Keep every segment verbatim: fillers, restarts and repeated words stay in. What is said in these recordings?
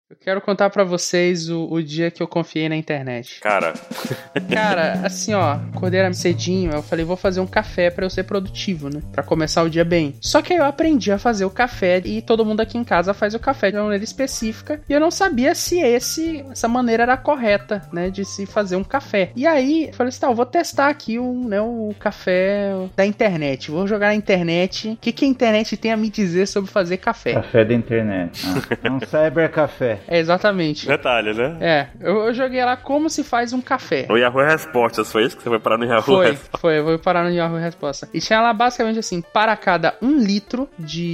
Eu quero contar pra vocês o, o dia que eu confiei na internet. Cara. Cara, assim, ó, acordei era cedinho, eu falei, vou fazer um café pra eu ser produtivo, né? Pra começar o dia bem. Só que aí eu aprendi a fazer o café e todo mundo aqui em casa faz o café de uma maneira específica e eu não sabia se esse, essa maneira era correta, né, de se fazer um café. E aí, eu falei assim, tá, eu vou testar aqui o, né, o café da internet. Vou jogar na internet. O que, que a internet tem a me dizer sobre fazer café? Café da internet. Ah, um cybercafé. É, exatamente. Detalhe, né? É, eu, eu joguei lá como se faz um café. O Yahoo Respostas, foi isso que você foi parar no Yahoo Foi, Respostas? foi, eu vou parar no Yahoo Resposta. E tinha lá basicamente assim, para cada um litro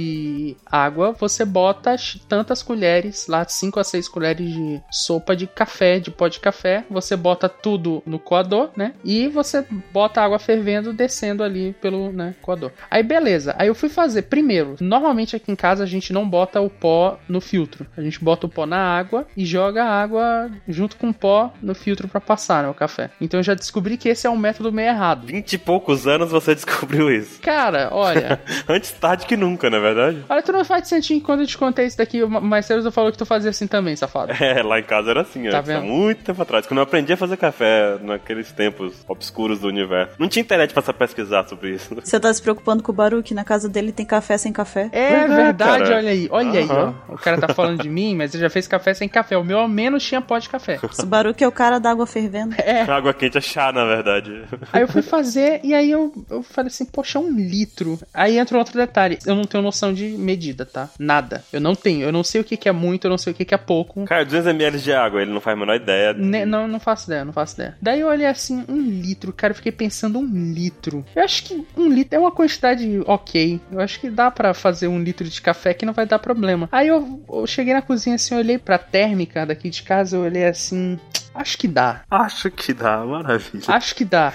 de água, você bota tantas colheres, lá cinco a seis colheres de sopa de café, de pó de café, você bota tudo no coador, né? E você bota a água fervendo, descendo ali pelo, né, coador. Aí beleza, aí eu fui fazer, primeiro, normalmente aqui em casa a gente não bota o pó no filtro, a gente bota o pó na água e joga a água junto com o pó no filtro pra passar, né, o café. Então eu já descobri que esse é um método meio errado. Vinte e poucos anos você descobriu isso. Cara, olha... Antes tarde que nunca, não é verdade? Olha, tu não faz sentido quando eu te contei isso daqui, mas cedo tu falou que tu fazia assim também, safado. É, lá em casa era assim, tá antes, há muito tempo atrás. Quando eu aprendi a fazer café, naqueles tempos obscuros do universo. Não tinha internet pra pesquisar sobre isso. Você tá se preocupando com o Baru, que na casa dele tem café sem café? É verdade, verdade olha aí. Olha uhum. aí, ó. O cara tá falando de mim, mas ele já fez café sem café. O meu ao menos tinha pó de café. O Baru que é o cara da água fervendo. É. Água quente é chá, na verdade. Aí eu fui fazer e aí eu, eu falei assim, poxa, um litro. Aí entra um outro detalhe. Eu não tenho noção de medida, tá? Nada. Eu não tenho. Eu não sei o que, que é muito, eu não sei o que, que é pouco. Cara, duzentos mililitros de água, ele não faz a menor ideia. De... Ne- não, não faço ideia, não faço ideia. Daí eu olhei assim, um litro. Cara, eu fiquei pensando, um litro. Eu acho que um litro é uma quantidade ok. Eu acho que dá pra fazer um litro de café que não vai dar problema. Aí eu, eu cheguei na cozinha assim, eu olhei pra térmica daqui de casa, eu olhei assim... Acho que dá. Acho que dá, maravilha. Acho que dá.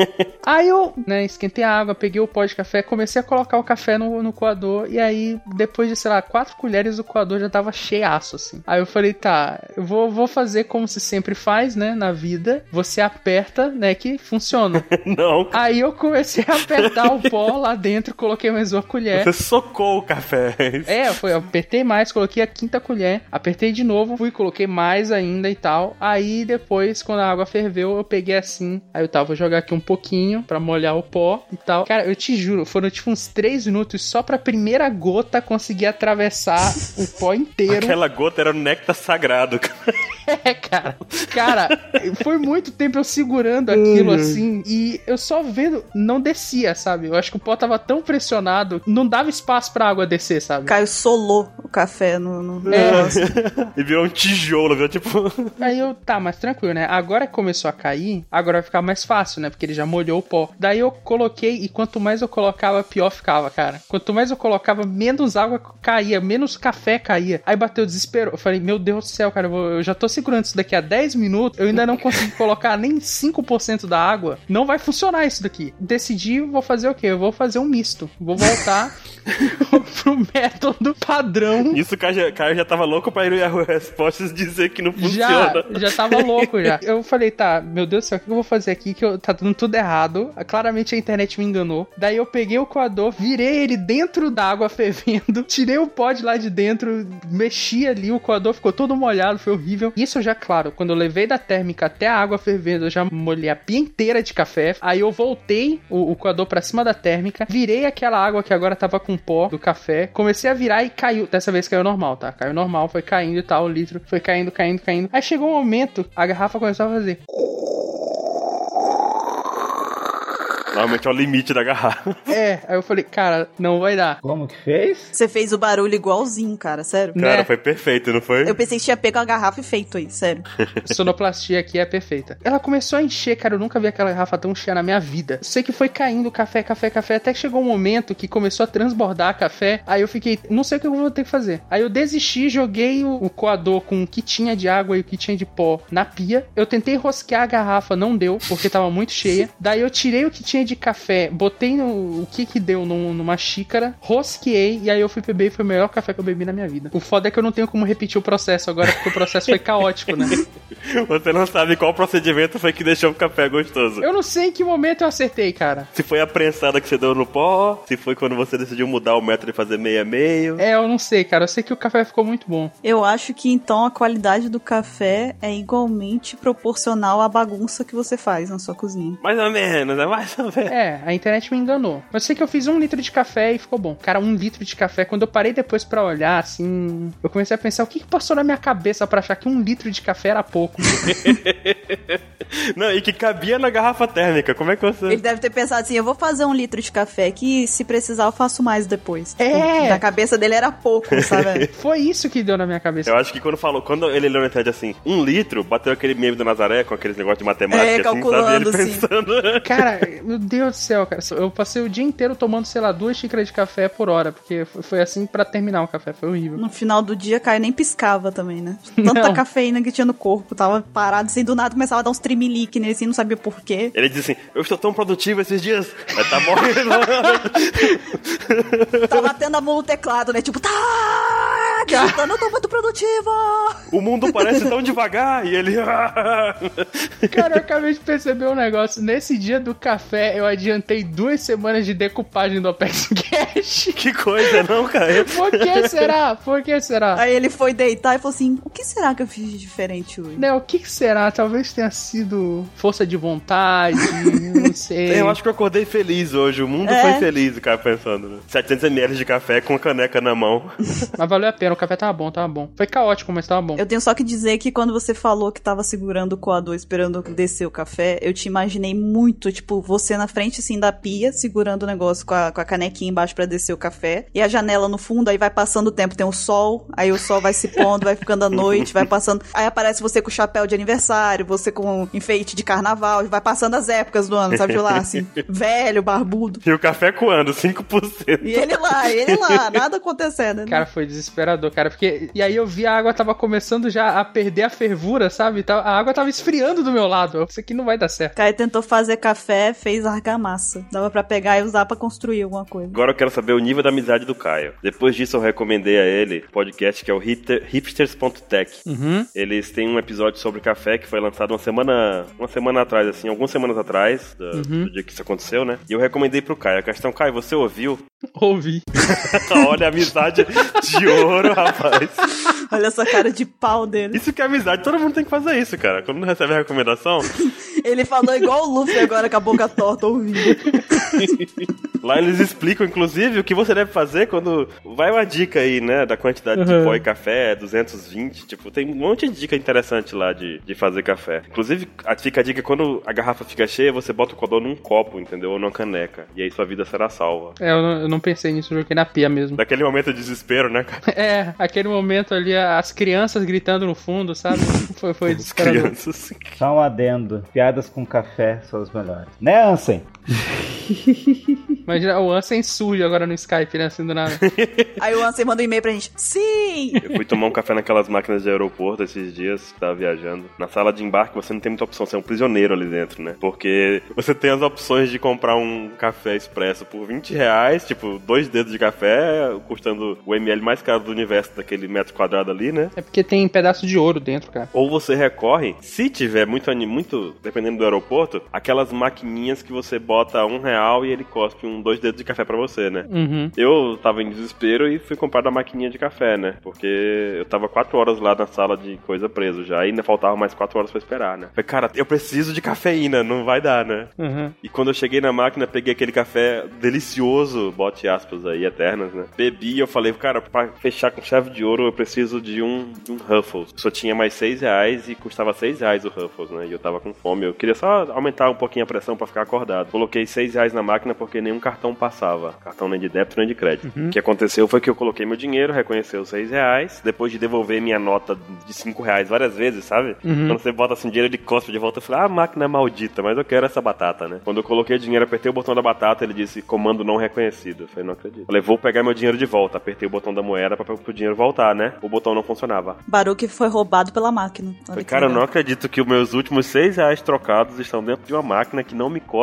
Aí eu, né, esquentei a água, peguei o pó de café, comecei a colocar o café no, no coador, e aí, depois de, sei lá, quatro colheres, o coador já tava cheiaço, assim. Aí eu falei, tá, eu vou, vou fazer como se sempre faz, né, na vida. Você aperta, né, que funciona. Não. Aí eu comecei a apertar o pó lá dentro, coloquei mais uma colher. Você socou o café. É, foi, eu apertei mais, coloquei a quinta colher, apertei de novo, fui, coloquei mais ainda e tal. Aí, depois, quando a água ferveu, eu peguei assim. Aí eu tava, vou jogar aqui um pouquinho pra molhar o pó e tal. Cara, eu te juro, foram tipo uns três minutos só pra primeira gota conseguir atravessar o pó inteiro. Aquela gota era o néctar sagrado. É, cara. Cara, foi muito tempo eu segurando aquilo assim e eu só vendo, não descia, sabe? Eu acho que o pó tava tão pressionado, não dava espaço pra água descer, sabe? Caio solou o café no, no é. negócio. E virou um tijolo, viu? Tipo... Aí eu, tá, mas tranquilo, né? Agora que começou a cair, agora vai ficar mais fácil, né? Porque ele já molhou o pó. Daí eu coloquei e quanto mais eu colocava, pior ficava, cara. Quanto mais eu colocava, menos água caía, menos café caía. Aí bateu o desespero. Eu falei, meu Deus do céu, cara, eu, vou, eu já tô segurando isso daqui há dez minutos, eu ainda não consegui colocar nem cinco por cento da água. Não vai funcionar isso daqui. Decidi, vou fazer o quê? Eu vou fazer um misto. Vou voltar pro método padrão. Isso, o Caio já, Caio já tava louco pra ir no Yahoo Respostas dizer que não funciona. Já, já tava louco já. Eu falei, tá, meu Deus do céu, o que eu vou fazer aqui? Que eu, tá dando tudo errado. Claramente a internet me enganou. Daí eu peguei o coador, virei ele dentro da água fervendo, tirei o pó de lá de dentro, mexi ali, o coador ficou todo molhado, foi horrível. Isso já, claro, quando eu levei da térmica até a água fervendo, eu já molhei a pia inteira de café. Aí eu voltei o, o coador pra cima da térmica, virei aquela água que agora tava com pó do café, comecei a virar e caiu. Dessa vez caiu normal, tá? Caiu normal, foi caindo e tal, o litro foi caindo, caindo, caindo. Aí chegou um momento, a garrafa começou a fazer... Normalmente é o limite da garrafa. É, aí eu falei, cara, não vai dar. Como que fez? Você fez o barulho igualzinho, cara, sério. Cara, Né? foi perfeito, não foi? Eu pensei que tinha pego a garrafa e feito aí, sério. Sonoplastia aqui é perfeita. Ela começou a encher, cara, eu nunca vi aquela garrafa tão cheia na minha vida. Sei que foi caindo café, café, café, até que chegou um momento que começou a transbordar café, aí eu fiquei, não sei o que eu vou ter que fazer. Aí eu desisti, joguei o, o coador com o que tinha de água e o que tinha de pó na pia. Eu tentei rosquear a garrafa, não deu, porque tava muito cheia. Daí eu tirei o que tinha de café, botei no, o que que deu num, numa xícara, rosqueei, e aí eu fui beber e foi o melhor café que eu bebi na minha vida. O foda é que eu não tenho como repetir o processo agora, porque o processo foi caótico, né? Você não sabe qual procedimento foi que deixou o café gostoso. Eu não sei em que momento eu acertei, cara. Se foi a prensada que você deu no pó, se foi quando você decidiu mudar o método e fazer meio a meio. É, eu não sei, cara. Eu sei que o café ficou muito bom. Eu acho que então a qualidade do café é igualmente proporcional à bagunça que você faz na sua cozinha. Mais ou menos, é mais ou menos. É, a internet me enganou. Eu sei que eu fiz um litro de café e ficou bom. Cara, um litro de café, quando eu parei depois pra olhar, assim, eu comecei a pensar, o que que passou na minha cabeça pra achar que um litro de café era pouco? Não, e que cabia na garrafa térmica, como é que você... Ele deve ter pensado assim, eu vou fazer um litro de café que se precisar eu faço mais depois. É. Na cabeça dele era pouco, sabe? Foi isso que deu na minha cabeça. Eu acho que quando falou, quando ele leu na internet assim, um litro, bateu aquele meme do Nazaré com aqueles negócios de matemática, É, assim, calculando, sabe? Ele assim. pensando... Cara, meu Deus do céu, cara. Eu passei o dia inteiro tomando, sei lá, duas xícaras de café por hora, porque foi assim pra terminar o café, foi horrível. No final do dia, Caio nem piscava também, né? Tanta Não. cafeína que tinha no corpo, tava parado assim, do nada começava a dar uns tremelique nele assim, não sabia por quê. Ele disse assim, eu estou tão produtivo esses dias, vai tá morrendo. Tava batendo a mão no teclado, né? Tipo, tá! Digitando, eu tô muito produtivo! O mundo parece tão devagar, e ele... Cara, eu acabei de perceber um negócio. Nesse dia do café, eu adiantei duas semanas de decupagem do Apex Cash. Que coisa, não, cara? Por que será? Por que será? Aí ele foi deitar e falou assim, o que será que eu fiz de diferente hoje? Né, o que que será? Talvez tenha sido força de vontade, não sei. Eu acho que eu acordei feliz hoje, o mundo É. foi feliz, o cara pensando, né? setecentos mililitros de café com a caneca na mão. Mas valeu a pena, o café tava bom, tava bom. Foi caótico, mas tava bom. Eu tenho só que dizer que quando você falou que tava segurando o coador esperando descer o café, eu te imaginei muito, tipo, você na frente, assim, da pia, segurando o negócio com a, com a canequinha embaixo pra descer o café, e a janela no fundo, aí vai passando o tempo, tem o sol, aí o sol vai se pondo, vai ficando a noite, vai passando, aí aparece você com chapéu de aniversário, você com enfeite de carnaval, vai passando as épocas do ano, sabe de lá, assim, velho, barbudo. E o café coando, cinco por cento. E ele lá, ele lá, nada acontecendo. Né? Cara, foi desesperador, cara, porque... E aí eu vi a água tava começando já a perder a fervura, sabe? A água tava esfriando do meu lado. Isso aqui não vai dar certo. Caio tentou fazer café, fez argamassa. Dava pra pegar e usar pra construir alguma coisa. Agora eu quero saber o nível da amizade do Caio. Depois disso eu recomendei a ele um podcast que é o hipster, hipsters ponto tech. Uhum. Eles têm um episódio sobre café que foi lançado uma semana, uma semana atrás, assim, algumas semanas atrás, do, Uhum. do dia que isso aconteceu, né? E eu recomendei pro Caio. A questão, Caio, você ouviu? Ouvi. Olha a amizade de ouro, rapaz. Olha essa cara de pau dele. Isso que é amizade, todo mundo tem que fazer isso, cara. Quando não recebe a recomendação, Ele falou igual o Luffy agora com a boca torta ouvindo. lá eles explicam, inclusive, o que você deve fazer quando... Vai uma dica aí, né, da quantidade de Uhum. pó e café, duzentos e vinte, tipo, tem um monte de dica interessante lá de, de fazer café. Inclusive, a- fica a dica, quando a garrafa fica cheia, você bota o codô num copo, entendeu? Ou numa caneca. E aí sua vida será salva. É, eu não, eu não pensei nisso, eu joguei na pia mesmo. Daquele momento de desespero, né, cara? É, aquele momento ali, as crianças gritando no fundo, sabe? Foi, foi As desesperador. crianças. Só um adendo. Piadas com café são as melhores. Né, Ansem? Imagina, o Ansem surge agora no Skype, né, assim do nada. Aí o Ansem manda um e-mail pra gente. Sim! Eu fui tomar um café naquelas máquinas de aeroporto esses dias, que tava viajando. Na sala de embarque você não tem muita opção, você é um prisioneiro ali dentro, né? Porque você tem as opções de comprar um café expresso por vinte reais, tipo, dois dedos de café, custando o ml mais caro do universo daquele metro quadrado ali, né? É porque tem pedaço de ouro dentro, cara. Ou você recorre, se tiver muito, ani- muito dependendo do aeroporto, aquelas maquininhas que você bota um real e ele cospe um dois dedos de café pra você, né? Uhum. Eu tava em desespero e fui comprar da maquininha de café, né? Porque eu tava quatro horas lá na sala de coisa preso já, e ainda faltava mais quatro horas pra esperar, né? Falei, cara, eu preciso de cafeína, não vai dar, né? Uhum. E quando eu cheguei na máquina, peguei aquele café delicioso, bote aspas aí, eternas, né? Bebi e eu falei, cara, pra fechar com chave de ouro, eu preciso de um, de um Ruffles. Só tinha mais seis reais e custava seis reais o Ruffles, né? E eu tava com fome. Eu queria só aumentar um pouquinho a pressão pra ficar acordado. Coloquei seis reais na máquina porque nenhum cartão passava. Cartão nem de débito, nem de crédito. Uhum. O que aconteceu foi que eu coloquei meu dinheiro, reconheceu os seis reais, depois de devolver minha nota de cinco reais várias vezes, sabe? Uhum. Quando você bota assim dinheiro, ele cospe de volta. Eu falei, ah, a máquina é maldita, mas eu quero essa batata, né? Quando eu coloquei o dinheiro, apertei o botão da batata, ele disse, comando não reconhecido. Eu falei, não acredito. Eu falei, vou pegar meu dinheiro de volta. Apertei o botão da moeda pra o dinheiro voltar, né? O botão não funcionava. Baruque foi roubado pela máquina. Olha Falei, que cara, eu legal. não acredito que os meus últimos seis reais trocados estão dentro de uma máquina que não me cospe nada.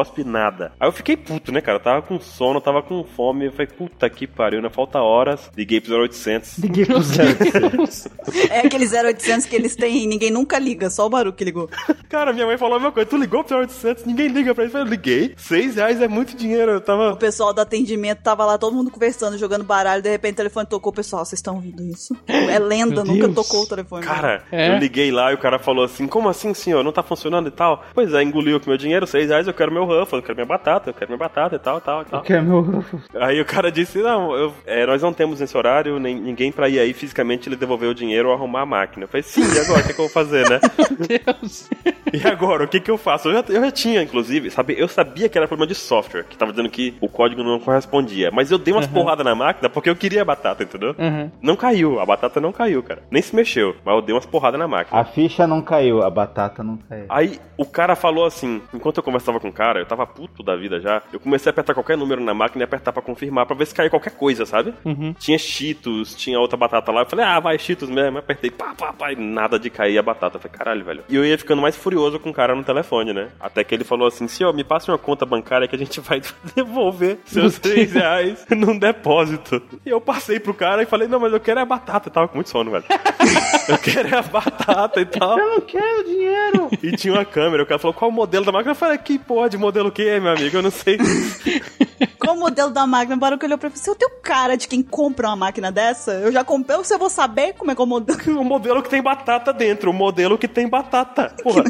nada. Aí eu fiquei puto, né, cara? Eu tava com sono, eu tava com fome. Eu falei, puta que pariu, né? Falta horas. Liguei pro zero oitocentos. Liguei pro zero oitocentos. É aquele zero oitocentos que eles têm e ninguém nunca liga, só o Baru que ligou. Cara, minha mãe falou a mesma coisa. Tu ligou pro zero oitocentos, ninguém liga pra ele. Eu liguei. Seis reais é muito dinheiro. Eu tava... O pessoal do atendimento tava lá, todo mundo conversando, jogando baralho. De repente o telefone tocou. Pessoal, vocês estão ouvindo isso? É lenda, Meu nunca Deus. tocou o telefone. Cara, É? eu liguei lá e o cara falou assim, como assim, senhor? Não tá funcionando e tal? Pois é, engoliu com meu dinheiro, seis reais, eu quero meu Ruffles, eu quero minha batata, eu quero minha batata e tal, e tal, e tal. Que é meu... Aí o cara disse, não, eu, é, nós não temos nesse horário, nem, ninguém pra ir aí fisicamente ele devolver o dinheiro ou arrumar a máquina. Eu falei, sim, e agora? O que, que eu vou fazer, né? Meu Deus. E agora, o que que eu faço? Eu já, eu já tinha, inclusive, sabe, eu sabia que era problema de software, que tava dizendo que o código não correspondia, mas eu dei umas Uhum. porradas na máquina porque eu queria a batata, entendeu? Uhum. Não caiu, a batata não caiu, cara. Nem se mexeu, mas eu dei umas porradas na máquina. A ficha não caiu, a batata não caiu. Aí o cara falou assim, enquanto eu conversava com o cara, eu tava puto da vida já, eu comecei a apertar qualquer número na máquina e apertar pra confirmar, pra ver se caía qualquer coisa, sabe? Uhum. Tinha Cheetos, tinha outra batata lá, eu falei, ah, vai Cheetos mesmo, eu apertei, pá, pá, pá, e nada de cair a batata. Eu falei, caralho, velho. E eu ia ficando mais furioso com o cara no telefone, né? Até que ele falou assim, senhor, me passe uma conta bancária que a gente vai devolver seus três reais num depósito. E eu passei pro cara e falei, não, mas eu quero é a batata. Eu tava com muito sono, velho. Eu quero é a batata e tal. Eu não quero dinheiro. E tinha uma câmera, o cara falou, qual o modelo da máquina? Eu falei, que porra de modelo o quê, meu amigo? Eu não sei. Qual o modelo da máquina? O Baru que olhou pra mim, se eu tenho cara de quem compra uma máquina dessa, eu já comprei, ou se eu vou saber como é que é o modelo. O modelo que tem batata dentro, o modelo que tem batata. Porra.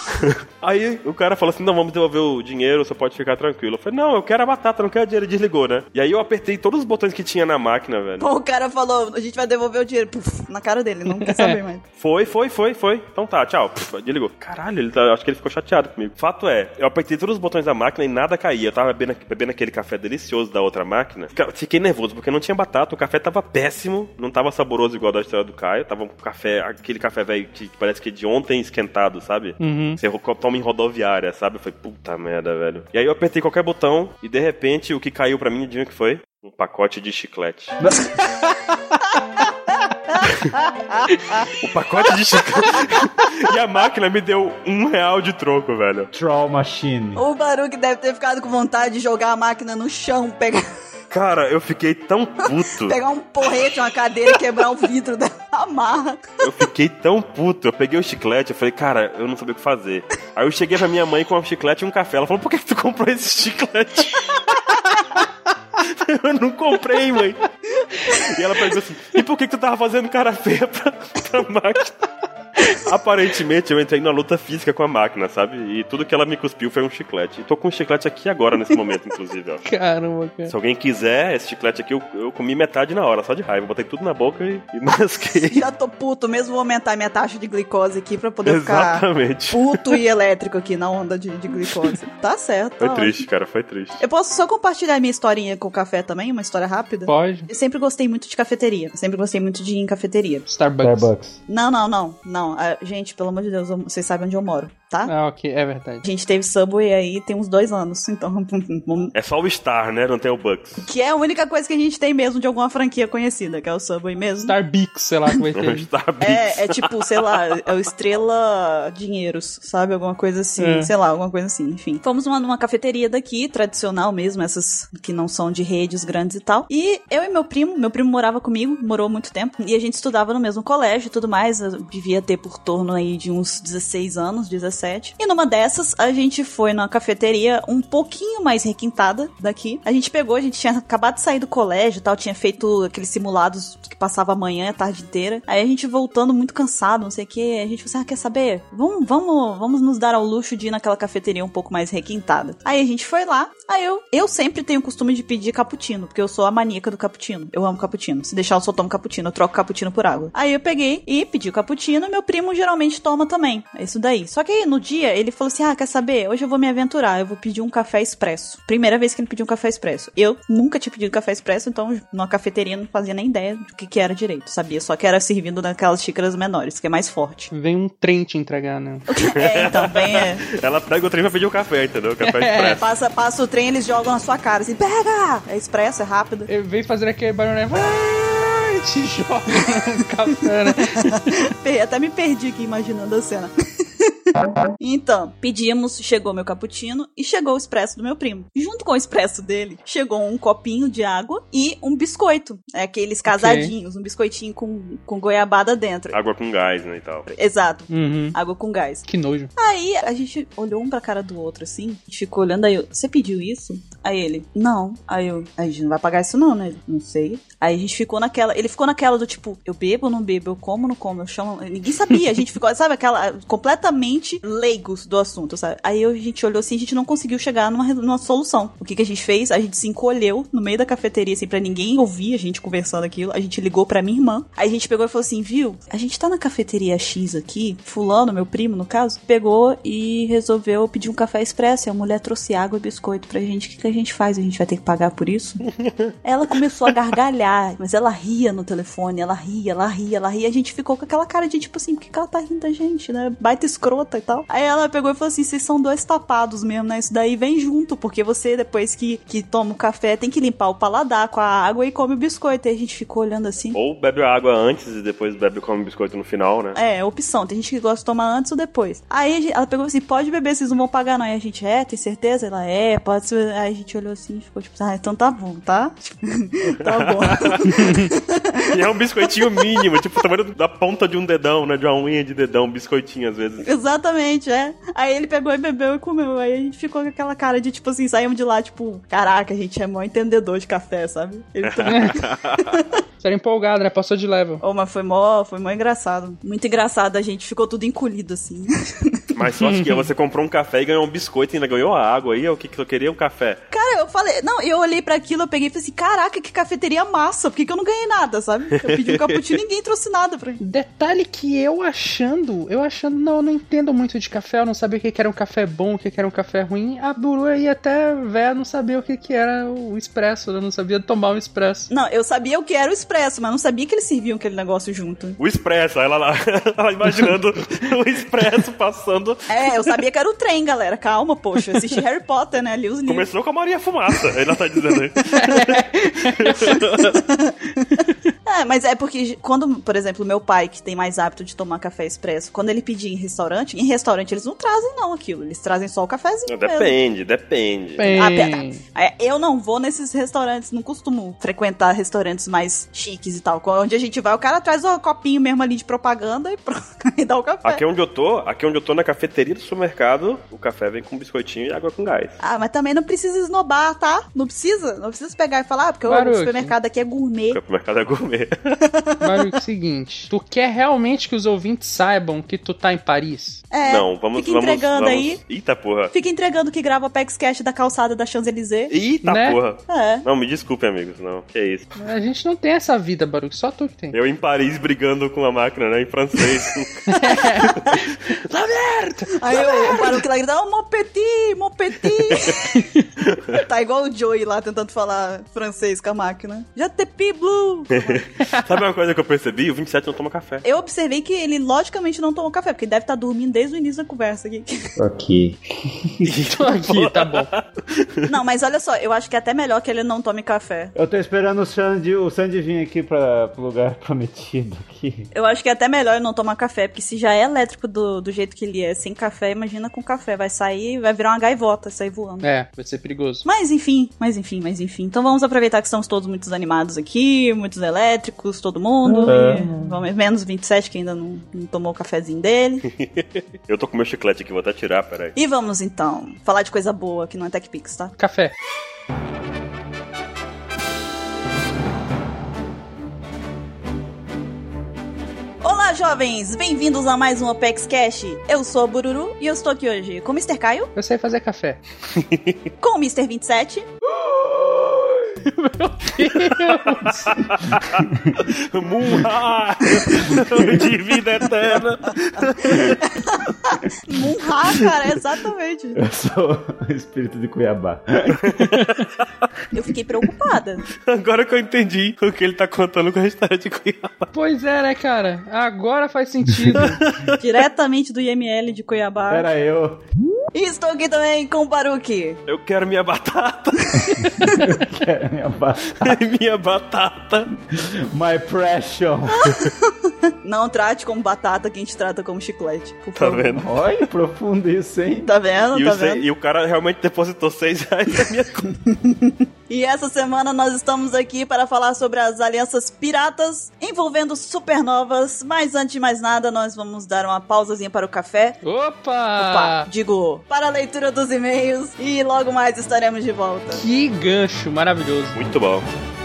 Aí o cara falou assim, não, vamos devolver o dinheiro, você pode ficar tranquilo. Eu falei, não, eu quero a batata, não quero dinheiro. Ele desligou, né? E aí eu apertei todos os botões que tinha na máquina, velho. O cara falou, a gente vai devolver o dinheiro. Puf, na cara dele, não quer saber mais. Foi, foi, foi, foi. Então tá, tchau. Puf, desligou. Caralho, ele tá, acho que ele ficou chateado comigo. Fato é, eu apertei todos os botões da máquina e nada caía. Eu tava bebendo, bebendo aquele café delicioso da outra máquina. Fiquei nervoso, porque não tinha batata, o café tava péssimo, não tava saboroso igual da história do Caio. Tava um café, aquele café velho que parece que é de ontem esquentado, sabe? Uhum. Você toma em rodoviária, sabe? Eu falei, puta merda, velho. E aí eu apertei qualquer botão e de repente o que caiu pra mim, adivinha o que foi? Um pacote de chiclete. O pacote de chiclete. E a máquina me deu um real de troco, velho. Troll Machine. O Baru que deve ter ficado com vontade de jogar a máquina no chão, pegar, Cara, eu fiquei tão puto. pegar um porrete, uma cadeira e quebrar o vidro da amarra. Eu fiquei tão puto. Eu peguei o chiclete, eu falei, cara, eu não sabia o que fazer. Aí eu cheguei pra minha mãe com um chiclete e um café. Ela falou, por que tu comprou esse chiclete? Eu não comprei, mãe. E ela perguntou assim, e por que tu tava fazendo cara feia pra, pra máquina? Aparentemente eu entrei na luta física com a máquina, sabe? E tudo que ela me cuspiu foi um chiclete. E tô com um chiclete aqui agora, nesse momento, inclusive, ó. Caramba, cara. Se alguém quiser esse chiclete aqui, eu, eu comi metade na hora, só de raiva. Botei tudo na boca e, e masquei. Já tô puto, mesmo vou aumentar minha taxa de glicose aqui pra poder Exatamente. ficar puto e elétrico aqui na onda de, de glicose. Tá certo. Foi tá triste, ótimo. cara, foi triste. Eu posso só compartilhar minha historinha com o café também? Uma história rápida? Pode. Eu sempre gostei muito de cafeteria. Eu sempre gostei muito de ir em cafeteria. Starbucks. Starbucks. Não, não, não. Não. Ah, gente, pelo amor de Deus, eu- vocês sabem onde eu moro, tá? Ah, ok, é verdade. A gente teve Subway aí tem uns dois anos, então... É só o Star, né? Não tem o Bucks. Que é a única coisa que a gente tem mesmo de alguma franquia conhecida, que é o Subway mesmo. Starbucks, sei lá como vai O ter. Starbucks. É, é tipo, sei lá, é o Estrela Dinheiros, sabe? Alguma coisa assim, É. sei lá, alguma coisa assim, enfim. Fomos numa, numa cafeteria daqui, tradicional mesmo, essas que não são de redes grandes e tal. E eu e meu primo, meu primo morava comigo, morou há muito tempo, e a gente estudava no mesmo colégio e tudo mais. Eu devia ter por torno aí de uns dezesseis anos, dezessete. E numa dessas, a gente foi numa cafeteria um pouquinho mais requintada daqui. A gente pegou, a gente tinha acabado de sair do colégio e tal, tinha feito aqueles simulados que passava a manhã e a tarde inteira. Aí a gente voltando muito cansado, não sei o que, a gente falou assim, ah, quer saber? Vamos, vamos, vamos nos dar ao luxo de ir naquela cafeteria um pouco mais requintada. Aí a gente foi lá, aí eu, eu sempre tenho o costume de pedir cappuccino, porque eu sou a maníaca do cappuccino. Eu amo cappuccino. Se deixar eu só tomo cappuccino, eu troco cappuccino por água. Aí eu peguei e pedi o cappuccino, e meu primo geralmente toma também. É isso daí. Só que aí, no dia, ele falou assim, ah, quer saber? Hoje eu vou me aventurar, eu vou pedir um café expresso. Primeira vez que ele pediu um café expresso. Eu nunca tinha pedido café expresso, então numa cafeteria não fazia nem ideia do que, que era direito. Sabia só que era servindo naquelas xícaras menores, que é mais forte. Vem um trem te entregar, né? É, então, bem é... Ela pega o trem pra pedir um café, entendeu? Café expresso. Passa, passa o trem, eles jogam na sua cara, assim, pega! É expresso, é rápido. Ele veio fazer aquele barulho, né? Vai, te joga no café, né? Até me perdi aqui imaginando a cena. Então, pedimos, chegou meu cappuccino e chegou o expresso do meu primo. Junto com o expresso dele, chegou um copinho de água e um biscoito. É aqueles casadinhos, okay. Um biscoitinho com, com goiabada dentro. Água com gás, né, e tal. Exato. Uhum. Água com gás. Que nojo. Aí, a gente olhou um pra cara do outro, assim, a gente ficou olhando, aí eu, você pediu isso? Aí ele, não. Aí eu, a gente não vai pagar isso não, né? Não sei. Aí a gente ficou naquela, ele ficou naquela do tipo, eu bebo ou não bebo? Eu como ou não como? Eu chamo... Ninguém sabia, a gente ficou, sabe, aquela, completamente leigos do assunto, sabe? Aí a gente olhou assim, a gente não conseguiu chegar numa, numa solução. O que que a gente fez? A gente se encolheu no meio da cafeteria, assim, pra ninguém ouvir a gente conversando aquilo. A gente ligou pra minha irmã. Aí a gente pegou e falou assim, viu? A gente tá na cafeteria X aqui, fulano, meu primo, no caso, pegou e resolveu pedir um café expresso. E a mulher trouxe água e biscoito pra gente. O que que a gente faz? A gente vai ter que pagar por isso? Ela começou a gargalhar, mas ela ria no telefone, ela ria, ela ria, ela ria. A gente ficou com aquela cara de tipo assim, por que que ela tá rindo da gente, né? Baita escrota e tal. Aí ela pegou e falou assim, vocês são dois tapados mesmo, né? Isso daí vem junto, porque você, depois que, que toma o café, tem que limpar o paladar com a água e come o biscoito. Aí a gente ficou olhando assim. Ou bebe a água antes e depois bebe e come o biscoito no final, né? É, opção. Tem gente que gosta de tomar antes ou depois. Aí ela pegou assim, pode beber, vocês não vão pagar não. Aí a gente, é, tem certeza? Ela, é, pode ser. Aí a gente olhou assim e ficou tipo, ah, então tá bom, tá? Tá bom. E é um biscoitinho mínimo, tipo o tamanho da ponta de um dedão, né? De uma unha de dedão, um biscoitinho às vezes. Exatamente, é. Aí ele pegou e bebeu e comeu. Aí a gente ficou com aquela cara de, tipo assim, saímos de lá, tipo, caraca, a gente é mó entendedor de café, sabe? Ele também. Você era empolgado, né? Passou de level. Oh, mas foi mó, foi mó engraçado. Muito engraçado, a gente ficou tudo encolhido, assim. Mas só acho que você comprou um café e ganhou um biscoito e ainda ganhou a água aí, o que que eu queria? Um café. Cara, eu falei, não, eu olhei pra aquilo, eu peguei e falei assim, caraca, que cafeteria massa, por que que eu não ganhei nada, sabe? Eu pedi um cappuccino e ninguém trouxe nada pra mim. Detalhe que eu achando, eu achando, não, eu não entendo muito de café, eu não sabia o que que era um café bom, o que que era um café ruim. A Buru aí até velha não sabia o que que era o expresso, eu não sabia tomar um expresso. Não, eu sabia o que era o expresso, mas não sabia que eles serviam aquele negócio junto. O expresso, ela lá, ela imaginando o expresso passando. É, eu sabia que era o trem, galera, calma, poxa, eu assisti Harry Potter, né, ali os livros. Começou com a Maria Fumaça, ela tá dizendo aí. É, mas é porque quando, por exemplo, meu pai, que tem mais hábito de tomar café expresso, quando ele pedir em restaurante, em restaurante eles não trazem não aquilo, eles trazem só o cafezinho. Depende, mesmo. depende. Depende. Ah, eu não vou nesses restaurantes, não costumo frequentar restaurantes mais chiques e tal. Onde a gente vai, o cara traz o copinho mesmo ali de propaganda e pronto, e dá o café. Aqui onde eu tô, aqui onde eu tô na cafeteria do supermercado, o café vem com biscoitinho e água com gás. Ah, mas também não precisa esnobar, tá? Não precisa, não precisa pegar e falar, ah, porque Baruch. O supermercado aqui é gourmet. O supermercado é gourmet. Baruch, é o seguinte, tu quer realmente que os ouvintes saibam que tu tá em Paris? É, não, vamos, fica vamos, entregando vamos... aí. Eita porra. Fica entregando que grava PaxCast da calçada da Champs-Élysées. Eita Né? porra. É. Não, me desculpe, amigos, não, que é isso. A gente não tem essa vida, Baruch, só tu que tem. Eu em Paris brigando com a máquina, né, em francês. La merde! Aí o Baruch lá grita, oh, mon petit, mon petit. Tá igual o Joey lá tentando falar francês com a máquina. Já te pi blue. Sabe uma coisa que eu percebi? O vinte e sete não toma café. Eu observei que ele logicamente não tomou café, porque ele deve estar dormindo desde o início da conversa aqui. Ok. Tô aqui, tá bom. Não, mas olha só, eu acho que é até melhor que ele não tome café. Eu tô esperando o Sandy, o Sandy vir aqui pra, pro lugar prometido aqui. Eu acho que é até melhor ele não tomar café, porque se já é elétrico do, do jeito que ele é, sem café, imagina com café. Vai sair, vai virar uma gaivota, sair voando. É, vai ser perigoso. Mas enfim, mas enfim, mas enfim. Então vamos aproveitar que estamos todos muito animados aqui, muitos elétricos, todo mundo. É. E vamos, menos vinte e sete que ainda não, não tomou o cafezinho dele. Eu tô com meu chiclete aqui, vou até tirar, peraí. E vamos então falar de coisa boa, que não é TechPix, tá? Café. Olá, jovens! Bem-vindos a mais um Apex Cash. Eu sou a Bururu e eu estou aqui hoje com o mister Caio. Eu sei fazer café. Com o mister vinte e sete. Meu Deus! Munha! De vida eterna! Munha, cara, exatamente. Eu sou o espírito de Cuiabá. Eu fiquei preocupada. Agora que eu entendi o que ele tá contando com a história de Cuiabá. Pois é, né, cara? Agora faz sentido. Diretamente do I M L de Cuiabá. Era eu. E estou aqui também com o Baruch. Eu quero minha batata. Eu quero minha batata. minha batata. My precious. Não trate como batata que a gente trata como chiclete. Por Tá favor. vendo? Olha, profundo isso, hein? Tá vendo? E, Tá o, vendo? e o cara realmente depositou seis reais na minha conta. E essa semana nós estamos aqui para falar sobre as alianças piratas envolvendo supernovas. Mas antes de mais nada, nós vamos dar uma pausazinha para o café. Opa! Opa, digo, para a leitura dos e-mails. E logo mais estaremos de volta. Que gancho maravilhoso. Muito bom.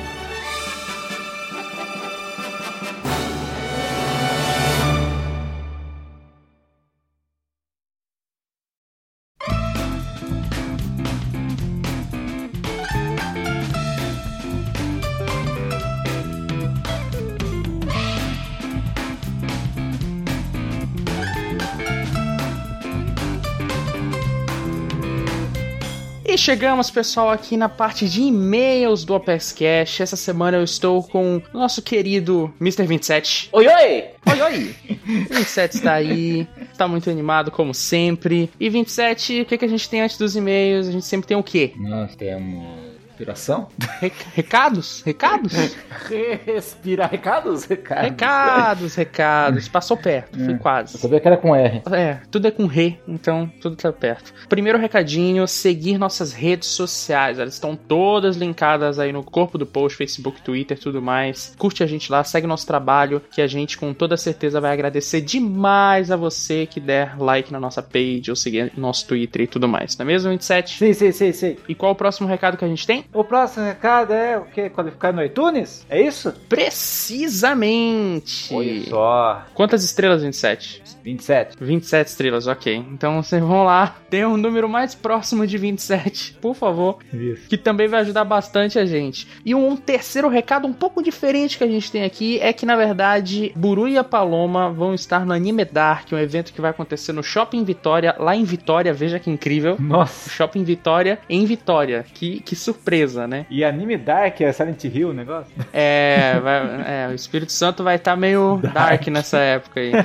E chegamos, pessoal, aqui na parte de e-mails do OpexCast. Essa semana eu estou com o nosso querido mister vinte e sete. Oi, oi! Oi, oi! vinte e sete está aí, está muito animado, como sempre. E vinte e sete, o que, que a gente tem antes dos e-mails? A gente sempre tem o quê? Nós temos... Inspiração? Re- recados? Recados? Respirar. Recados? Recados. Recados, recados. Passou perto, fui Eu quase. sabia que era com R. É, tudo é com re, então tudo tá perto. Primeiro recadinho, seguir nossas redes sociais. Elas estão todas linkadas aí no corpo do post, Facebook, Twitter, tudo mais. Curte a gente lá, segue nosso trabalho, que a gente com toda certeza vai agradecer demais a você que der like na nossa page ou seguir nosso Twitter e tudo mais. Não é mesmo, vinte e sete? Sim, sim, sim, sim. E qual o próximo recado que a gente tem? O próximo recado é o quê? Qualificar no iTunes? É isso? Precisamente! Olha só. Quantas estrelas, vinte e sete? vinte e sete. vinte e sete estrelas, ok. Então vocês vão lá, tem um número mais próximo de vinte e sete, por favor. Isso. Que também vai ajudar bastante a gente. E um terceiro recado um pouco diferente que a gente tem aqui é que, na verdade, Buru e a Paloma vão estar no Anime Dark, um evento que vai acontecer no Shopping Vitória, lá em Vitória, veja que incrível. Nossa. Shopping Vitória em Vitória. Que, que surpresa, né? E Anime Dark é Silent Hill o negócio? É, vai- é, o Espírito Santo vai estar meio dark nessa época aí.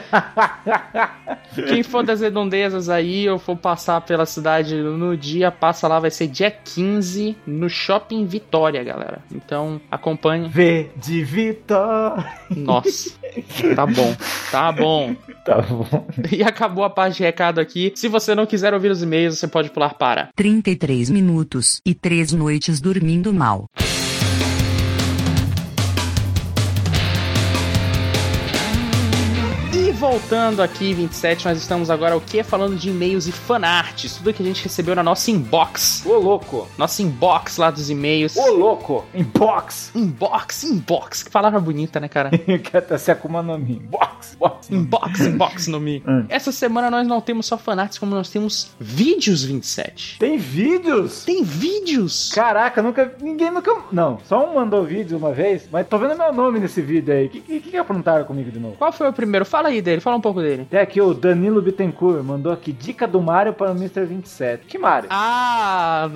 Quem for das redondezas aí ou for passar pela cidade no dia, passa lá, vai ser dia quinze no Shopping Vitória, galera. Então, acompanhe. V de Vitória. Nossa, tá bom, tá bom. Tá bom. E acabou a parte de recado aqui. Se você não quiser ouvir os e-mails, você pode pular para trinta e três minutos e três noites dormindo mal. E voltando aqui, vinte e sete, nós estamos agora o quê? Falando de e-mails e fanarts, tudo que a gente recebeu na nossa inbox. Ô, louco. Nossa inbox lá dos e-mails. Ô, louco. Inbox. Inbox, inbox. Que palavra bonita, né, cara? Que até se Akuma no Mi. Box, box. Inbox, inbox no Mi. Hum. Essa semana nós não temos só fanarts, como nós temos vídeos, vinte e sete. Tem vídeos? Tem vídeos? Caraca, nunca. Ninguém nunca. Não, só um mandou vídeo uma vez, mas tô vendo meu nome nesse vídeo aí. O que, que, que aprontaram comigo de novo? Qual foi o primeiro? Fala aí dele, fala um pouco dele. Tem aqui o Danilo Bittencourt, mandou aqui dica do Mario para o mister vinte e sete. Que Mario? Ah,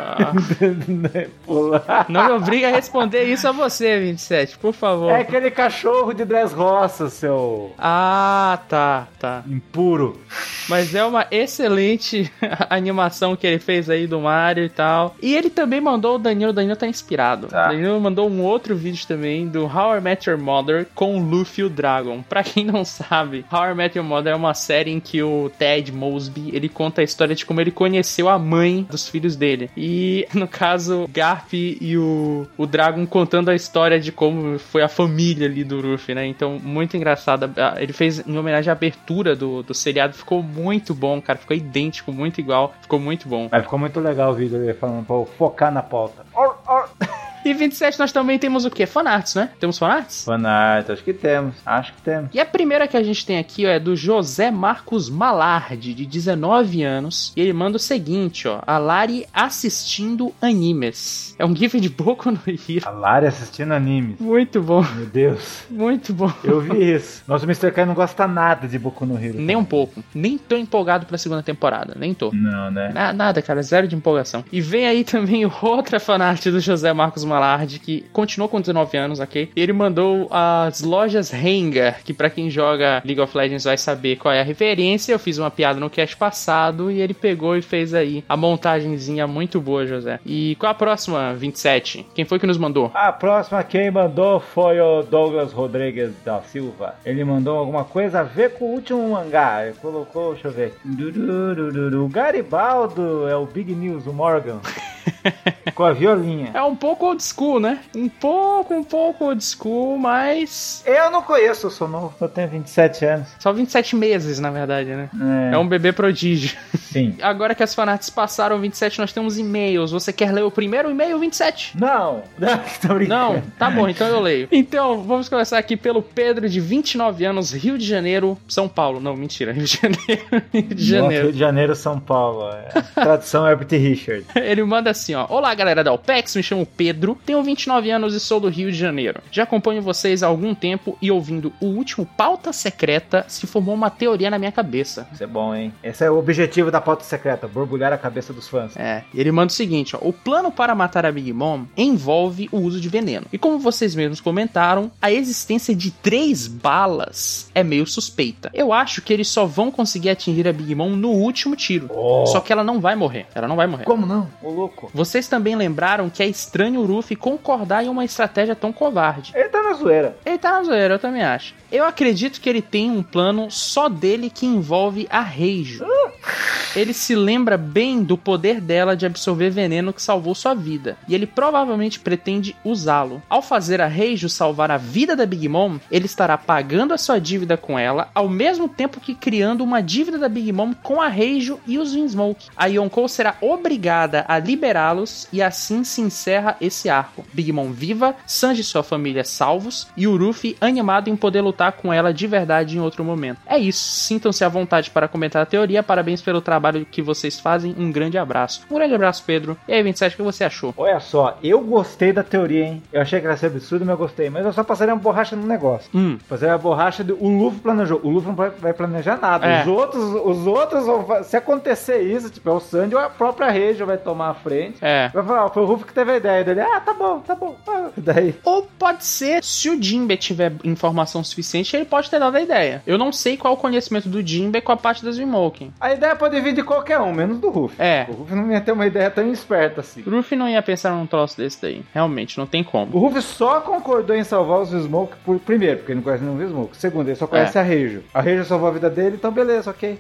não. Pula. Não me obriga a responder isso a você, vinte e sete, por favor. É aquele cachorro de Dressrosa, seu Ah, tá, tá. impuro. Mas é uma excelente animação que ele fez aí do Mario e tal. E ele também mandou o Danilo, o Danilo tá inspirado. Tá. O Danilo mandou um outro vídeo também do How I Met Your Mother com o Luffy o Dragon. Pra quem não sabe, How I Met Your Mother é uma série em que o Ted Mosby, ele conta a história de como ele conheceu a mãe dos filhos dele. E, no caso, Garp e o, o Dragon contando a história de como foi a família ali do Luffy, né? Então, muito engraçado. Ele fez em homenagem à abertura do, do seriado, ficou muito bom, cara. Ficou idêntico, muito igual. Ficou muito bom. Mas ficou muito legal o vídeo ali falando pra eu focar na pauta. Or, or. E vinte e sete nós também temos o quê? Fanarts, né? Temos fanarts? Fanart, acho que temos. Acho que temos. E a primeira que a gente tem aqui, ó, é do José Marcos Malardi, de dezenove anos. E ele manda o seguinte, ó. A Lari assistindo animes. É um gif de Boku no Hero. A Lari assistindo animes. Muito bom, Meu Deus. muito bom. Eu vi isso. Nosso mister Kai não gosta nada de Boku no Hero. Nem um pouco. Nem tô empolgado pra segunda temporada. Nem tô. Não, né? Na- Nada, cara. Zero de empolgação. E vem aí também outra fanart do José Marcos Malardi, Malard, que continuou com dezenove anos, ok? E ele mandou as lojas Rengar, que pra quem joga League of Legends vai saber qual é a referência. Eu fiz uma piada no cast passado e ele pegou e fez aí a montagenzinha muito boa, José. E qual a próxima, vinte e sete? Quem foi que nos mandou? A próxima quem mandou foi o Douglas Rodrigues da Silva. Ele mandou alguma coisa a ver com o último mangá. Ele colocou, deixa eu ver. O Garibaldo é o Big News, o Morgan. Com a violinha. É um pouco old school, né? Um pouco, um pouco old school, mas... Eu não conheço, eu sou novo. Eu tenho vinte e sete anos. Só vinte e sete meses, na verdade, né? É, é um bebê prodígio. Sim. Agora que as fanarts passaram vinte e sete, nós temos e-mails. Você quer ler o primeiro e-mail vinte e sete? Não. Não, tô brincando. Não? Tá bom, então eu leio. Então, vamos começar aqui pelo Pedro, de vinte e nove anos, Rio de Janeiro, São Paulo. Não, mentira, Rio de Janeiro. Rio de Janeiro. Nossa, Rio de Janeiro, São Paulo. É. Tradução Herbert Richard. Ele manda assim, ó. Olá, galera da Alpex, me chamo Pedro, tenho vinte e nove anos e sou do Rio de Janeiro. Já acompanho vocês há algum tempo e ouvindo o último Pauta Secreta se formou uma teoria na minha cabeça. Isso é bom, hein? Esse é o objetivo da Pauta Secreta, borbulhar a cabeça dos fãs. É, ele manda o seguinte, ó. O plano para matar a Big Mom envolve o uso de veneno. E como vocês mesmos comentaram, a existência de três balas é meio suspeita. Eu acho que eles só vão conseguir atingir a Big Mom no último tiro. Oh. Só que ela não vai morrer. Ela não vai morrer. Como não? Ô, louco. Vocês também lembraram que é estranho o Ruffy concordar em uma estratégia tão covarde. Ele tá na zoeira. Ele tá na zoeira, eu também acho. Eu acredito que ele tem um plano só dele que envolve a Reijo. Uh. Ele se lembra bem do poder dela de absorver veneno que salvou sua vida. E ele provavelmente pretende usá-lo. Ao fazer a Reijo salvar a vida da Big Mom, ele estará pagando a sua dívida com ela, ao mesmo tempo que criando uma dívida da Big Mom com a Reijo e os Vinsmoke. A Yonkou será obrigada a liberá-los e assim se encerra esse arco. Big Mom viva, Sanji e sua família salvos e o Ruffy animado em poder lutar com ela de verdade em outro momento. É isso, sintam-se à vontade para comentar a teoria, parabéns pelo trabalho que vocês fazem, um grande abraço. Um grande abraço, Pedro. E aí, vinte e sete, o que você achou? Olha só, eu gostei da teoria, hein? Eu achei que era ser absurdo, mas eu gostei. Mas eu só passaria uma borracha no negócio. Hum. Passaria a borracha do... O Luffy planejou. O Luffy não vai planejar nada. É. Os outros, os outros, se acontecer isso, tipo, é o Sandy ou a própria Reijo vai tomar a frente. É. Vai falar, ó, foi o Luffy que teve a ideia dele. Ah, tá bom, tá bom. Ah, daí. Ou pode ser, se o Jinbe tiver informação suficiente, ele pode ter dado a ideia. Eu não sei qual é o conhecimento do Jinbe com a parte das Smoking. A ideia pode vir de qualquer um, menos do Ruffy. É. O Ruffy não ia ter uma ideia tão esperta assim. O Ruffy não ia pensar num troço desse daí. Realmente, não tem como. O Ruffy só concordou em salvar os Smoke por, primeiro, porque ele não conhece nenhum Smoke. Segundo, ele só conhece é. a Reijo. A Reijo salvou a vida dele, então beleza, ok.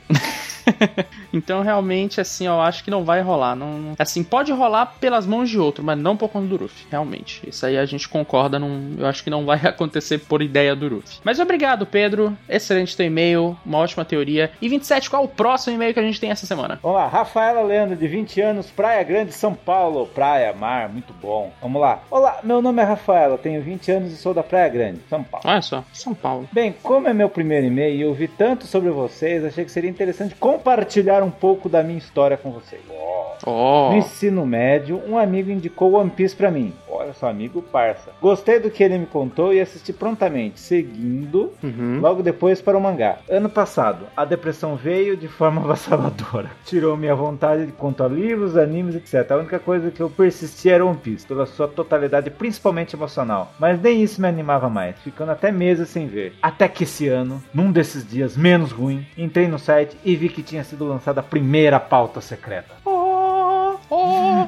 Então realmente assim eu acho que não vai rolar, não... assim pode rolar pelas mãos de outro, mas não por conta do Ruffy, realmente, isso aí a gente concorda, não... eu acho que não vai acontecer por ideia do Ruffy. Mas obrigado, Pedro, excelente teu e-mail, uma ótima teoria. E vinte e sete, qual é o próximo e-mail que a gente tem essa semana? Vamos lá, Rafaela Leandro, de vinte anos, Praia Grande, São Paulo. Praia, mar, muito bom. Vamos lá. Olá, meu nome é Rafaela, tenho vinte anos e sou da Praia Grande, São Paulo. Olha só, São Paulo. Bem, como é meu primeiro e-mail e eu vi tanto sobre vocês, achei que seria interessante compartilhar um pouco da minha história com vocês. Oh. No ensino médio, um amigo indicou One Piece pra mim. Olha só, amigo parça. Gostei do que ele me contou e assisti prontamente, seguindo uhum. logo depois para o mangá. Ano passado, a depressão veio de forma avassaladora. Tirou minha vontade de quanto a livros, animes, etcétera. A única coisa que eu persisti era One Piece, pela sua totalidade, principalmente emocional. Mas nem isso me animava mais, ficando até meses sem ver. Até que esse ano, num desses dias menos ruim, entrei no site e vi que tinha sido lançada a primeira pauta secreta. Oh, oh.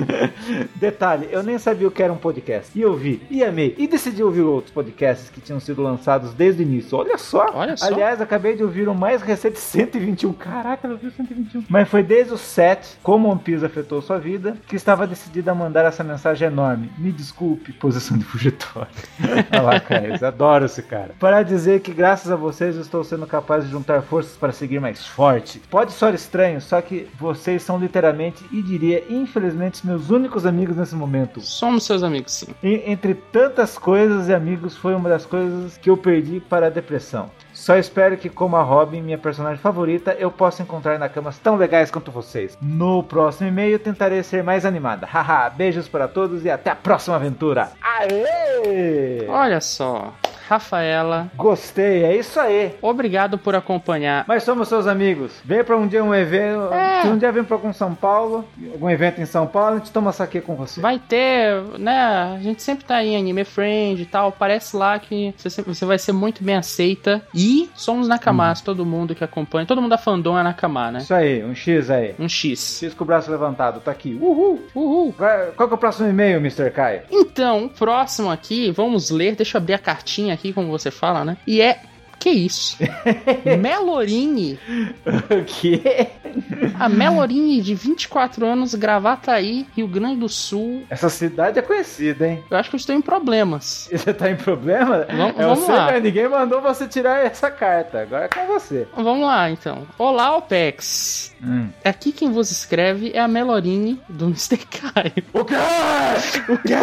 Detalhe, eu nem sabia o que era um podcast. E eu vi, e amei, e decidi ouvir outros podcasts que tinham sido lançados desde o início. Olha só. Olha só. Aliás, acabei de ouvir o mais recente cento e vinte e um. Caraca, eu vi o cento e vinte e um. Mas foi desde o sete, como One Piece afetou sua vida, que estava decidido a mandar essa mensagem enorme. Me desculpe, posição de fugitório. Olha lá, cara, eu adoro esse cara. Para dizer que graças a vocês eu estou sendo capaz de juntar forças para seguir mais forte. Pode soar estranho, só que vocês são literalmente, e diria infelizmente, meus únicos amigos nesse momento. Somos seus amigos, sim. E, entre tantas coisas e amigos, foi uma das coisas que eu perdi para a depressão. Só espero que, como a Robin, minha personagem favorita, eu possa encontrar nakamas tão legais quanto vocês. No próximo e-mail tentarei ser mais animada. Haha, beijos para todos e até a próxima aventura. Aê! Olha só. Rafaela. Gostei, é isso aí. Obrigado por acompanhar. Mas somos seus amigos. Vem pra um dia um evento. É. Se um dia vem pra algum São Paulo, algum evento em São Paulo, a gente toma saque com você. Vai ter, né? A gente sempre tá aí em Anime Friend e tal. Parece lá que você, você vai ser muito bem aceita. E somos Nakamas, hum. todo mundo que acompanha. Todo mundo da fandom é Nakama, né? Isso aí, um X aí. Um X. X com o braço levantado, tá aqui. Uhul! Uhul! Vai, qual que é o próximo e-mail, mister Caio? Então, o próximo aqui, vamos ler. Deixa eu abrir a cartinha aqui, como você fala, né? E é... Que isso? Melorine. O quê? A Melorine, de vinte e quatro anos, Gravataí, Rio Grande do Sul. Essa cidade é conhecida, hein? Eu acho que eu estou em problemas. Você tá em problema? Vamos, é vamos você, lá. Mas ninguém mandou você tirar essa carta. Agora é com você. Vamos lá, então. Olá, Opex. Hum. Aqui quem vos escreve é a Melorine do mister Caio. O quê? O quê?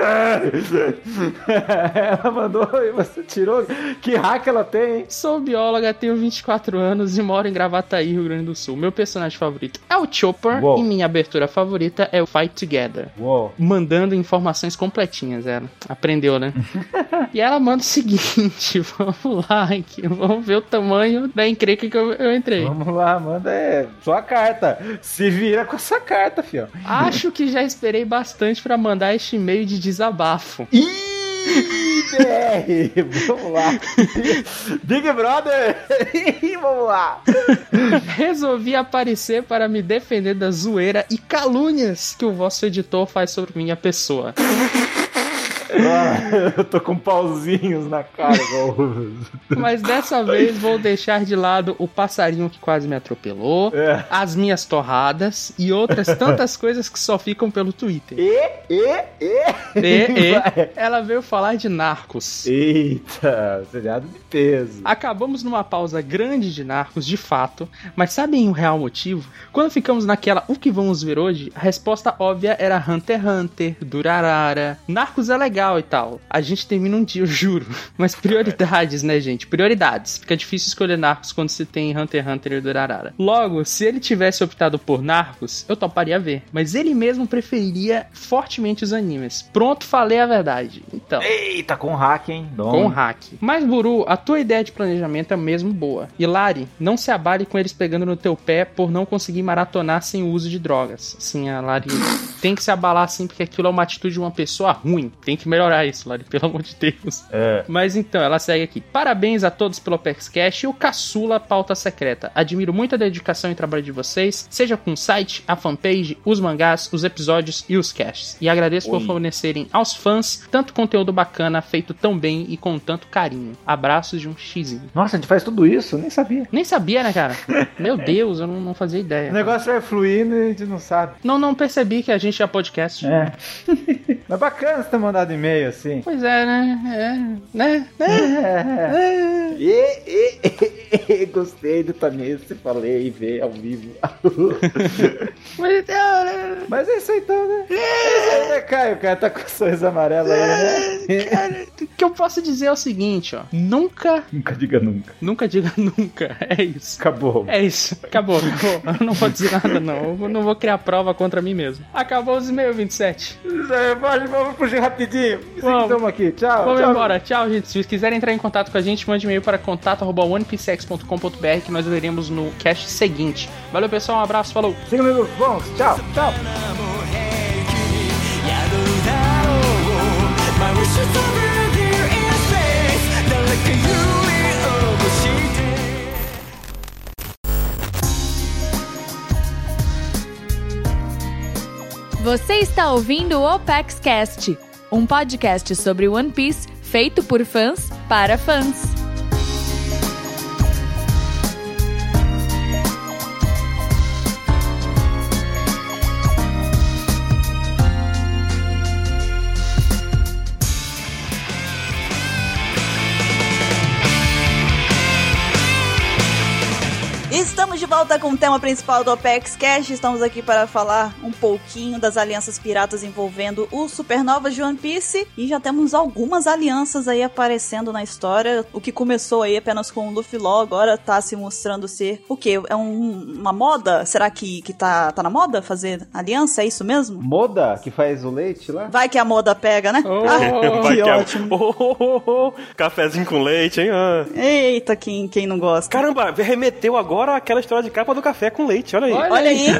Ela mandou e você tirou. Que hack ela tem? Sou bióloga, tenho vinte e quatro anos e moro em Gravataí, Rio Grande do Sul. Meu personagem favorito é o Chopper. Uou. E minha abertura favorita é o Fight Together. Uou. Mandando informações completinhas, ela. Aprendeu, né? E ela manda o seguinte, vamos lá, aqui, vamos ver o tamanho da encrenca que eu, eu entrei. Vamos lá, manda é, sua carta. Se vira com essa carta, fio. Acho que já esperei bastante pra mandar este e-mail de desabafo. Ih! B R, vamos lá. Big Brother, vamos lá. Resolvi aparecer para me defender da zoeira e calúnias que o vosso editor faz sobre minha pessoa. Ah, eu tô com pauzinhos na cara. Mas dessa vez vou deixar de lado o passarinho que quase me atropelou, é. as minhas torradas e outras tantas coisas que só ficam pelo Twitter. E, e, e. E, e. Ela veio falar de Narcos. Eita, seriado de peso. Acabamos numa pausa grande de Narcos, de fato, mas sabem o real motivo? Quando ficamos naquela o que vamos ver hoje, a resposta óbvia era Hunter x Hunter, Durarara. Narcos é legal e tal. A gente termina um dia, eu juro. Mas prioridades, né, gente? Prioridades. Fica difícil escolher Narcos quando se tem Hunter x Hunter e Durarara. Logo, se ele tivesse optado por Narcos, eu toparia ver. Mas ele mesmo preferiria fortemente os animes. Pronto, falei a verdade. Então. Eita, com hack, hein? Dom. Com hack. Mas, Buru, a tua ideia de planejamento é mesmo boa. E, Lari, não se abale com eles pegando no teu pé por não conseguir maratonar sem o uso de drogas. Sim, a Lari tem que se abalar assim, porque aquilo é uma atitude de uma pessoa ruim. Tem que melhorar isso, Lari, pelo amor de Deus. É. Mas então, ela segue aqui. Parabéns a todos pelo OpexCast e o caçula pauta secreta. Admiro muito a dedicação e trabalho de vocês, seja com o site, a fanpage, os mangás, os episódios e os casts. E agradeço Oi. por fornecerem aos fãs tanto conteúdo bacana, feito tão bem e com tanto carinho. Abraços de um xizinho. Nossa, a gente faz tudo isso? Nem sabia. Nem sabia, né, cara? Meu Deus, eu não, não fazia ideia. O negócio vai fluindo e a gente não sabe. Não, não percebi que a gente é podcast. É. Mas bacana você ter mandado e-mail assim. Pois é, né? É, né? É. É. E, e, e, gostei do também, você falei e ver ao vivo. Mas então, né? Mas é isso aí, então, né? É, né, Caio? O cara tá com o sorriso amarelo aí, né? Cara, o que eu posso dizer é o seguinte, ó. Nunca... Nunca diga nunca. Nunca diga nunca. É isso. Acabou. É isso. Acabou, acabou. Eu não vou dizer nada, não. Eu não vou criar prova contra mim mesmo. Acabou os e-mails, vinte e sete. Vamos, vamos fugir rapidinho. Estamos aqui. Tchau. Vamos tchau. embora. Tchau, gente. Se vocês quiserem entrar em contato com a gente, mande e-mail para contato arroba one piece x ponto com ponto b r que nós leremos no cast seguinte. Valeu, pessoal. Um abraço. Falou. Cinco minutos bons. Tchau. Tchau. Você está ouvindo o OpexCast, um podcast sobre One Piece feito por fãs para fãs. Estamos Estamos de volta com o tema principal do Apex Cash. Estamos aqui para falar um pouquinho das alianças piratas envolvendo os supernovas de One Piece. E já temos algumas alianças aí aparecendo na história. O que começou aí apenas com o Luffy Law, agora tá se mostrando ser o quê? É um, uma moda? Será que, que tá, tá na moda fazer aliança? É isso mesmo? Moda, que faz o leite lá? Vai que a moda pega, né? Oh, ah, Vai que que é- ótimo. Oh, oh, oh, oh. Cafezinho com leite, hein? Ah. Eita, quem, quem não gosta. Caramba, remeteu agora aquela história de capa do café com leite, olha aí. Olha Olha aí.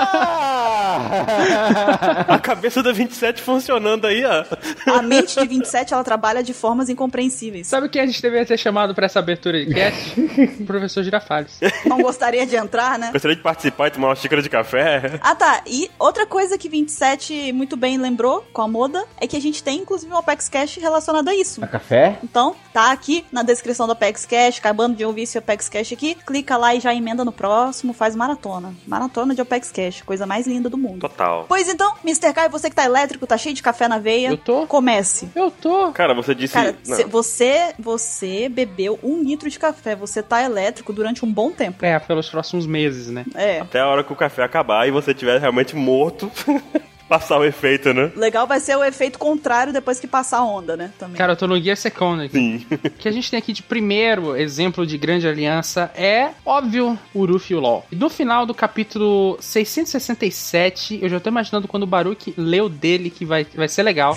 A cabeça da vinte e sete funcionando aí, ó. A mente de vinte e sete, ela trabalha de formas incompreensíveis. Sabe o que a gente deveria ter chamado pra essa abertura de cast? O professor Girafales. Não gostaria de entrar, né? Gostaria de participar e tomar uma xícara de café. Ah, tá. E outra coisa que vinte e sete muito bem lembrou com a moda é que a gente tem, inclusive, um Apex Cash relacionado a isso. A café? Então, tá aqui na descrição do Apex Cash, acabando de ouvir esse Apex Cash aqui, clica lá e já emenda no próximo, faz maratona. Maratona de Apex Cash, coisa mais linda do mundo. Total. Pois então, mister Kai, você que tá elétrico, tá cheio de café na veia, Eu tô. comece. Eu tô. Cara, você disse... Cara, não. cê- você, você bebeu um litro de café, você tá elétrico durante um bom tempo. É, pelos próximos meses, né? É. Até a hora que o café acabar e você estiver realmente morto, passar o efeito, né? Legal vai ser o efeito contrário depois que passar a onda, né? Também. Cara, eu tô no Gear Second aqui. Sim. O que a gente tem aqui de primeiro exemplo de grande aliança é, óbvio, o Ruffy e o Law. No final do capítulo seiscentos e sessenta e sete, eu já tô imaginando quando o Baruch leu dele que vai, vai ser legal.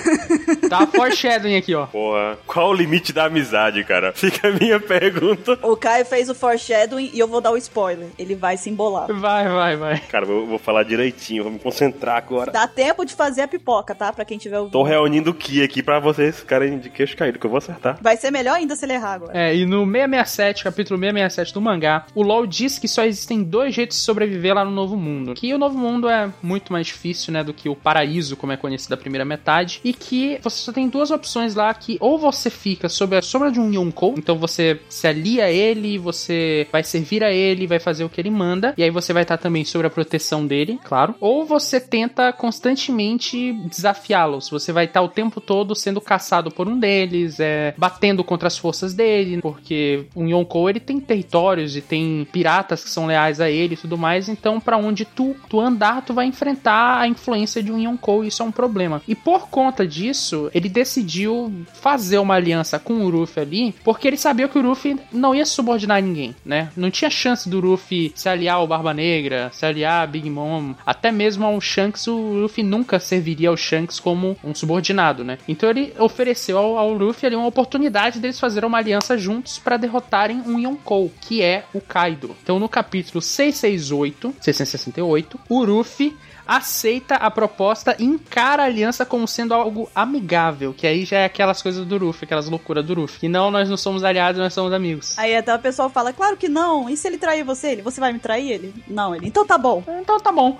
Tá foreshadowing aqui, ó. Porra, qual o limite da amizade, cara? Fica a minha pergunta. O Kai fez o foreshadowing e eu vou dar o spoiler. Ele vai se embolar. Vai, vai, vai. Cara, eu vou falar direitinho, vou me concentrar agora. Dá tempo de fazer a pipoca, tá? Pra quem tiver ouvindo. Tô reunindo o Ki aqui pra vocês ficarem de queixo caído, que eu vou acertar. Vai ser melhor ainda se ele errar agora. É, e no seiscentos e sessenta e sete, capítulo seiscentos e sessenta e sete do mangá, o LoL diz que só existem dois jeitos de sobreviver lá no Novo Mundo. Que o Novo Mundo é muito mais difícil, né, do que o Paraíso, como é conhecido da primeira metade. E que você só tem duas opções lá, que ou você fica sob a sombra de um Yonkou, então você se alia a ele, você vai servir a ele, vai fazer o que ele manda, e aí você vai estar também sob a proteção dele, claro. Ou você tenta constantemente desafiá-los, você vai estar o tempo todo sendo caçado por um deles, é, batendo contra as forças dele, porque o Yonkou, ele tem territórios e tem piratas que são leais a ele e tudo mais, então pra onde tu, tu andar, tu vai enfrentar a influência de um Yonkou, e isso é um problema. E por conta disso, ele decidiu fazer uma aliança com o Ruffy ali, porque ele sabia que o Ruffy não ia subordinar ninguém, né? Não tinha chance do Ruffy se aliar ao Barba Negra, se aliar a Big Mom, até mesmo ao Shanks. O Luffy nunca serviria ao Shanks como um subordinado, né? Então ele ofereceu ao, ao Luffy ali uma oportunidade deles fazerem uma aliança juntos para derrotarem um Yonkou, que é o Kaido. Então no capítulo seiscentos e sessenta e oito, seiscentos e sessenta e oito, o Luffy aceita a proposta e encara a aliança como sendo algo amigável, que aí já é aquelas coisas do Luffy, aquelas loucuras do Luffy. E não, nós não somos aliados, nós somos amigos. Aí até o pessoal fala, claro que não. E se ele trair você? Ele, você vai me trair? Ele, não. Ele, então tá bom. Então tá bom.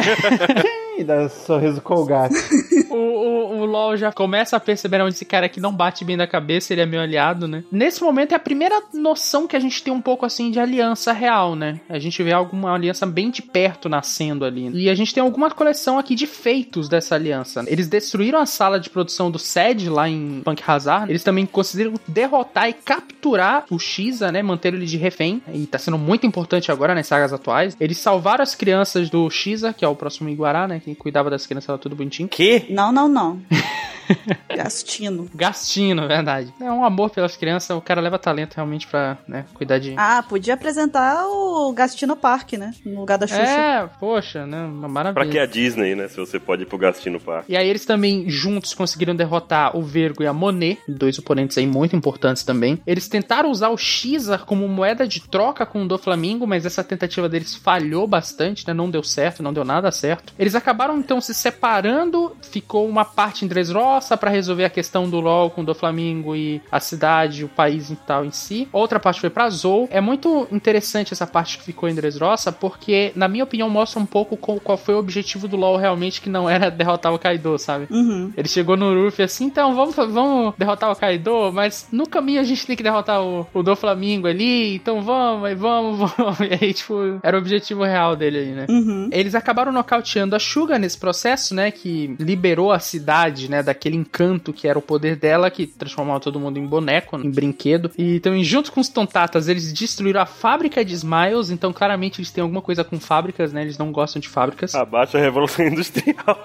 E dá sorriso colgate. o, o, o LoL já começa a perceber onde esse cara aqui não bate bem da cabeça, ele é meu aliado, né? Nesse momento é a primeira noção que a gente tem um pouco assim de aliança real, né? A gente vê alguma aliança bem de perto nascendo ali. E a gente tem alguma coleção aqui de feitos dessa aliança. Eles destruíram a sala de produção do S E D lá em Punk Hazard. Eles também conseguiram derrotar e capturar o Shiza, né? Manter ele de refém. E tá sendo muito importante agora nas sagas atuais. Eles salvaram as crianças do Shiza, que é o próximo Iguará, né? Quem cuidava das crianças era tudo bonitinho. Que? Não, não, não. Gastino. Gastino, verdade. É um amor pelas crianças. O cara leva talento realmente pra, né, cuidar de... Ah, podia apresentar o Gastino Park, né? No lugar da Xuxa. É, poxa, né? Uma maravilha. Pra que a Disney, né? Se você pode ir pro Gastino Park. E aí eles também juntos conseguiram derrotar o Vergo e a Monet, dois oponentes aí muito importantes também. Eles tentaram usar o Xar como moeda de troca com o Doflamingo, mas essa tentativa deles falhou bastante, né? Não deu certo, não deu nada certo. Eles acabaram então se separando, ficou uma parte em Dressrosa pra resolver a questão do LoL com o Doflamingo e a cidade, o país e tal em si. Outra parte foi pra Zou. É muito interessante essa parte que ficou em Dressrosa, porque, na minha opinião, mostra um pouco qual foi o objetivo do LoL realmente, que não era derrotar o Kaido, sabe? Uhum. Ele chegou no Luffy assim, então vamos, vamos derrotar o Kaido, mas no caminho a gente tem que derrotar o, o Doflamingo ali, então vamos, vamos, vamos. E aí, tipo, era o objetivo real dele aí, né? Uhum. Eles acabaram nocauteando a Suga nesse processo, né, que liberou a cidade, né, daquele aquele encanto que era o poder dela, que transformava todo mundo em boneco, em brinquedo. E também, junto com os Tontatas, eles destruíram a fábrica de Smiles, então claramente eles têm alguma coisa com fábricas, né? Eles não gostam de fábricas. Abaixa a Revolução Industrial.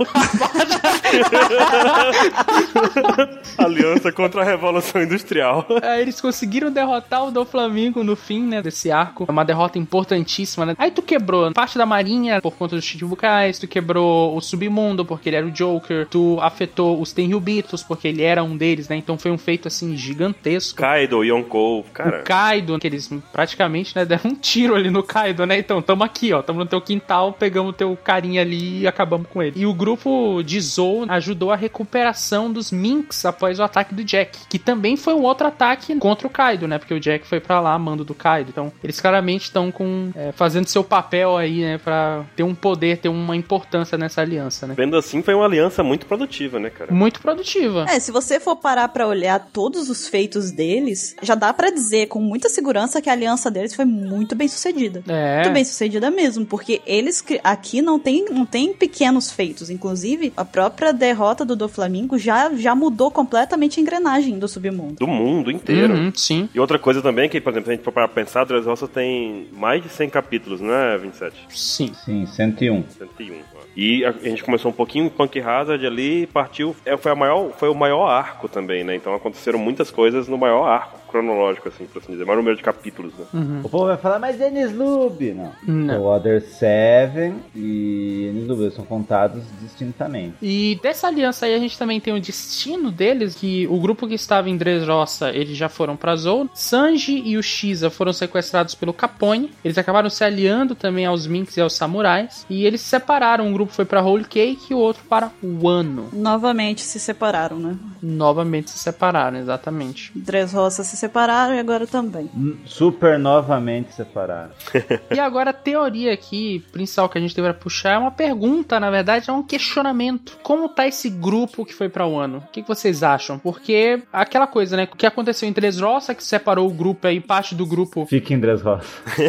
Aliança contra a Revolução Industrial. É, eles conseguiram derrotar o Doflamingo no fim, né, desse arco. É uma derrota importantíssima, né? Aí tu quebrou parte da marinha por conta dos Chichibukais, tu quebrou o Submundo porque ele era o Joker, tu afetou os Tenryubitos porque ele era um deles, né? Então foi um feito, assim, gigantesco. Kaido, Yonkou, cara. O Kaido, que eles praticamente, né, deram um tiro ali no Kaido, né? Então, tamo aqui, ó, tamo no teu quintal, pegamos o teu carinha ali e acabamos com ele. E o grupo de Zou ajudou a recuperação dos Minks após o ataque do Jack, que também foi um outro ataque contra o Kaido, né? Porque o Jack foi pra lá, mando do Kaido. Então, eles claramente estão com é, fazendo seu papel aí, né? Pra ter um poder, ter uma importância nessa aliança, né? Vendo assim, foi uma aliança muito produtiva, né, cara? Muito produtiva. É, se você for parar pra olhar todos os feitos deles, já dá pra dizer com muita segurança que a aliança deles foi muito bem sucedida. É. Muito bem sucedida mesmo, porque eles aqui não tem, não tem pequenos feitos. Inclusive, a própria derrota do Doflamingo já, já mudou completamente a engrenagem do submundo. Do mundo inteiro. Uhum, sim. E outra coisa também, que, por exemplo, se a gente for para pensar, Dressrosa tem mais de cem capítulos, não é, vinte e sete? Sim. Sim, cento e um. cento e um. Ó. E a, a gente começou um pouquinho em Punk Hazard ali e partiu. É, foi, a maior, foi o maior arco também, né? Então aconteceram muitas coisas no maior arco cronológico, assim, por assim dizer. Maior número de capítulos, né? Uhum. O povo vai falar, mas Enies Lube! Não. Não. O Other Seven e Enies Lube são contados distintamente. E dessa aliança aí a gente também tem o destino deles, que o grupo que estava em Dressrosa, eles já foram pra Zou. Sanji e o Shiza foram sequestrados pelo Capone. Eles acabaram se aliando também aos Minks e aos Samurais. E eles se separaram. Um grupo foi pra Whole Cake e o outro para Wano. Novamente se separaram, né? Novamente se separaram, exatamente. Dressrosa se separaram e agora também. Super novamente separaram. E agora a teoria aqui, principal que a gente deveria puxar, é uma pergunta, na verdade, é um questionamento. Como tá esse grupo que foi pra Wano? O que, que vocês acham? Porque aquela coisa, né? O que aconteceu em Dressrosa, que separou o grupo aí, parte do grupo... Fica em Dressrosa.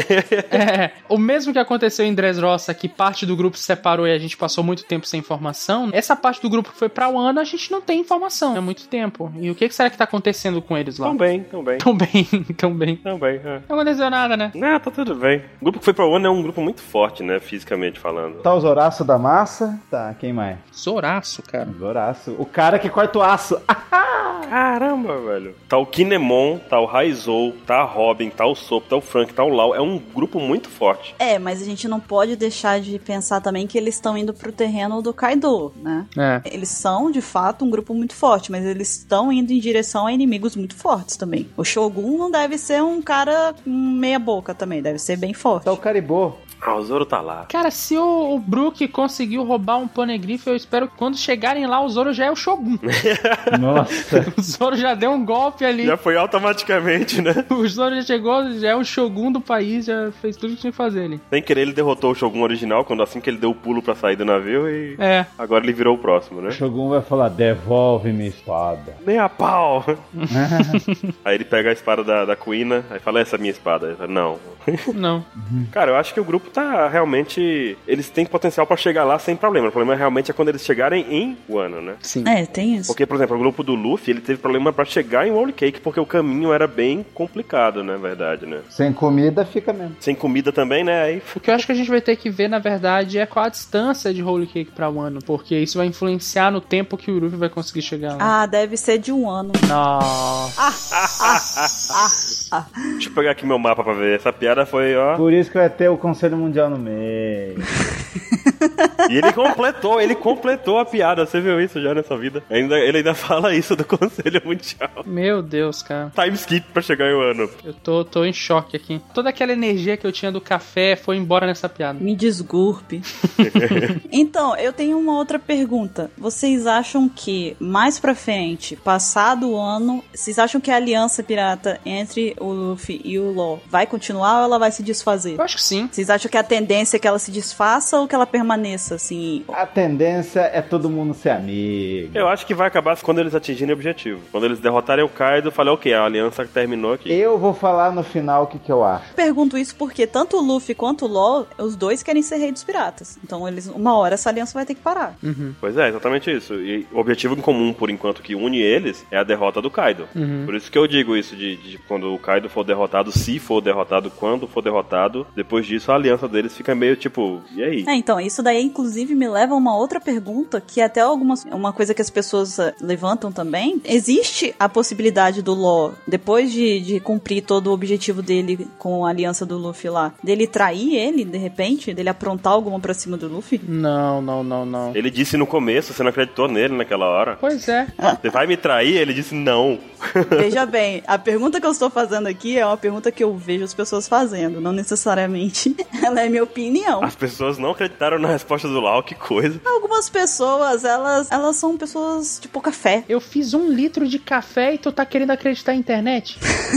É, o mesmo que aconteceu em Dressrosa, que parte do grupo se separou e a gente passou muito tempo sem informação, essa parte do grupo que foi pra Wano, a gente não tem informação há muito tempo. E o que, que será que tá acontecendo com eles lá? Tão bem, tão bem. Tão bem, tão bem. Tão bem, é. Não aconteceu nada, né? Não, tá tudo bem. O grupo que foi pra Wano é um grupo muito forte, né? Fisicamente falando. Tá o Zoraço da massa. Tá, quem mais? Zoraço, cara. Zoraço. O cara que corta o aço. Caramba, velho. Tá o Kinemon, tá o Raizou, tá a Robin, tá o Sop, tá o Frank, tá o Lau. É um grupo muito forte. É, mas a gente não pode deixar de pensar também que eles estão indo pro terreno do Kaido, né? É. Eles são, de fato, um grupo muito forte, mas eles estão indo em direção a inimigos muito fortes também. O Shogun não deve ser um cara meia boca também, deve ser bem forte. Tá o Caribou. Ah, o Zoro tá lá. Cara, se o, o Brook conseguiu roubar um Poneglyph, eu espero que quando chegarem lá, o Zoro já é o Shogun. Nossa. O Zoro já deu um golpe ali. Já foi automaticamente, né? O Zoro já chegou, já é o Shogun do país, já fez tudo que tinha que fazer ali. Sem querer, ele derrotou o Shogun original, quando assim que ele deu o pulo pra sair do navio e... É. Agora ele virou o próximo, né? O Shogun vai falar, devolve minha espada. Nem a pau! Aí ele pega a espada da, da Kuina, aí fala, essa é a minha espada. Ele fala, não. Não. Cara, eu acho que o grupo tá realmente... Eles têm potencial pra chegar lá sem problema. O problema realmente é quando eles chegarem em Wano, né? Sim. É, tem isso. Porque, por exemplo, o grupo do Luffy, ele teve problema pra chegar em Whole Cake, porque o caminho era bem complicado, né? Verdade, né? Sem comida fica mesmo. Sem comida também, né? Aí... O que eu acho que a gente vai ter que ver, na verdade, é qual a distância de Whole Cake pra Wano, porque isso vai influenciar no tempo que o Luffy vai conseguir chegar lá. Ah, deve ser de um ano. Nossa. Ah, ah, ah, ah. Deixa eu pegar aqui meu mapa pra ver. Essa piada foi, ó... Por isso que vai ter o Conselho Mundial no meio. E ele completou, ele completou a piada. Você viu isso já nessa vida? Ainda, ele ainda fala isso do Conselho Mundial. Meu Deus, cara. Time skip pra chegar em Wano. Eu tô, tô em choque aqui. Toda aquela energia que eu tinha do café foi embora nessa piada. Me desculpe. Então, eu tenho uma outra pergunta. Vocês acham que, mais pra frente, passado o ano, vocês acham que a aliança pirata entre o Luffy e o Law vai continuar ou ela vai se desfazer? Eu acho que sim. Vocês acham que a tendência é que ela se desfaça ou que ela permaneça? aliança, assim? A tendência é todo mundo ser amigo. Eu acho que vai acabar quando eles atingirem o objetivo. Quando eles derrotarem o Kaido, eu falei, ok, a aliança terminou aqui. Eu vou falar no final o que, que eu acho. Pergunto isso porque tanto o Luffy quanto o Law, os dois querem ser rei dos piratas. Então, eles, uma hora essa aliança vai ter que parar. Uhum. Pois é, exatamente isso. E o objetivo em comum, por enquanto, que une eles é a derrota do Kaido. Uhum. Por isso que eu digo isso de, de quando o Kaido for derrotado, se for derrotado, quando for derrotado, depois disso a aliança deles fica meio tipo, e aí? É, então, isso daí inclusive me leva a uma outra pergunta, que é até algumas, uma coisa que as pessoas uh, levantam também. Existe a possibilidade do Law, depois de, de cumprir todo o objetivo dele com a aliança do Luffy lá, dele trair ele, de repente? Dele aprontar alguma pra cima do Luffy? Não, não, não, não. Ele disse no começo, você não acreditou nele naquela hora. Pois é. Você vai me trair? Ele disse não. Veja bem, a pergunta que eu estou fazendo aqui é uma pergunta que eu vejo as pessoas fazendo, não necessariamente ela é minha opinião. As pessoas não acreditaram na resposta do Lau, que coisa. Algumas pessoas, elas, elas são pessoas de pouca fé. Eu fiz um litro de café e tu tá querendo acreditar na internet?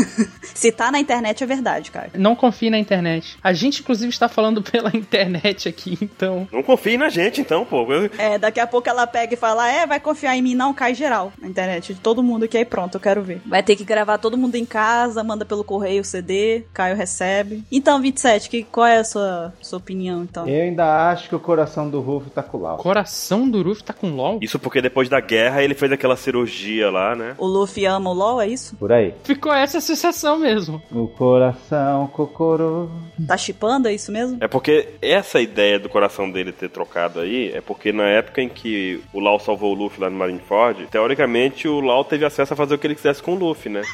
Se tá na internet é verdade, cara. Não confie na internet. A gente, inclusive, está falando pela internet aqui, então... Não confie na gente, então, pô. É, daqui a pouco ela pega e fala, é, vai confiar em mim, não, cai geral na internet, de todo mundo aqui, aí pronto, eu quero ver. Vai ter que gravar todo mundo em casa, manda pelo correio o C D, Caio recebe. Então, vinte e sete, que, qual é a sua, sua opinião, então? Eu ainda acho que o coração do Ruff tá com o Lau. Coração do Luffy tá com LOL? Isso porque depois da guerra ele fez aquela cirurgia lá, né? O Luffy ama o LOL, é isso? Por aí. Ficou essa sensação mesmo. O coração, cocorô. Tá chipando, é isso mesmo? É porque essa ideia do coração dele ter trocado aí é porque na época em que o Lau salvou o Luffy lá no Marineford, teoricamente o Lau teve acesso a fazer o que ele quisesse com o Luffy, né?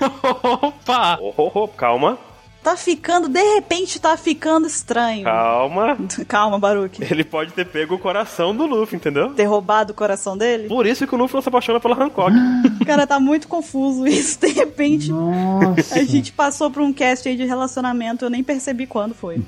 Opa! Oh, oh, oh, calma. Tá ficando, de repente tá ficando estranho. Calma. Calma, Baruch. Ele pode ter pego o coração do Luffy, entendeu? Ter roubado o coração dele? Por isso que o Luffy não se apaixona pela Hancock. Cara, tá muito confuso isso. De repente, Nossa. a gente passou por um cast aí de relacionamento, eu nem percebi quando foi.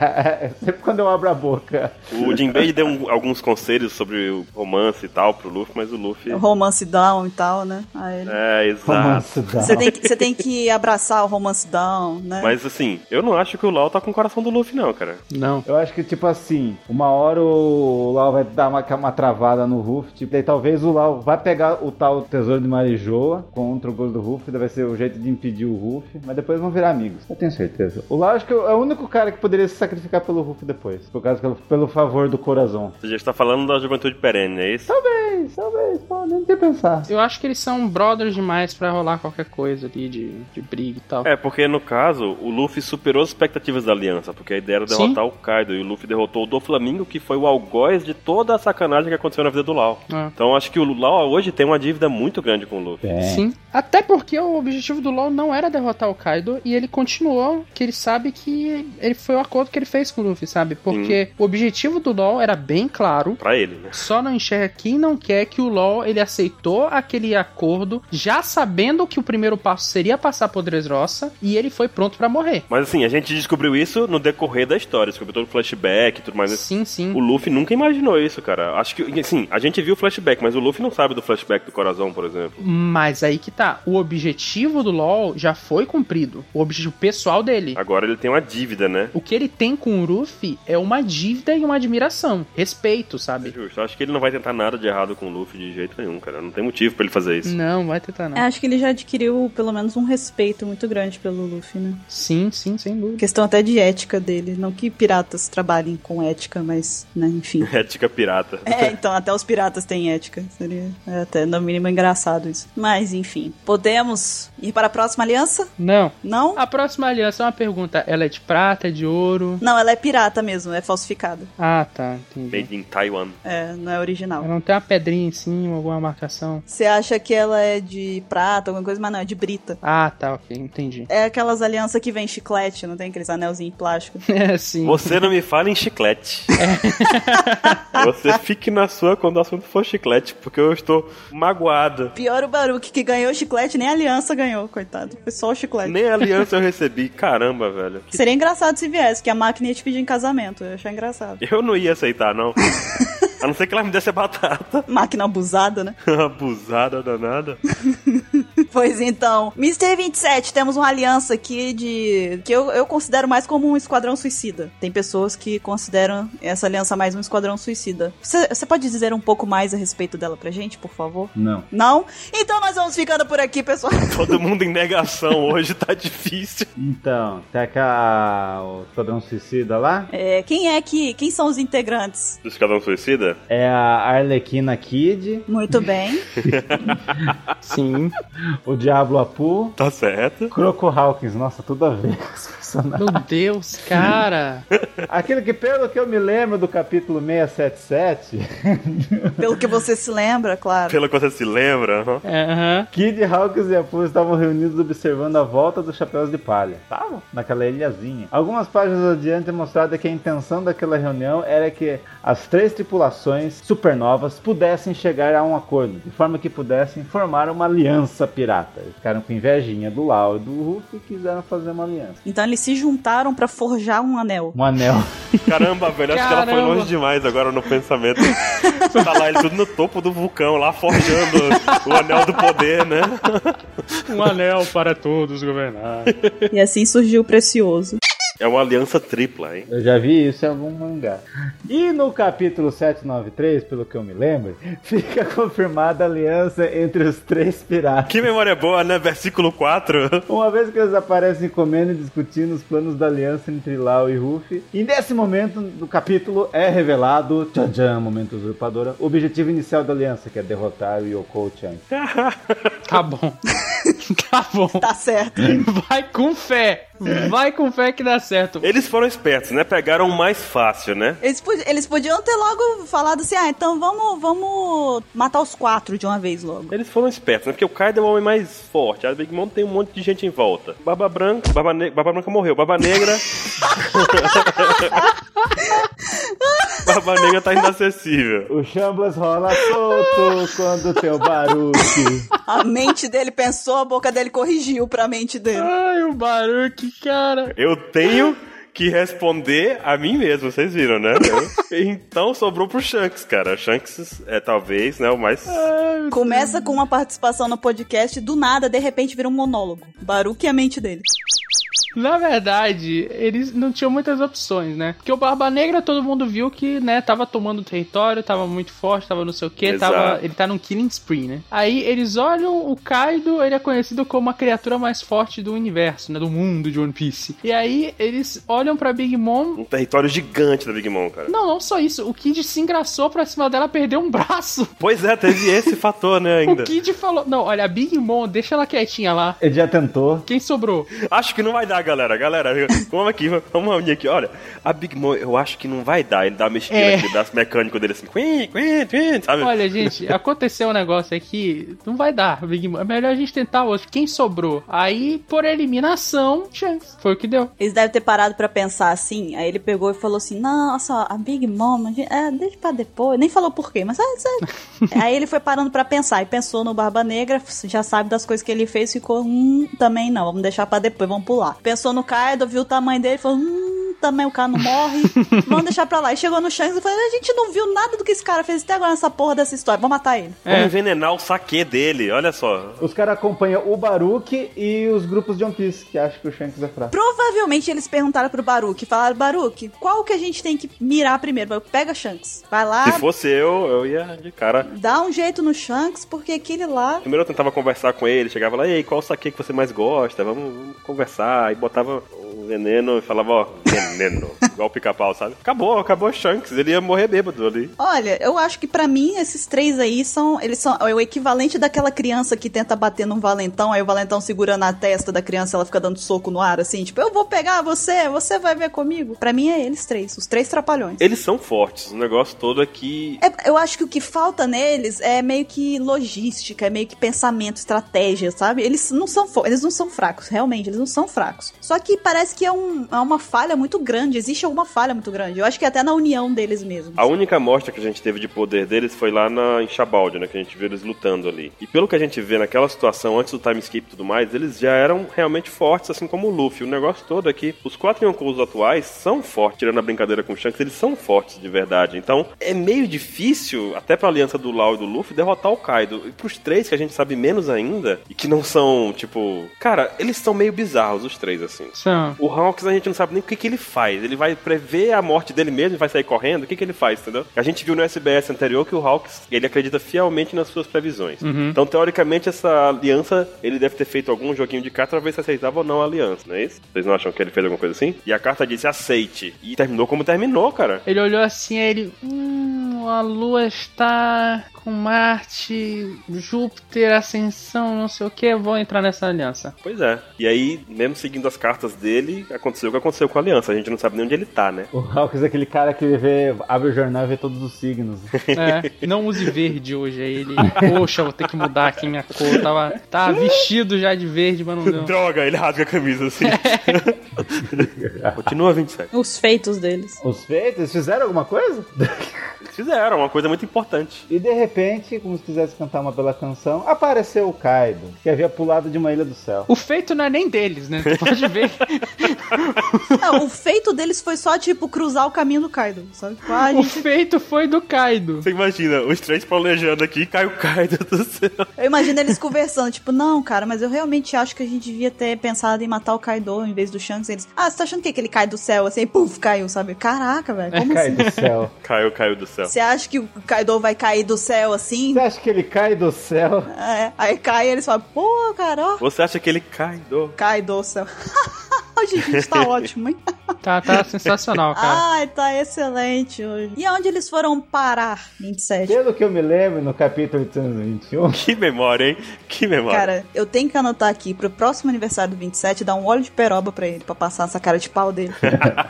É sempre quando eu abro a boca. O Jinbei deu um, alguns conselhos sobre o romance e tal pro Luffy, mas o Luffy... Romance down e tal, né? Aí ele... É, exato. Romance down. Você tem, que, você tem que abraçar o romance down, né? Mas assim, eu não acho que o Lau tá com o coração do Luffy, não, cara. Não. Eu acho que, tipo assim, uma hora o Lau vai dar uma, uma travada no Ruff, tipo, daí talvez o Lau vai pegar o tal tesouro de Marijoa contra o gosto do Ruff, daí vai ser o jeito de impedir o Ruff, mas depois vão virar amigos. Eu tenho certeza. O Lau acho que é o único cara que poderia se sacrificar pelo Ruff depois, por causa que, pelo favor do coração. Você já está falando da juventude perene, é isso? Talvez, talvez, pode nem ter pensar. Eu acho que eles são brothers demais pra rolar qualquer coisa ali de, de briga e tal. É, porque no caso, o Luffy superou as expectativas da aliança, porque a ideia era derrotar Sim. o Kaido, e o Luffy derrotou o Doflamingo, que foi o algoz de toda a sacanagem que aconteceu na vida do Lau. É. Então acho que o Lau hoje tem uma dívida muito grande com o Luffy. É. Sim. Até porque o objetivo do LoL não era derrotar o Kaido e ele continuou, que ele sabe que ele foi o acordo que ele fez com o Luffy, sabe? Porque Sim. o objetivo do LoL era bem claro. Pra ele, né? Só não enxerga quem não quer que o LoL ele aceitou aquele acordo já sabendo que o primeiro passo seria passar por Dressrosa e ele foi pronto pra morrer. Mas assim, a gente descobriu isso no decorrer da história, descobriu todo o flashback e tudo mais. Sim, sim. O Luffy nunca imaginou isso, cara. Acho que, assim, a gente viu o flashback, mas o Luffy não sabe do flashback do coração, por exemplo. Mas aí que tá. O objetivo do LoL já foi cumprido. O objetivo pessoal dele. Agora ele tem uma dívida, né? O que ele tem com o Luffy é uma dívida e uma admiração. Respeito, sabe? É justo. Acho que ele não vai tentar nada de errado com o Luffy de jeito nenhum, cara. Não tem motivo pra ele fazer isso. Não, vai tentar não. É, acho que ele já adquiriu pelo menos um respeito muito grande pelo Luffy, né? Sim, sim, sem dúvida. Questão até de ética dele. Não que piratas trabalhem com ética, mas, né, enfim. Ética pirata. É, então, até os piratas têm ética. Seria até, no mínimo, engraçado isso. Mas, enfim. Podemos ir para a próxima aliança? Não. Não? A próxima aliança é uma pergunta. Ela é de prata, é de ouro? Não, ela é pirata mesmo, é falsificada. Ah, tá, entendi. Made in Taiwan. É, não é original. Ela não tem uma pedrinha em cima, alguma marcação? Você acha que ela é de prata, alguma coisa, mas não, é de brita. Ah, tá, ok, entendi. É aquelas alianças que vem chiclete, não tem aqueles anelzinhos de plástico. É, sim. Você não me fala em chiclete. Você fique na sua quando o assunto for chiclete, porque eu estou magoado. Pior o Baruch, que ganhou o chiclete, nem a aliança ganhou, coitado. Foi só o chiclete. Nem a aliança eu recebi. Caramba, velho. Seria engraçado se viesse, que a máquina ia te pedir em casamento. Eu ia achar engraçado. Eu não ia aceitar, não. A não ser que ela me desse a batata. Máquina abusada, né? Abusada danada. Pois então, mister vinte e sete, temos uma aliança aqui de... que eu, eu considero mais como um esquadrão suicida. Tem pessoas que consideram essa aliança mais um esquadrão suicida. Você pode dizer um pouco mais a respeito dela pra gente, por favor? Não. Não? Então nós vamos ficando por aqui, pessoal. Todo mundo em negação hoje, tá difícil. Então, tem aquela... o Esquadrão Suicida lá? É, quem é que... quem são os integrantes? Do Esquadrão Suicida? É a Arlequina Kid, Muito bem. Sim. o Diablo Apu, Tá certo. Croco Hawkins. Nossa, tudo a ver com os personagens. Meu Deus, cara. Aquele que, pelo que eu me lembro do capítulo seiscentos e setenta e sete, Pelo que você se lembra, claro. Pelo que você se lembra, aham. Aham. Kid, Hawkins e Apu estavam reunidos observando a volta dos Chapéus de Palha. Estavam naquela ilhazinha. Algumas páginas adiante é mostrada que a intenção daquela reunião era que as três tripulações supernovas pudessem chegar a um acordo, de forma que pudessem formar uma aliança pirata. Eles ficaram com invejinha do Lau e do Ruff e quiseram fazer uma aliança. Então eles se juntaram pra forjar um anel. Um anel. Caramba, velho, acho que ela foi Caramba. longe demais agora no pensamento. Tá lá ele tudo no topo do vulcão, lá forjando o anel do poder, né? Um anel para todos governar. E assim surgiu o Precioso. É uma aliança tripla, hein? Eu já vi isso em algum mangá. E no capítulo setecentos e noventa e três, pelo que eu me lembro, fica confirmada a aliança entre os três piratas. Que memória boa, né? Versículo quatro. Uma vez que eles aparecem comendo e discutindo os planos da aliança entre Lau e Ruffy, e nesse momento do capítulo é revelado, tchan, momento usurpadora, o objetivo inicial da aliança, que é derrotar o Yoko Chan. Tá bom. Tá bom. Tá certo. Vai com fé. Vai com fé que dá certo. Eles foram espertos, né? Pegaram o mais fácil, né? Eles, pod- eles podiam ter logo falado assim, ah, então vamos, vamos matar os quatro de uma vez logo. Eles foram espertos, né? Porque o Kaido é o homem mais forte. A Big Mom tem um monte de gente em volta. Barba Branca, Barba, ne- Barba Branca morreu. Barba Negra... Barba Negra tá inacessível. O Chamblas rola solto quando tem o Baruque. A mente dele pensou, a boca dele corrigiu pra mente dele. Ai, o Baruque, cara. Eu tenho que responder a mim mesmo, vocês viram, né? Eu- Então sobrou pro Shanks, cara. Shanks é talvez, né, o mais... Começa com uma participação no podcast, do nada, de repente, vira um monólogo. Baruque é a mente dele. Na verdade, eles não tinham muitas opções, né? Porque o Barba Negra, todo mundo viu que, né, tava tomando território, tava muito forte, tava não sei o que, Exato. tava, ele tá num killing spree, né? Aí eles olham o Kaido, ele é conhecido como a criatura mais forte do universo, né, do mundo de One Piece. E aí eles olham pra Big Mom... Um território gigante da Big Mom, cara. Não, não só isso, o Kid se engraçou pra cima dela, perdeu um braço. Pois é, teve esse fator, né, ainda. O Kid falou, não, olha, a Big Mom, deixa ela quietinha lá. Ele já tentou. Quem sobrou? Acho que não vai dar, galera. Galera, vamos aqui, vamos reunir aqui. Olha, a Big Mom, eu acho que não vai dar. Ele dá uma mexidinha É. aqui, dá as mecânicas dele assim, quim, quim, quim, sabe? Olha, gente, aconteceu um negócio aqui, não vai dar, Big Mom. É melhor a gente tentar outro. Quem sobrou? Aí, por eliminação, Shanks. Foi o que deu. Eles devem ter parado pra pensar assim, aí ele pegou e falou assim, nossa, a Big Mom, a gente- é, deixa pra depois. Nem falou por quê, mas sabe, sabe. Aí ele foi parando pra pensar, e pensou no Barba Negra, já sabe das coisas que ele fez, ficou, hum, também não, vamos deixar pra depois, vamos pular. Pensou no Kaido, viu o tamanho dele, falou, hum, também o cara não morre, vamos deixar pra lá. E chegou no Shanks e falou, a gente não viu nada do que esse cara fez até agora nessa porra dessa história, vamos matar ele. Vamos É. envenenar o saque dele, olha só. Os caras acompanham o Baruque e os grupos de One Piece, que acham que o Shanks é fraco. Provavelmente eles perguntaram pro Baruque, falaram, Baruque, qual que a gente tem que mirar primeiro? Baruque, pega Shanks, vai lá, Se fosse eu, eu ia de cara. dá um jeito no Shanks, porque aquele lá... Primeiro eu tentava conversar com ele, chegava lá, ei, qual o saque que você mais gosta? Vamos, vamos conversar. Aí botava o veneno e falava, ó, veneno. Igual o pica-pau, sabe? Acabou, acabou o Shanks. Ele ia morrer bêbado ali. Olha, eu acho que pra mim esses três aí são, eles são é o equivalente daquela criança que tenta bater num valentão, aí o valentão segurando a testa da criança, ela fica dando soco no ar, assim, tipo, eu vou pegar você, você vai ver comigo. Pra mim é eles três, os três trapalhões. Eles são fortes. O negócio todo é que... É, eu acho que o que falta neles é meio que logística, é meio que pensamento, estratégia, sabe? Eles não são fo- eles não são fracos, realmente, eles não são fracos. Só que parece que é, um, é uma falha muito grande, existe alguma falha muito grande. Eu acho que até na união deles mesmos. A única amostra que a gente teve de poder deles foi lá na, em Shabaldi, né? Que a gente viu eles lutando ali. E pelo que a gente vê naquela situação, antes do time skip e tudo mais, eles já eram realmente fortes, assim como o Luffy. O negócio todo é que os quatro Yonkous atuais são fortes, tirando a brincadeira com o Shanks, eles são fortes de verdade. Então, é meio difícil, até pra aliança do Law e do Luffy, derrotar o Kaido. E pros três, que a gente sabe menos ainda, e que não são, tipo... Cara, eles são meio bizarros, os três, assim. Sim. O Hawks, a gente não sabe nem o que, que ele faz. Ele vai prever a morte dele mesmo e vai sair correndo? O que, que ele faz, entendeu? A gente viu no S B S anterior que o Hawks, ele acredita fielmente nas suas previsões. Uhum. Então, teoricamente, essa aliança, ele deve ter feito algum joguinho de carta pra ver se aceitava ou não a aliança, não é isso? Vocês não acham que ele fez alguma coisa assim? E a carta disse aceite. E terminou como terminou, cara. Ele olhou assim, aí ele... Hum, a lua está com Marte, Júpiter, Ascensão, não sei o que, vou entrar nessa aliança. Pois é. E aí, mesmo seguindo as cartas dele, aconteceu o que aconteceu com a aliança. A gente não sabe nem onde ele tá, né? O Hawks é aquele cara que vê, abre o jornal e vê todos os signos. É, não use verde hoje. Aí ele, poxa, vou ter que mudar aqui minha cor. Eu tava, tava vestido já de verde, mas não deu. Droga, ele rasga a camisa assim. Continua vinte e sete. Os feitos deles. Os feitos, eles fizeram alguma coisa? Eles fizeram, uma coisa muito importante. E de repente, como se quisesse cantar uma bela canção, apareceu o Kaido, que havia pulado de uma ilha do céu. O feito não é nem deles, né? Tu pode ver. Não, o feito deles foi só, tipo, cruzar o caminho do Kaido, sabe? Ah, O gente... feito foi do Kaido. Você imagina, os três planejando aqui, cai o Kaido do céu. Eu imagino eles conversando, tipo, não, cara, mas eu realmente acho que a gente devia ter pensado em matar o Kaido em vez do Shanks. Eles, ah, você tá achando que, que ele cai do céu assim, puf, caiu, sabe? Caraca, velho, como Cai assim? do céu. Caiu, caiu do céu. Você acha que o Kaido vai cair do céu assim? Você acha que ele cai do céu? É, aí cai e eles falam, pô, cara, ó, Você acha que ele cai do... cai do céu. Hoje a gente tá ótimo, hein? Tá, tá sensacional, cara. Ai, tá excelente hoje. E aonde eles foram parar, vinte e sete? Pelo que eu me lembro, no capítulo oitocentos e vinte e um... Que memória, hein? Que memória. Cara, eu tenho que anotar aqui pro próximo aniversário do vinte e sete, dar um óleo de peroba pra ele, pra passar essa cara de pau dele.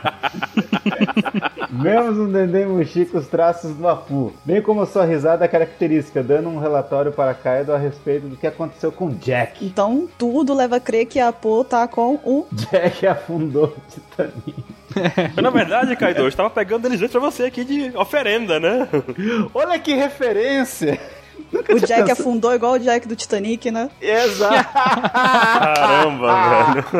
Vemos no Dendê Mushi os traços do Apu, bem como a sua risada característica, dando um relatório para Kaido a respeito do que aconteceu com Jack. Então, tudo leva a crer que a Po tá com o... Jack afundou o Titanic. Mas, na verdade, Kaido, eu estava pegando eles dois pra você aqui de oferenda, né? Olha que referência! Nunca O tinha Jack pensado- afundou igual o Jack do Titanic, né? Exato! Caramba, velho.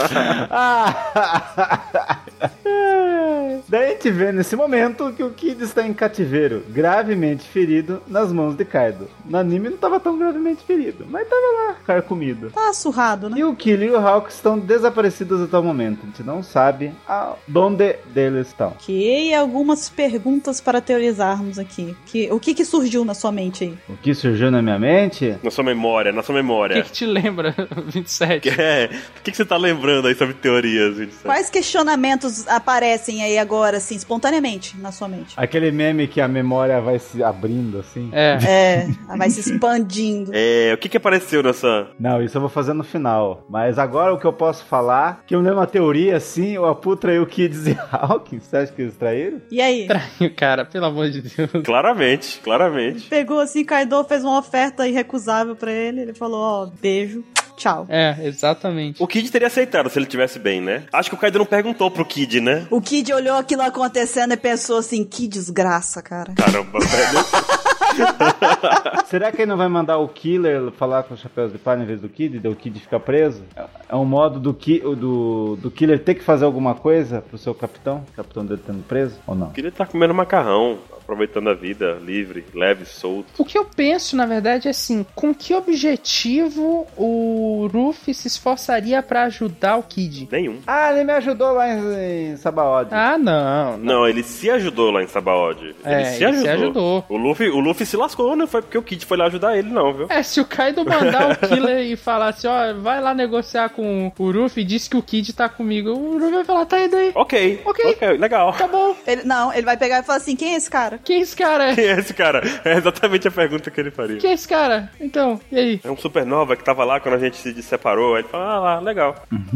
Daí a gente vê nesse momento que o Kid está em cativeiro, gravemente ferido nas mãos de Kaido. No anime não estava tão gravemente ferido, mas estava lá, carcomido. Tá surrado, né? E o Killer e o Hawk estão desaparecidos até o momento. A gente não sabe onde eles estão. Ok, algumas perguntas para teorizarmos aqui. Que, o que que surgiu na sua mente aí? O que surgiu na minha mente? Na sua memória, na sua O memória. que, que te lembra, vinte e sete? É, o que, que você tá lembrando aí sobre teorias, vinte e sete? Quais questionamentos aparecem aí agora, assim, espontaneamente na sua mente? Aquele meme que a memória vai se abrindo assim. É. É, vai se expandindo. É, o que que apareceu nessa... Não, isso eu vou fazer no final. Mas agora o que eu posso falar, que eu lembro uma teoria assim, o Apu traiu o Kids e Hawkins. Você acha que eles traíram? E aí? Traiu, cara, pelo amor de Deus. Claramente, claramente. Pegou assim, Kaido fez uma oferta irrecusável pra ele. Ele falou, ó, beijo, tchau. É, exatamente. O Kid teria aceitado se ele tivesse bem, né? Acho que o Kaido não perguntou pro Kid, né? O Kid olhou aquilo acontecendo e pensou assim, que desgraça, cara. Caramba, velho. Será que ele não vai mandar o Killer falar com os chapéus de palha em vez do Kid e o Kid ficar preso? É um modo do, ki, do, do Killer ter que fazer alguma coisa pro seu capitão? O capitão dele estando preso ou não? O Kid tá comendo macarrão, aproveitando a vida, livre, leve, solto. O que eu penso, na verdade, é assim, com que objetivo o Ruffy se esforçaria pra ajudar o Kid? Nenhum. Ah, ele me ajudou lá em, em Sabaody. Ah, não. Não, ele se ajudou lá em Sabaody. Ele É, se ele ajudou. se ajudou. O Luffy, o Luffy se lascou, não foi porque o Kid foi lá ajudar ele, não, viu? É, se o Kaido mandar o Killer e falar assim, ó, vai lá negociar com o Ruffy e diz que o Kid tá comigo, o Ruffy vai falar, tá indo aí. Ok, Ok. ok, legal. Tá bom. Ele, não, ele vai pegar e falar assim, quem é esse cara? Quem esse cara é? Quem é esse cara? É exatamente a pergunta que ele faria. Quem é esse cara? Então, e aí? É um supernova que tava lá quando a gente gente se separou. Aí ele fala, ah lá, legal.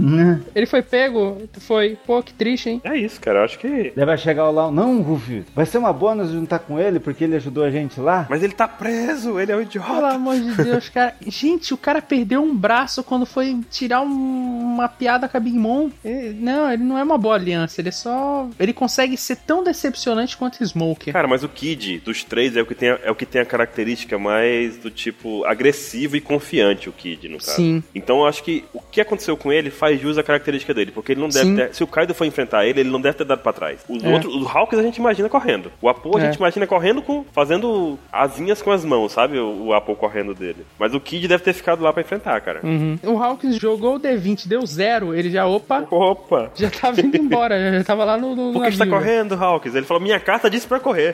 Ele foi pego? Foi. Pô, que triste, hein? É isso, cara, eu acho que... Daí vai chegar o Lau, não, Ruffy, vai ser uma boa nós juntar com ele, porque ele ajudou a gente lá. Mas ele tá preso, ele é um idiota. Pelo amor de Deus, cara. Gente, o cara perdeu um braço quando foi tirar um, uma piada com a Big Mom. Ele, não, ele não é uma boa aliança, ele é só... Ele consegue ser tão decepcionante quanto Smoker. Cara, mas o Kid, dos três, é o que tem a, é o que tem a característica mais do tipo agressivo e confiante, o Kid, no caso. Sim. Então eu acho que o que aconteceu com ele faz jus à característica dele, porque ele não deve Sim. ter... Se o Kaido for enfrentar ele, ele não deve ter dado pra trás. Os É. outros, os Hawks a gente imagina correndo. O Apo a É. gente imagina correndo com... fazendo asinhas com as mãos, sabe? O, o Apo correndo dele. Mas o Kid deve ter ficado lá pra enfrentar, cara. Uhum. O Hawkins jogou o D vinte, deu zero, ele já, opa, Opa! já tava indo embora, já tava lá no, no Por que você tá navio. correndo, Hawkins? Ele falou, minha carta disse pra correr.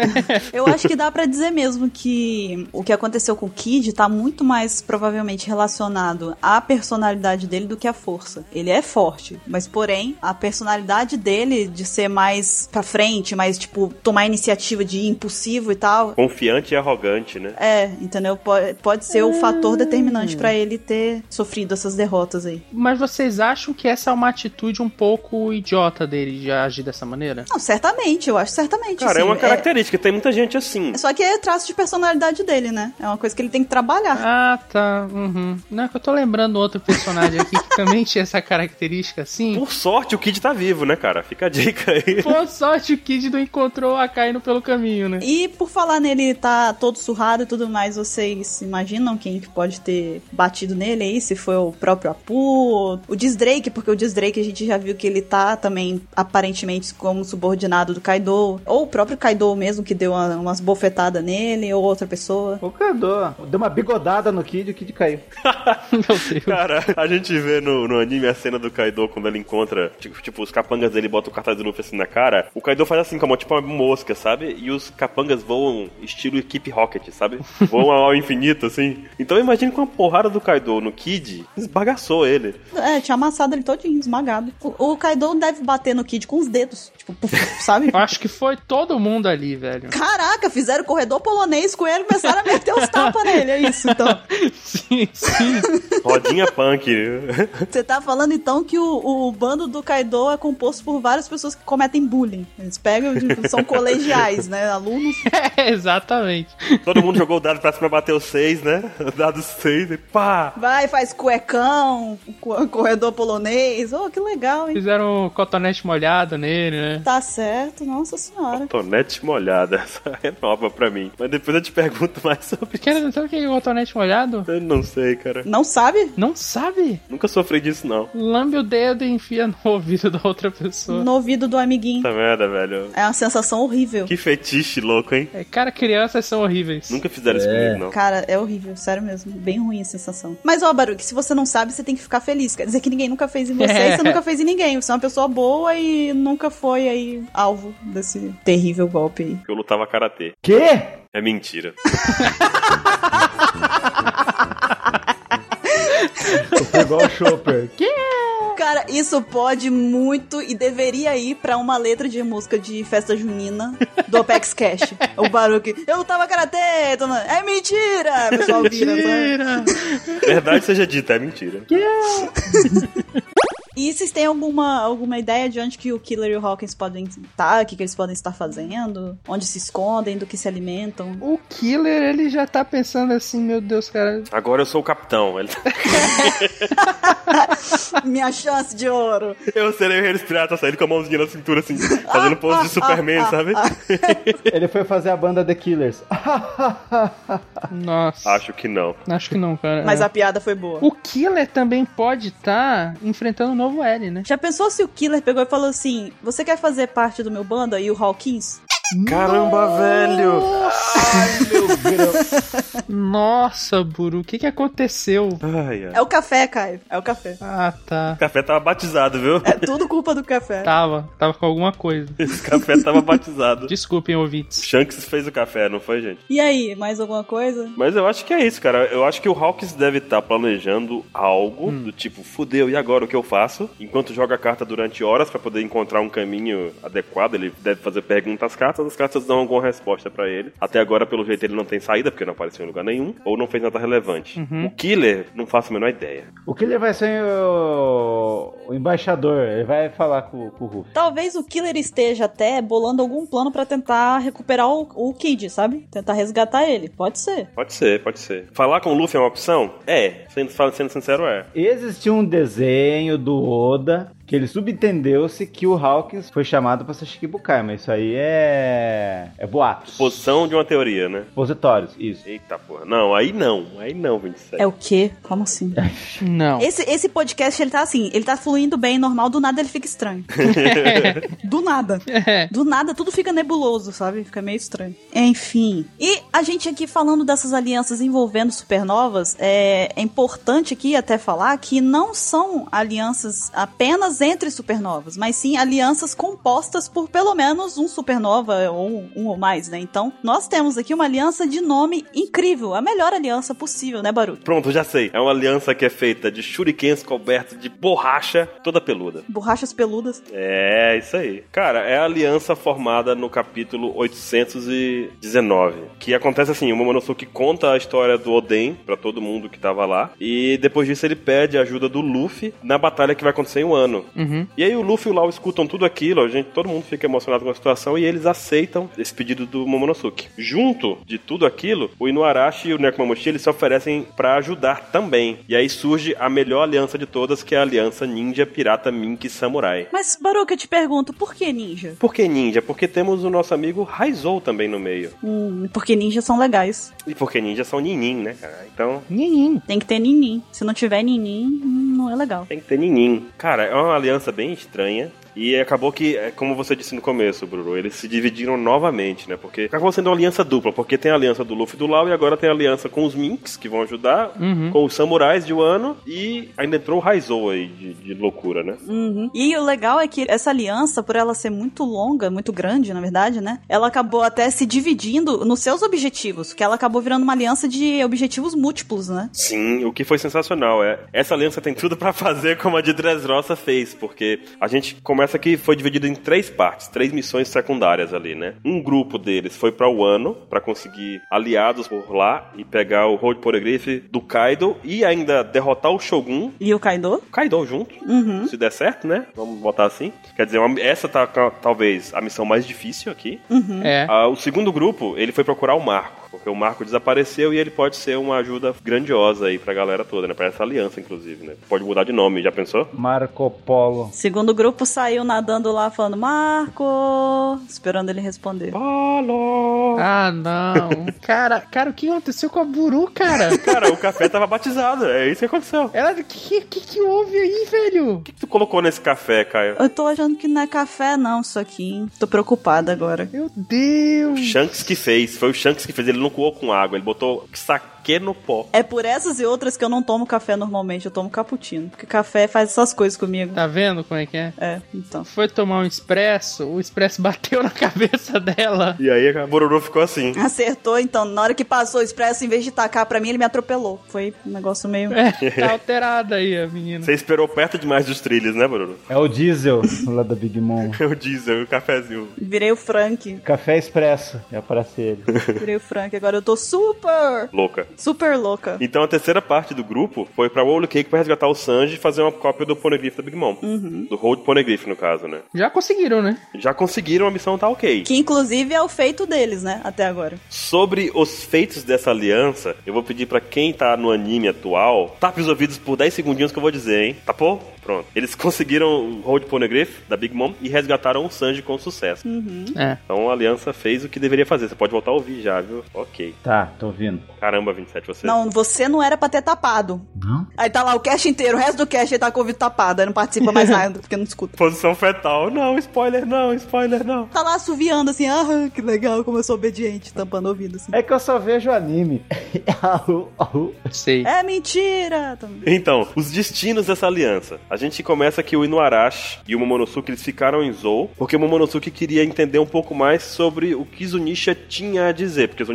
Eu acho que dá pra dizer mesmo que o que aconteceu com o Kid tá muito mais provavelmente relacionado à personalidade dele do que à força. Ele é forte, mas porém, a personalidade dele de ser mais pra frente, mais tipo, tomar iniciativa de ir impulsivo e tal, Confiante e arrogante, né? é, entendeu? Pode, pode ser o fator determinante pra ele ter sofrido essas derrotas aí. Mas vocês acham que essa é uma atitude um pouco idiota dele de agir dessa maneira? Não, certamente, eu acho certamente. Cara, assim, é uma característica, tem muita gente assim. É, só que é traço de personalidade dele, né? É uma coisa que ele tem que trabalhar. Ah, tá. Uhum. Não, é que eu tô lembrando outro personagem aqui que também tinha essa característica assim. Por sorte, o Kid tá vivo, né, cara? Fica a dica aí. Por sorte, o Kid não encontrou a caindo pelo caminho, né? E por falar nele tá todo surrado e tudo mais, vocês imaginam quem que pode ter batido nele aí? Se foi o próprio Apu, o Diz Drake, porque o Diz Drake a gente já viu que ele tá também aparentemente como subordinado do Kaido, ou o próprio Kaido mesmo que deu uma, umas bofetadas nele, ou outra pessoa. O Kaido deu uma bigodada no Kid e o Kid caiu. Meu Deus. Cara, a gente vê no, no anime a cena do Kaido quando ele encontra, tipo, tipo os capangas dele botam o cartaz do Luffy assim na cara. O Kaido faz assim, como tipo uma mosca, sabe? E os capangas voam estilo Equipe Rocket, sabe? Voam ao infinito, assim. Então imagine com a porrada do Kaido no Kid, esbagaçou ele. É, tinha amassado ele todinho, esmagado. O, o Kaido deve bater no Kid com os dedos, tipo, puf, sabe? Eu acho que foi todo mundo ali, velho. Caraca, fizeram corredor polonês com ele e começaram a meter os tapas nele, é isso, então. Sim, sim. Rodinha punk. Você tá falando então que o, o bando do Kaido é composto por várias pessoas que cometem bullying. Eles pegam, tipo, são colegiais, né? Alunos. É, exatamente. Todo mundo jogou o dado pra cima, bateu seis, né? Dado seis e pá! Vai, faz cuecão, co- corredor polonês. Oh, que legal, hein? Fizeram um cotonete molhado nele, né? Tá certo, nossa senhora. Tonete molhada, essa é nova pra mim. Mas depois eu te pergunto mais sobre Quer sabe o que é o cotonete molhado? Eu não sei, cara. Não sabe? Não sabe? Nunca sofri disso, não. Lambe o dedo e enfia no ouvido da outra pessoa. No ouvido do amiguinho. Puta merda, velho. É uma sensação horrível. Que fetiche louco, hein? É, cara, crianças são horríveis. Nunca fizeram isso É. comigo, não. Cara, é horrível, sério mesmo. Bem ruim a sensação. Mas, ó, Baruque, se você não sabe, você tem que ficar feliz. Quer dizer que ninguém nunca fez em você É. e você nunca fez em ninguém. Você é uma pessoa boa e nunca foi aí alvo desse terrível golpe aí. Eu lutava karatê. Quê? É mentira. Foi igual o Chopper. Cara, isso pode muito e deveria ir pra uma letra de música de festa junina do Apex Cash. O Baruque, eu lutava karatê, tô na- é mentira! O pessoal vira, sabe? Mentira! Verdade seja dita, é mentira. E vocês têm alguma, alguma ideia de onde que o Killer e o Hawkins podem estar? O que, que eles podem estar fazendo? Onde se escondem? Do que se alimentam? O Killer, ele já tá pensando assim, meu Deus, cara. Agora eu sou o capitão. Ele- Minha chance de ouro! Eu serei o rei dos piratas, saindo com a mãozinha na cintura, assim, fazendo pose de Superman, sabe? Ele foi fazer a banda The Killers. Nossa. Acho que não. Acho que não, cara. Mas É. a piada foi boa. O Killer também pode estar enfrentando o novo L, né? Já pensou se o Killer pegou e falou assim: você quer fazer parte do meu bando aí, o Hawkins? Caramba, velho! Ai, meu Deus. Nossa, Buru, o que que aconteceu? Ai, ai. É o café, Caio. É o café. Ah, tá. O café tava batizado, viu? É tudo culpa do café. Tava, tava com alguma coisa. Esse café tava batizado. Desculpem, ouvintes. Shanks fez o café, não foi, gente? E aí, mais alguma coisa? Mas eu acho que é isso, cara. Eu acho que o Hawks deve estar planejando algo do tipo, fudeu, e agora o que eu faço? Enquanto joga a carta durante horas pra poder encontrar um caminho adequado, ele deve fazer perguntas cap. cartas, as cartas dão alguma resposta pra ele. Até agora, pelo jeito, ele não tem saída, porque não apareceu em lugar nenhum, ou não fez nada relevante. Uhum. O Killer, não faço a menor ideia. O Killer vai ser o, o embaixador, ele vai falar com, com o Ruff. Talvez o Killer esteja até bolando algum plano pra tentar recuperar o, o Kid, sabe? Tentar resgatar ele, pode ser. Pode ser, pode ser. Falar com o Luffy é uma opção? É, sendo, sendo sincero, é. Existiu um desenho do Oda que ele subentendeu-se que o Hawkins foi chamado pra ser Shikibukai, mas isso aí é... é boatos. Posição de uma teoria, né? Supositórios, isso. Eita porra. Não, aí não. Aí não, vinte e sete. É o quê? Como assim? Não. Esse, esse podcast, ele tá assim, ele tá fluindo bem, normal, do nada ele fica estranho. Do nada. Do nada, tudo fica nebuloso, sabe? Fica meio estranho. Enfim. E a gente aqui falando dessas alianças envolvendo supernovas, é, é importante aqui até falar que não são alianças apenas entre supernovas, mas sim alianças compostas por pelo menos um supernova ou um ou mais, né? Então, nós temos aqui uma aliança de nome incrível, a melhor aliança possível, né, Baruch? Pronto, já sei. É uma aliança que é feita de shurikens cobertos de borracha toda peluda. Borrachas peludas. É, isso aí. Cara, é a aliança formada no capítulo oitocentos e dezenove, que acontece assim, o Momonosuke conta a história do Oden pra todo mundo que tava lá, e depois disso ele pede a ajuda do Luffy na batalha que vai acontecer em um ano. Uhum. E aí o Luffy e o Lau escutam tudo aquilo, a gente, todo mundo fica emocionado com a situação e eles aceitam esse pedido do Momonosuke. Junto de tudo aquilo, o Inuarashi e o Nekomamushi, eles se oferecem pra ajudar também. E aí surge a melhor aliança de todas, que é a aliança Ninja, Pirata, Mink e Samurai. Mas, Baruch, eu te pergunto, por que ninja? Por que ninja? Porque temos o nosso amigo Raizou também no meio. Hum, porque ninjas são legais. E porque ninjas são ninim, né, cara? Então... Ninim. Tem que ter ninim. Se não tiver ninim, não é legal. Tem que ter ninim. Cara, é uma aliança bem estranha. E acabou que, como você disse no começo, Bruno, eles se dividiram novamente, né? Porque acabou sendo uma aliança dupla, porque tem a aliança do Luffy e do Lau, e agora tem a aliança com os Minks, que vão ajudar, uhum. com os samurais de Wano, e ainda entrou o Raizou aí, de, de loucura, né? Uhum. E o legal é que essa aliança, por ela ser muito longa, muito grande, na verdade, né? Ela acabou até se dividindo nos seus objetivos, que ela acabou virando uma aliança de objetivos múltiplos, né? Sim, o que foi sensacional é, essa aliança tem tudo pra fazer como a de Dressrosa fez, porque a gente começa Essa aqui foi dividida em três partes, três missões secundárias ali, né? Um grupo deles foi pra Wano, pra conseguir aliados por lá e pegar o Road Poneglyph do Kaido e ainda derrotar o Shogun. E o Kaido? Kaido junto, uhum. se der certo, né? Vamos botar assim. Quer dizer, uma, essa tá talvez a missão mais difícil aqui. Uhum. É. Ah, o segundo grupo, ele foi procurar o Marco. Porque o Marco desapareceu e ele pode ser uma ajuda grandiosa aí pra galera toda, né? Pra essa aliança, inclusive, né? Pode mudar de nome, já pensou? Marco Polo. Segundo grupo saiu nadando lá falando Marco, esperando ele responder. Polo! Ah, não. cara, cara, o que aconteceu com a Buru, cara? Cara, o café tava batizado, é isso que aconteceu. Ela, o que, que que houve aí, velho? O que, que tu colocou nesse café, Caio? Eu tô achando que não é café não, isso aqui, hein? Tô preocupada agora. Meu Deus! O Shanks que fez, foi o Shanks que fez, ele não coou com água, ele botou saquê no pó. É por essas e outras que eu não tomo café normalmente, eu tomo cappuccino, porque café faz essas coisas comigo. Tá vendo como é que é? É, então. Foi tomar um expresso, o expresso bateu na cabeça dela. E aí a Bororô ficou assim. Acertou, então, na hora que passou o expresso, em vez de tacar pra mim, ele me atropelou. Foi um negócio meio... É, tá alterada aí a menina. Você esperou perto demais dos trilhos, né, Bororô? É o diesel lá da Big Mom. É o diesel, o cafezinho. Virei o Frank. Café expresso, é para ser ele. Virei o Frank, agora eu tô super... Louca. Super louca. Então a terceira parte do grupo foi pra Whole Cake pra resgatar o Sanji e fazer uma cópia do Poneglyph da Big Mom. Uhum. Do Road Poneglyph, no caso, né? Já conseguiram, né? Já conseguiram, a missão tá ok. Que inclusive é o feito deles, né? Até agora. Sobre os feitos dessa aliança, eu vou pedir pra quem tá no anime atual, tape os ouvidos por dez segundinhos que eu vou dizer, hein? Tapou? Pronto. Eles conseguiram o Road Poneglyph da Big Mom e resgataram o Sanji com sucesso. Uhum. É. Então a aliança fez o que deveria fazer. Você pode voltar a ouvir já, viu? Ok. Tá, tô ouvindo. Caramba, vinte e sete, você... Não, você não era pra ter tapado. Não? Aí tá lá o cast inteiro, o resto do cast ele tá com o ouvido tapado, aí não participa mais nada, porque não escuta. Posição fetal. Não, spoiler não, spoiler não. Tá lá assoviando assim, ah, que legal, como eu sou obediente, tampando o ouvido assim. É que eu só vejo anime. Sei. É mentira! Então, os destinos dessa aliança. A gente começa que o Inuarashi e o Momonosuke, eles ficaram em Zou, porque o Momonosuke queria entender um pouco mais sobre o que Zunisha tinha a dizer, porque Zunisha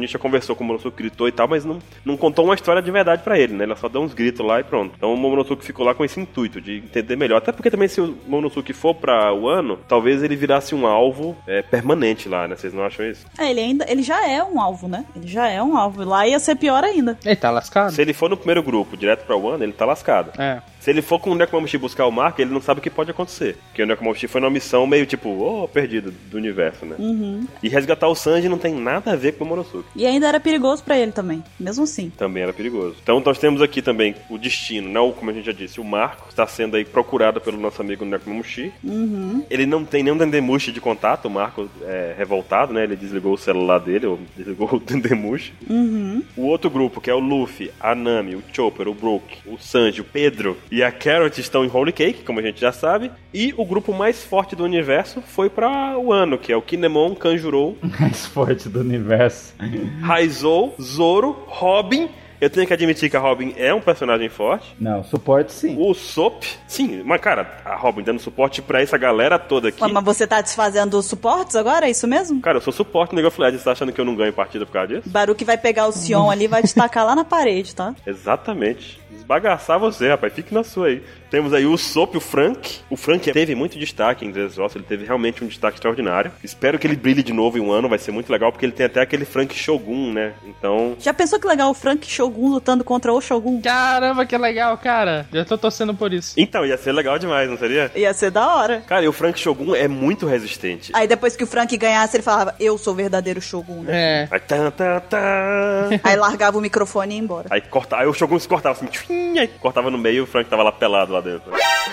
Misha conversou com o Momonosuke, gritou e tal, mas não, não contou uma história de verdade pra ele, né? Ela só deu uns gritos lá e pronto. Então o Momonosuke ficou lá com esse intuito de entender melhor. Até porque também se o Momonosuke for pra Wano, talvez ele virasse um alvo é, permanente lá, né? Vocês não acham isso? É, ele ainda, ele já é um alvo, né? Ele já é um alvo. Lá ia ser pior ainda. Ele tá lascado? Se ele for no primeiro grupo, direto pra Wano, ele tá lascado. É. Se ele for com o Nekomamushi buscar o Marco, ele não sabe o que pode acontecer. Porque o Nekomamushi foi numa missão meio tipo, oh, perdido do universo, né? Uhum. E resgatar o Sanji não tem nada a ver com o Momonosuke. E ainda era perigoso pra ele também, mesmo assim. Também era perigoso. Então nós temos aqui também o destino, né? Como a gente já disse, o Marco está sendo aí procurado pelo nosso amigo Nekomamushi. Uhum. Ele não tem nenhum Dendemushi de contato, o Marco é revoltado, né? Ele desligou o celular dele, ou desligou o Dendemushi. Uhum. O outro grupo, que é o Luffy, a Nami, o Chopper, o Brook, o Sanji, o Pedro e a Carrot estão em Holy Cake, como a gente já sabe. E o grupo mais forte do universo foi pra Wano, que é o Kinemon, Kanjuro, Mais forte do universo. Raizou, Zoro, Robin. Eu tenho que admitir que a Robin é um personagem forte. Não, suporte sim. O Sop, sim, mas cara, a Robin dando suporte pra essa galera toda aqui. Mas você tá desfazendo os suportes agora? É isso mesmo? Cara, eu sou suporte no League of Legends, você tá achando que eu não ganho partida por causa disso? Baruque vai pegar o Sion ali e vai te tacar lá na parede, tá? Exatamente. Esbagaçar você, rapaz. Fique na sua aí. Temos aí o Sop, o Frank. O Frank teve muito destaque em Dressrosa. Ele teve realmente um destaque extraordinário. Espero que ele brilhe de novo em um ano. Vai ser muito legal, porque ele tem até aquele Frank Shogun, né? Então... Já pensou que legal o Frank Shogun lutando contra o Shogun? Caramba, que legal, cara. Já tô torcendo por isso. Então, ia ser legal demais, não seria? Ia ser da hora. Cara, e o Frank Shogun é muito resistente. Aí depois que o Frank ganhasse, ele falava, eu sou o verdadeiro Shogun. É. Aí, tá, tá, tá. Aí largava o microfone e ia embora. Aí, corta... aí o Shogun se cortava assim, tchim, aí cortava no meio e o Frank tava lá pelado lá dentro.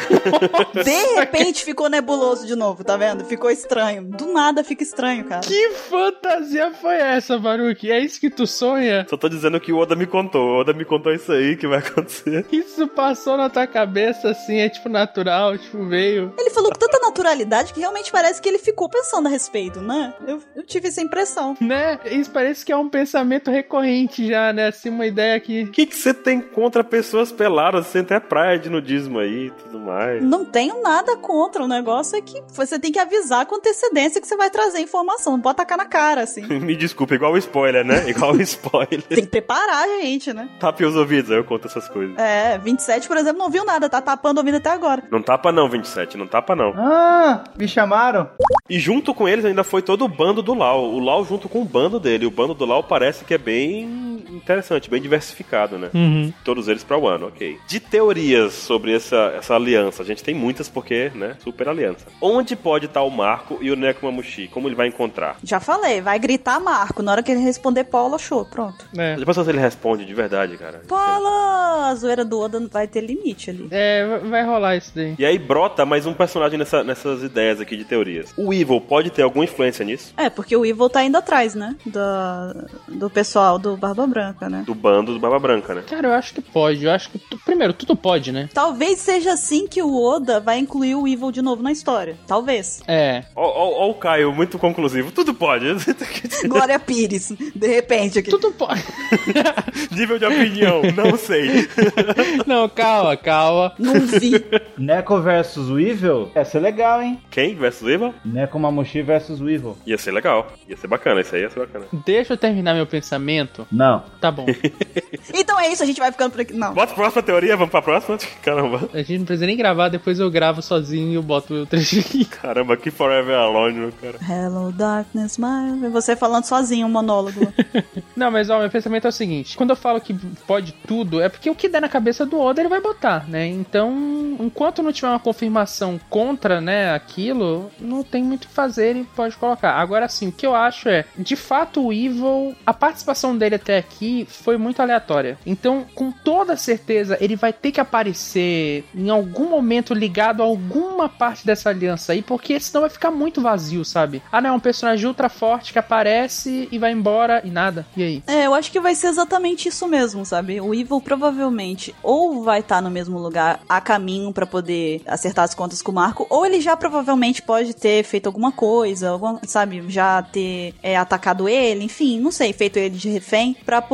De repente ficou nebuloso de novo, tá vendo? Ficou estranho. Do nada fica estranho, cara. Que fantasia foi essa, Baruque? É isso que tu sonha? Só tô dizendo que o Oda me contou. O Oda me contou isso aí que vai acontecer. Isso passou na tua cabeça assim, é tipo natural, tipo veio. Ele falou com tanta naturalidade que realmente parece que ele ficou pensando a respeito, né? Eu, eu tive essa impressão. Né? Isso parece que é um pensamento recorrente já, né? Assim, uma ideia que... O que que você tem contra pessoas peladas? Você tem até praia de nudismo aí e tudo mais. Não tenho nada contra. O negócio é que você tem que avisar com antecedência que você vai trazer informação. Não pode tacar na cara, assim. Me desculpa, igual o spoiler, né? Igual o spoiler. Tem que preparar a gente, né? Tape os ouvidos, aí eu conto essas coisas. É, vinte e sete, por exemplo, não viu nada. Tá tapando o ouvido até agora. Não tapa não, vinte e sete, não tapa não. Ah, me chamaram. E junto com eles ainda foi todo o bando do Lau. O Lau junto com o bando dele. O bando do Lau parece que é bem interessante, bem diversificado, né? Uhum. Todos eles pra Wano, ok. De teorias sobre essa, essa aliança, a gente tem muitas porque, né, super aliança. Onde pode estar o Marco e o Nekomamushi? Como ele vai encontrar? Já falei, vai gritar Marco. Na hora que ele responder Paulo, show, pronto. É. Depois se ele responde de verdade, cara. Paulo! A zoeira do Oda vai ter limite ali. É, vai rolar isso daí. E aí brota mais um personagem nessa, nessas ideias aqui de teorias. O Evil pode ter alguma influência nisso? É, porque o Evil tá indo atrás, né? Do, do pessoal do Barba Branca, né? Do bando do Barba Branca, né? Cara, eu acho que pode. Eu acho que... tu- Primeiro, tudo pode, né? Talvez seja assim que o Oda vai incluir o Evil de novo na história. Talvez. É. Ó, ó, ó o Caio, muito conclusivo. Tudo pode. Glória Pires, de repente aqui. Tudo pode. Nível de opinião, não sei. Não, calma, calma. Não vi. Neko versus Weevil? Ia ser legal, hein? Quem versus Evil? Nekomamushi versus Weevil. Ia ser legal. Ia ser bacana. Isso aí ia ser bacana. Deixa eu terminar meu pensamento. Não. Tá bom. Então é isso, a gente vai ficando por aqui. Não. Bota a próxima teoria, vamos pra próxima? Caramba. A gente não precisa nem gravar, depois eu gravo sozinho e eu boto o trecho aqui. Caramba, que Forever Alone, meu cara. Hello, darkness, my... Você falando sozinho, um monólogo. Não, mas ó, meu pensamento é o seguinte. Quando eu falo que pode tudo, é porque o que der na cabeça do Oda, ele vai botar, né? Então, enquanto não tiver uma confirmação contra, né, aquilo, não tem muito o que fazer, ele pode colocar. Agora, sim, o que eu acho é, de fato, o Evil, a participação dele até aqui foi muito aleatória. Então, com toda certeza, ele vai ter que aparecer em algum momento ligado a alguma parte dessa aliança aí, porque senão vai ficar muito vazio, sabe? Ah, não, é um personagem ultra forte que aparece e vai embora e nada. E aí? É, eu acho que vai ser exatamente isso mesmo, sabe? O Evil provavelmente ou vai estar no mesmo lugar a caminho pra poder acertar as contas com o Marco, ou ele já provavelmente pode ter feito alguma coisa, alguma, sabe? Já ter é, atacado ele, enfim, não sei, feito ele de refém, pra poder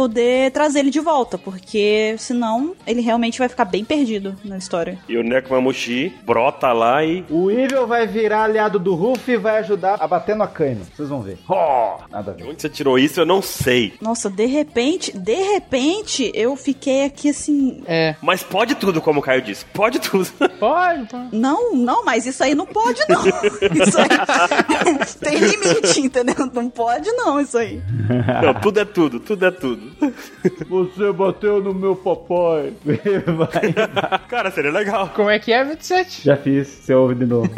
poder trazer ele de volta, porque senão ele realmente vai ficar bem perdido na história. E o Nekomamushi brota lá e... O Evil vai virar aliado do Ruffy e vai ajudar a bater no Akainu. Vocês vão ver. Oh, nada a ver. Onde você tirou isso, eu não sei. Nossa, de repente, de repente, eu fiquei aqui assim... É. Mas pode tudo, como o Caio disse. Pode tudo. Pode, pode. Não, não, mas isso aí não pode, não. Isso aí tem limite, entendeu? Não pode, não, isso aí. Não, tudo é tudo, tudo é tudo. Você bateu no meu papai. Vai. Cara, seria legal. Como é que é, vinte e sete? Já fiz, você ouve de novo.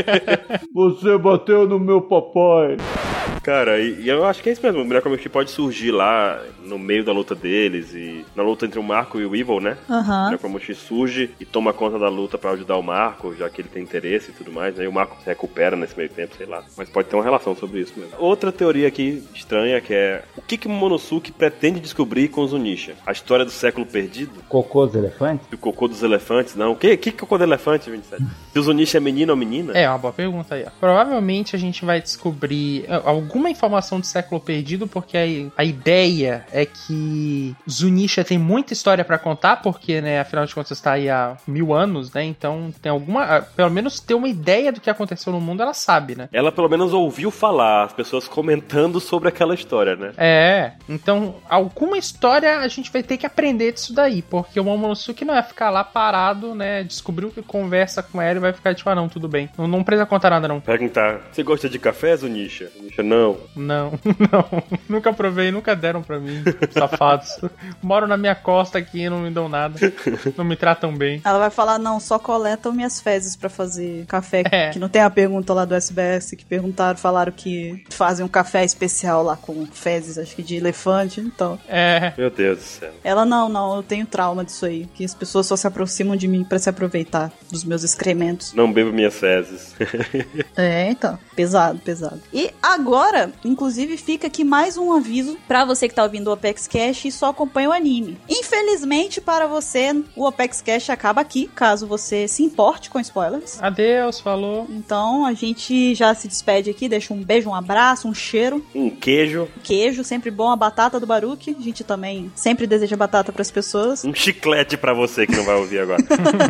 Você bateu no meu papai. Cara, e, e eu acho que é isso mesmo. O Nekomamushi pode surgir lá no meio da luta deles e na luta entre o Marco e o Evil, né? Aham. O Nekomamushi surge e toma conta da luta pra ajudar o Marco, já que ele tem interesse e tudo mais, né? E o Marco se recupera nesse meio tempo, sei lá. Mas pode ter uma relação sobre isso mesmo. Outra teoria aqui estranha que é o que que o Momonosuke pretende descobrir com os Zunisha? A história do século perdido? Cocô dos elefantes? O cocô dos elefantes? Não. O que que é cocô do elefante, vinte e sete? Se o Zunisha é menino ou menina? É, uma boa pergunta aí, ó. Provavelmente a gente vai descobrir alguma informação do século perdido, porque a, a ideia é que Zunisha tem muita história pra contar, porque, né, afinal de contas está aí há mil anos, né, então tem alguma, pelo menos ter uma ideia do que aconteceu no mundo, ela sabe, né. Ela pelo menos ouviu falar, as pessoas comentando sobre aquela história, né. É, então alguma história a gente vai ter que aprender disso daí, porque o Momonosuke não vai ficar lá parado, né, descobriu que conversa com ela e vai ficar tipo, ah não, tudo bem, não, não precisa contar nada não. Perguntar, você gosta de café, Zunisha? Zunisha, não. Não, não, nunca provei, nunca deram pra mim, safados. Moram na minha costa aqui e não me dão nada, não me tratam bem. Ela vai falar, não, só coletam minhas fezes pra fazer café. É. Que não tem a pergunta lá do S B S que perguntaram, falaram que fazem um café especial lá com fezes, acho que de elefante, então. É. Meu Deus do céu. Ela, não, não, eu tenho trauma disso aí, que as pessoas só se aproximam de mim pra se aproveitar dos meus excrementos. Não bebo minhas fezes. É, então, pesado, pesado. E agora, inclusive, fica aqui mais um aviso pra você que tá ouvindo o Apex Cash e só acompanha o anime. Infelizmente para você, o Apex Cash acaba aqui, caso você se importe com spoilers. Adeus, falou. Então a gente já se despede aqui, deixa um beijo, um abraço, um cheiro. Um queijo. Queijo, sempre bom, a batata do Baruque. A gente também sempre deseja batata pras pessoas. Um chiclete pra você que não vai ouvir agora.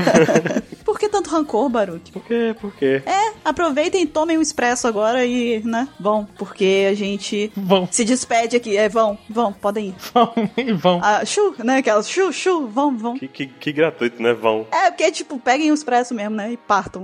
Por que tanto rancor, Baruque? Por quê? Por quê? É, aproveitem e tomem um expresso agora e, né, vão, porque a gente Vão. se despede aqui. É, vão, vão, podem ir. Vão e vão. Ah, chu, né, aquelas chu, chu, vão, vão. Que, que, que gratuito, né? Vão. É, porque, tipo, peguem o expresso mesmo, né, e partam.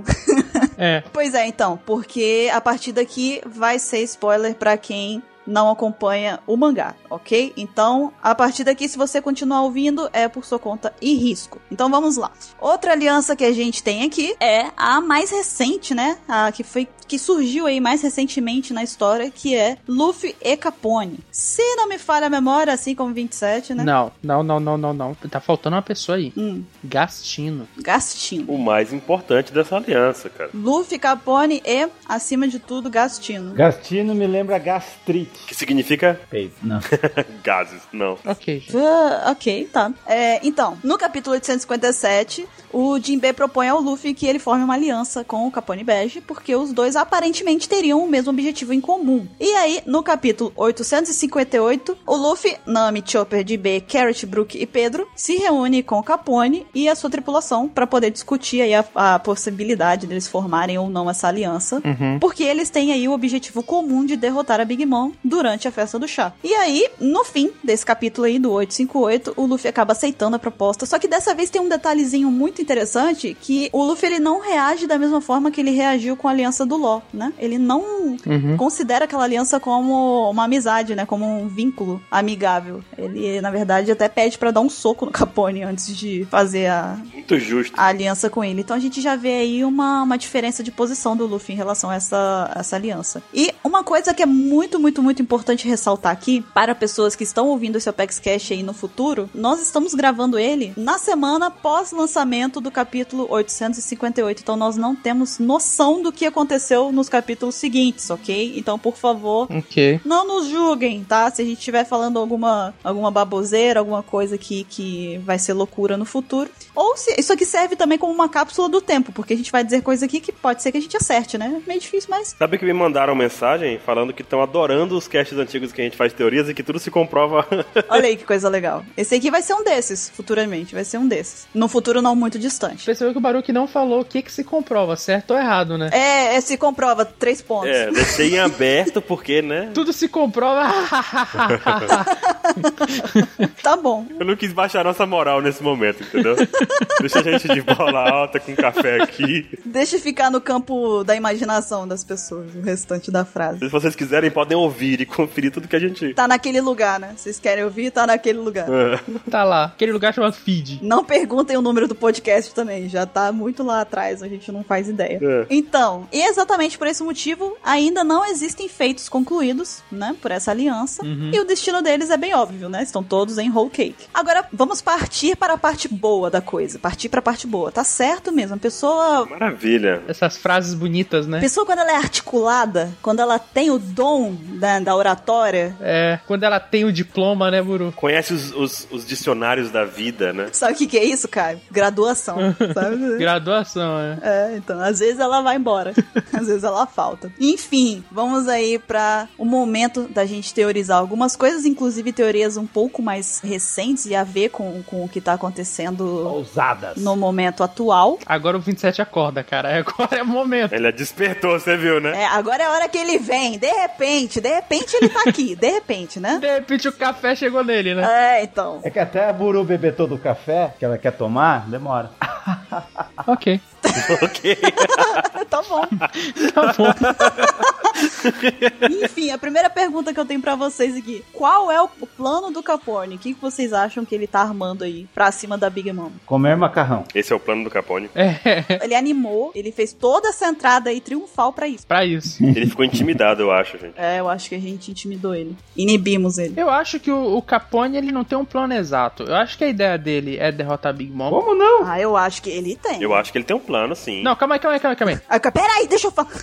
É. Pois é, então, porque a partir daqui vai ser spoiler pra quem não acompanha o mangá, ok? Então, a partir daqui, se você continuar ouvindo, é por sua conta e risco. Então, vamos lá. Outra aliança que a gente tem aqui é a mais recente, né? A que foi que surgiu aí mais recentemente na história, que é Luffy e Capone. Se não me falha a memória, assim como vinte e sete, né? Não, não, não, não, não, não. Tá faltando uma pessoa aí. Hum. Gastino. Gastino. O mais importante dessa aliança, cara. Luffy, Capone e, acima de tudo, Gastino. Gastino me lembra gastrite. Que significa Peito. Não. gases. Não. Ok. Uh, ok, tá. É, então, no capítulo oitocentos e cinquenta e sete, o Jinbe propõe ao Luffy que ele forme uma aliança com o Capone Bege, porque os dois aparentemente teriam o mesmo objetivo em comum. E aí, no capítulo oitocentos e cinquenta e oito, o Luffy, Nami, Chopper, Jinbe, Carrot, Brook e Pedro se reúne com o Capone e a sua tripulação para poder discutir aí a, a possibilidade deles formarem ou não essa aliança, Uhum. porque eles têm aí o objetivo comum de derrotar a Big Mom durante a festa do chá. E aí, no fim desse capítulo aí do oitocentos e cinquenta e oito, o Luffy acaba aceitando a proposta, só que dessa vez tem um detalhezinho muito interessante, que o Luffy ele não reage da mesma forma que ele reagiu com a aliança do Law, né? Ele não Uhum. considera aquela aliança como uma amizade, né? Como um vínculo amigável. Ele, na verdade, até pede pra dar um soco no Capone antes de fazer a, Muito justo. a aliança com ele. Então a gente já vê aí uma, uma diferença de posição do Luffy em relação a essa, essa aliança. E uma coisa que é muito, muito, muito importante ressaltar aqui, para pessoas que estão ouvindo esse Apex Cash aí no futuro, nós estamos gravando ele na semana pós-lançamento do capítulo oitocentos e cinquenta e oito. Então nós não temos noção do que aconteceu nos capítulos seguintes, ok? Então, por favor, Ok. não nos julguem, tá? Se a gente estiver falando alguma, alguma baboseira, alguma coisa que, que vai ser loucura no futuro. Ou se isso aqui serve também como uma cápsula do tempo, porque a gente vai dizer coisa aqui que pode ser que a gente acerte, né? É meio difícil, mas... Sabe que me mandaram mensagem falando que estão adorando os casts antigos que a gente faz teorias e que tudo se comprova. Olha aí que coisa legal. Esse aqui vai ser um desses, futuramente. Vai ser um desses. No futuro não muito distante. Percebeu que o Baruch não falou o que que se comprova, certo ou errado, né? É, é se comprova, três pontos. É, deixei em aberto porque, né? Tudo se comprova. Tá bom. Eu não quis baixar nossa moral nesse momento, entendeu? Deixa a gente de bola alta com café aqui. Deixa ficar no campo da imaginação das pessoas, o restante da frase. Se vocês quiserem, podem ouvir e conferir tudo que a gente... Tá naquele lugar, né? Vocês querem ouvir, tá naquele lugar. É. Tá lá, aquele lugar chamado feed. Não perguntem o número do podcast também, já tá muito lá atrás, a gente não faz ideia. É. Então, e exatamente por esse motivo, ainda não existem feitos concluídos, né, por essa aliança, Uhum. e o destino deles é bem óbvio, né? Estão todos em whole cake. Agora, vamos partir para a parte boa da coisa, partir para a parte boa. Tá certo mesmo, a pessoa... Maravilha. Essas frases bonitas, né? A pessoa, quando ela é articulada, quando ela tem o dom da, da oratória... É, quando ela tem o diploma, né, Buru? Conhece os, os, os dicionários da vida, né? Sabe o que, que é isso, Caio? Graduação, sabe? Graduação, é. É, então, às vezes ela vai embora, às vezes ela falta. Enfim, vamos aí pra o momento da gente teorizar algumas coisas, inclusive teorias um pouco mais recentes e a ver com, com o que tá acontecendo Ousadas. no momento atual. Agora o vinte e sete acorda, cara. Agora é o momento. Ele despertou, você viu, né? É, agora é a hora que ele vem, de repente, de repente ele tá aqui, de repente, né? De repente o café chegou nele, né? É, então. É que até a Buru beber todo o café que ela quer tomar, demora. Ok. Ok. Tá bom. Tá bom. Enfim, a primeira pergunta que eu tenho pra vocês aqui. Qual é o plano do Capone? O que que vocês acham que ele tá armando aí pra cima da Big Mom? Comer macarrão. Esse é o plano do Capone. É, Ele animou, ele fez toda essa entrada aí triunfal pra isso. pra isso. Ele ficou intimidado, eu acho, gente. É, eu acho que a gente intimidou ele. Inibimos ele. Eu acho que o, o Capone, ele não tem um plano exato. Eu acho que a ideia dele é derrotar a Big Mom. Como não? Ah, eu acho que ele tem. Eu acho que ele tem um plano, sim. Não, calma aí, calma aí, calma aí, calma aí. Ah, peraí, deixa eu falar.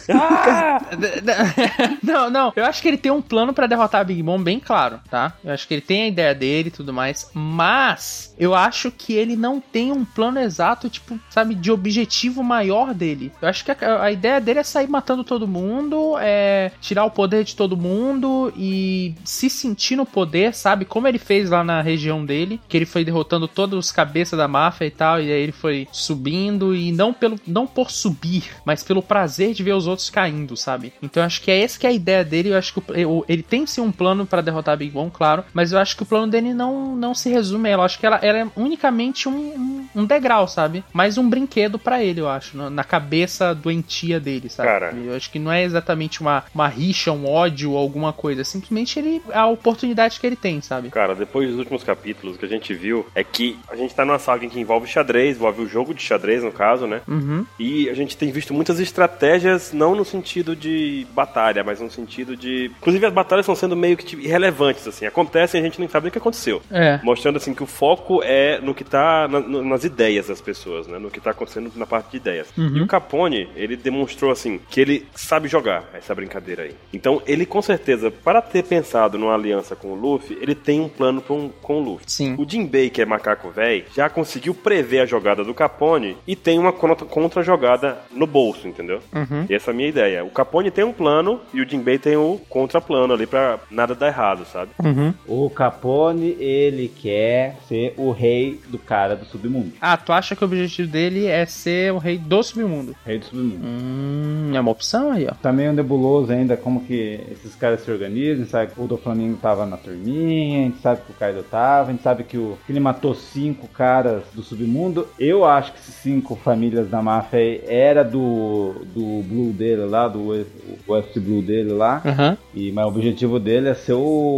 Não, não. Eu acho que ele tem um plano pra derrotar a Big Mom bem claro, tá? Eu acho que ele tem a ideia dele e tudo mais. Mas eu acho que ele não tem um plano exato, tipo, sabe, de objetivo maior dele. Eu acho que a, a ideia dele é sair matando todo mundo, é tirar o poder de todo mundo e se sentir no poder, sabe? Como ele fez lá na região dele, que ele foi derrotando todos os cabeças da máfia e tal, e aí ele foi subindo e não pelo não por subir, mas pelo prazer de ver os outros caindo, sabe? Então eu acho que é essa que é a ideia dele. Eu acho que o, ele tem sim um plano pra derrotar a Big Mom, claro, mas eu acho que o plano dele não, não se resume a ela. Eu acho que ela, ela é unicamente um, um, um degrau, sabe? Mais um brinquedo pra ele, eu acho, na, na cabeça doentia dele, sabe? Cara. Eu acho que não é exatamente uma, uma rixa, um ódio ou alguma coisa, simplesmente ele a oportunidade que ele tem, sabe? Cara, depois dos últimos capítulos que a gente viu, é que a gente tá numa saga que envolve xadrez, envolve o jogo de xadrez, no caso, né? Uhum. E a gente tem visto muitas estratégias, não no sentido de batalha, mas no sentido de... Inclusive as batalhas estão sendo meio que tipo, irrelevantes, assim. Acontecem e a gente nem sabe o que aconteceu. É. Mostrando, assim, que o foco é no que tá na, no, nas ideias das pessoas, né? No que tá acontecendo na parte de ideias. Uhum. E o Capone, ele demonstrou, assim, que ele sabe jogar essa brincadeira aí. Então, ele, com certeza, para ter pensado numa aliança com o Luffy, ele tem um plano com, com o Luffy. Sim. O Jinbei, que é macaco velho, já conseguiu prever a jogada do Capone e tem uma contra-jogada no bolso, entendeu? Uhum. E essa é a minha ideia. O Capone tem um plano e o Jinbei tem o contraplano ali pra nada dar errado, sabe? Uhum. O Capone, ele quer ser o rei do cara do submundo. Ah, tu acha que o objetivo dele é ser o rei do submundo? Rei do submundo. Hum, é uma opção aí, ó. Tá meio nebuloso ainda como que esses caras se organizam. A gente sabe que o Doflamingo tava na turminha, a gente sabe que o Kaido tava, a gente sabe que, o, que ele matou cinco caras do submundo. Eu acho que esses cinco famílias da máfia aí era do, do Blue dele lá, do West Blue dele lá. Uhum. E, mas o objetivo dele é ser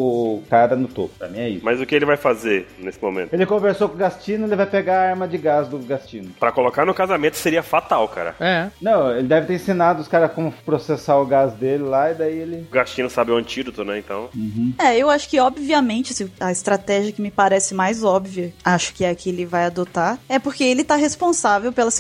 o cara no topo. Pra mim é isso. Mas o que ele vai fazer nesse momento? Ele conversou com o Gastino, ele vai pegar a arma de gás do Gastino. Pra colocar no casamento seria fatal, cara. É. Não, ele deve ter ensinado os caras como processar o gás dele lá e daí ele... O Gastino sabe o antídoto, né? Então... Uhum. É, eu acho que, obviamente, assim, a estratégia que me parece mais óbvia, acho que é a que ele vai adotar, é porque ele tá responsável pela segurança.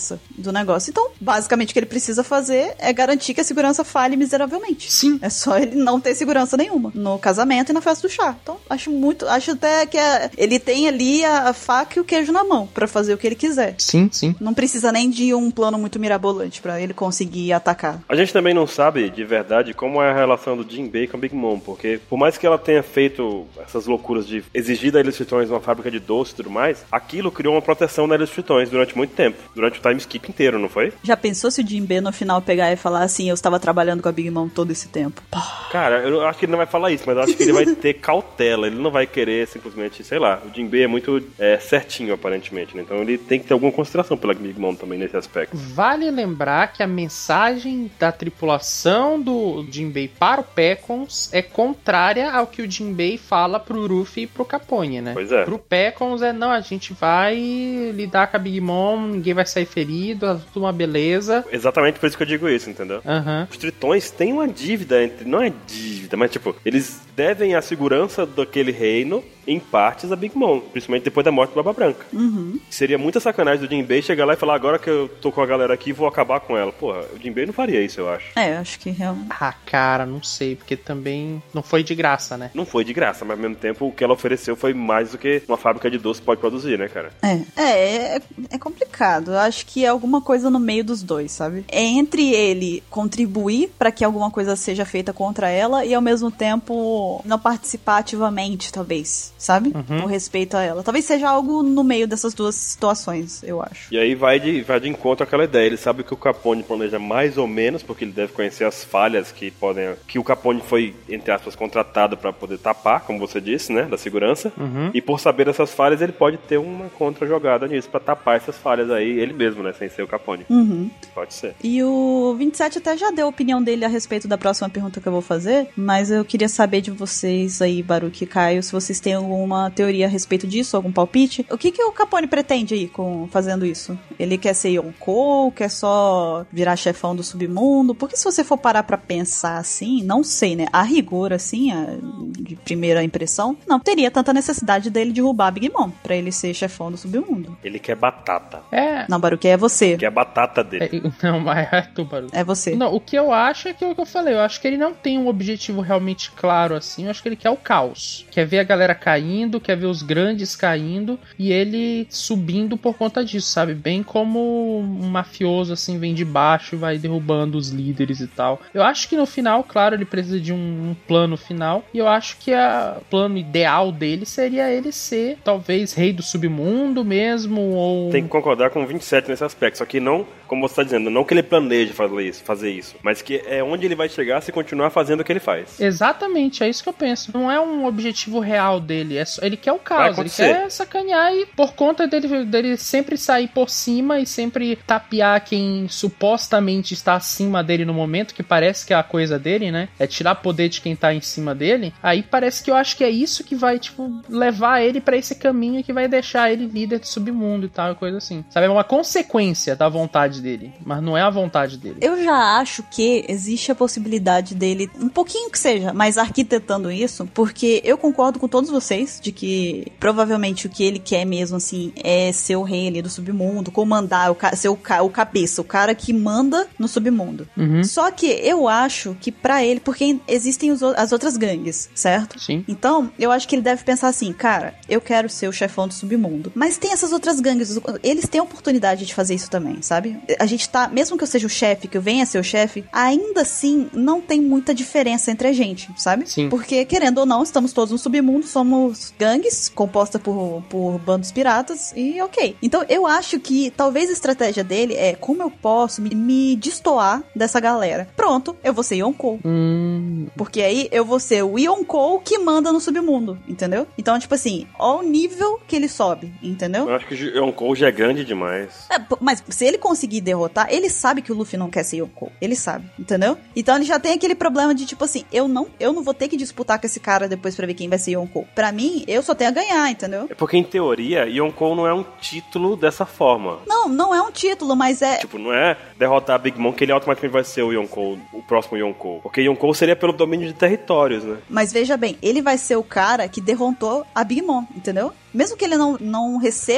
segurança do negócio. Então, basicamente, o que ele precisa fazer é garantir que a segurança falhe miseravelmente. Sim. É só ele não ter segurança nenhuma no casamento e na festa do chá. Então, acho muito... Acho até que é, ele tem ali a, a faca e o queijo na mão pra fazer o que ele quiser. Sim, sim. Não precisa nem de um plano muito mirabolante pra ele conseguir atacar. A gente também não sabe, de verdade, como é a relação do Jinbei com a Big Mom, porque por mais que ela tenha feito essas loucuras de exigir da Ilha dos Tritões uma fábrica de doce e tudo mais, aquilo criou uma proteção na Ilha dos Tritões durante muito tempo, durante o time skip inteiro, não foi? Já pensou se o Jinbei no final pegar e falar assim, eu estava trabalhando com a Big Mom todo esse tempo? Pá. Cara, eu acho que ele não vai falar isso, mas eu acho que ele vai ter cautela, ele não vai querer simplesmente, sei lá, o Jinbei é muito é, certinho, aparentemente, né? Então ele tem que ter alguma consideração pela Big Mom também nesse aspecto. Vale lembrar que a mensagem da tripulação do Jinbei para o Pécons é contrária ao que o Jinbei fala pro Ruffy e pro Capone, né? Pois é. Pro Pécons é, não, a gente vai lidar com a Big Mom, ninguém vai sair ferido, é tudo uma beleza. Exatamente por isso que eu digo isso, entendeu? Uhum. Os Tritões têm uma dívida entre... Não é dívida, mas tipo, eles devem a segurança daquele reino em partes a Big Mom, principalmente depois da morte do Barba Branca. Uhum. Seria muita sacanagem do Jinbei chegar lá e falar, agora que eu tô com a galera aqui, vou acabar com ela. Porra, o Jinbei não faria isso, eu acho. É, eu acho que realmente... Ah, cara, não sei, porque também não foi de graça, né? Não foi de graça, mas ao mesmo tempo o que ela ofereceu foi mais do que uma fábrica de doce pode produzir, né, cara? É, é, é, é complicado. Eu acho que é alguma coisa no meio dos dois, sabe? É entre ele contribuir pra que alguma coisa seja feita contra ela e ao mesmo tempo não participar ativamente, talvez, sabe? Uhum. Com respeito a ela. Talvez seja algo no meio dessas duas situações, eu acho. E aí vai de, vai de encontro àquela ideia. Ele sabe que o Capone planeja mais ou menos, porque ele deve conhecer as falhas que podem... Que o Capone foi, entre aspas, contratado pra poder tapar, como você disse, né? Da segurança. Uhum. E por saber dessas falhas, ele pode ter uma contra-jogada nisso pra tapar essas falhas aí, ele mesmo, né? Sem ser o Capone. Uhum. Pode ser. E o vinte e sete até já deu a opinião dele a respeito da próxima pergunta que eu vou fazer, mas eu queria saber de vocês aí, Baruch e Caio, se vocês têm alguma teoria a respeito disso, algum palpite. O que que o Capone pretende aí com fazendo isso? Ele quer ser Yonkou, quer só virar chefão do submundo? Porque se você for parar pra pensar assim, não sei, né? A rigor, assim, a, de primeira impressão, não teria tanta necessidade dele derrubar a Big Mom pra ele ser chefão do submundo. Ele quer batata. É. Não, Baruch, é você. Quer a batata dele. É, não, mas é tu, Baruch. É você. Não, o que eu acho é aquilo que eu falei. Eu acho que ele não tem um objetivo realmente claro assim. Eu acho que ele quer o caos. Quer ver a galera caindo, quer ver os grandes caindo e ele subindo por conta disso, sabe? Bem como um mafioso assim vem de baixo e vai derrubando os líderes e tal. Eu acho que no final, claro, ele precisa de um, um plano final e eu acho que o plano ideal dele seria ele ser talvez rei do submundo mesmo ou... Tem que concordar com o vinte e sete nesse aspecto, só que não, como você está dizendo, não que ele planeje fazer isso, fazer isso, mas que é onde ele vai chegar se continuar fazendo o que ele faz. Exatamente, é isso que eu penso. Não é um objetivo real dele, é só, ele quer o caos, ele quer sacanear e por conta dele, dele sempre sair por cima e sempre tapear quem supostamente está acima dele no momento, que parece que é a coisa dele, né? É tirar poder de quem tá em cima dele. Aí parece que eu acho que é isso que vai, tipo, levar ele pra esse caminho que vai deixar ele líder do submundo e tal, coisa assim. Sabe, é uma consequência da vontade dele, mas não é a vontade dele. Eu já acho que existe a possibilidade dele, um pouquinho que seja, mas arquitetando isso, porque eu concordo com todos vocês de que provavelmente o que ele quer mesmo, assim, é ser o rei ali do submundo, comandar, o ca- ser o, ca- o cabeça, o cara que manda no submundo. Uhum. Só que eu acho que pra ele, porque existem os, o- as outras gangues, certo? Sim. Então, eu acho que ele deve pensar assim, cara, eu quero ser o chefão do submundo. Mas tem essas outras gangues, eles têm a oportunidade de fazer isso também, sabe? A gente tá, mesmo que eu seja o chefe, que eu venha a ser o chefe, ainda assim não tem muita diferença entre a gente, sabe? Sim. Porque, querendo ou não, estamos todos no submundo, somos gangues, composta por, por bandos piratas, e ok. Então, eu acho que talvez a estratégia dele é como eu posso me, me destoar dessa galera. Pronto, eu vou ser Yonkou. Hum... Porque aí eu vou ser o Yonkou que manda no submundo, entendeu? Então, tipo assim, ó o nível que ele sobe, entendeu? Eu acho que o Yonkou já é grande demais. É, p- mas se ele conseguir derrotar, ele sabe que o Luffy não quer ser Yonkou. Ele sabe, entendeu? Então ele já tem aquele problema de tipo assim, eu não, eu não vou ter que disputar com esse cara depois pra ver quem vai ser Yonkou. Pra mim, eu só tenho a ganhar, entendeu? É porque, em teoria, Yonkou não é um título dessa forma. Não, não é um título, mas é... Tipo, não é derrotar a Big Mom que ele automaticamente vai ser o Yonkou, o próximo Yonkou. Porque Yonkou seria pelo domínio de territórios, né? Mas veja bem, ele vai ser o cara que derrotou a Big Mom, entendeu? Mesmo que ele não, não receba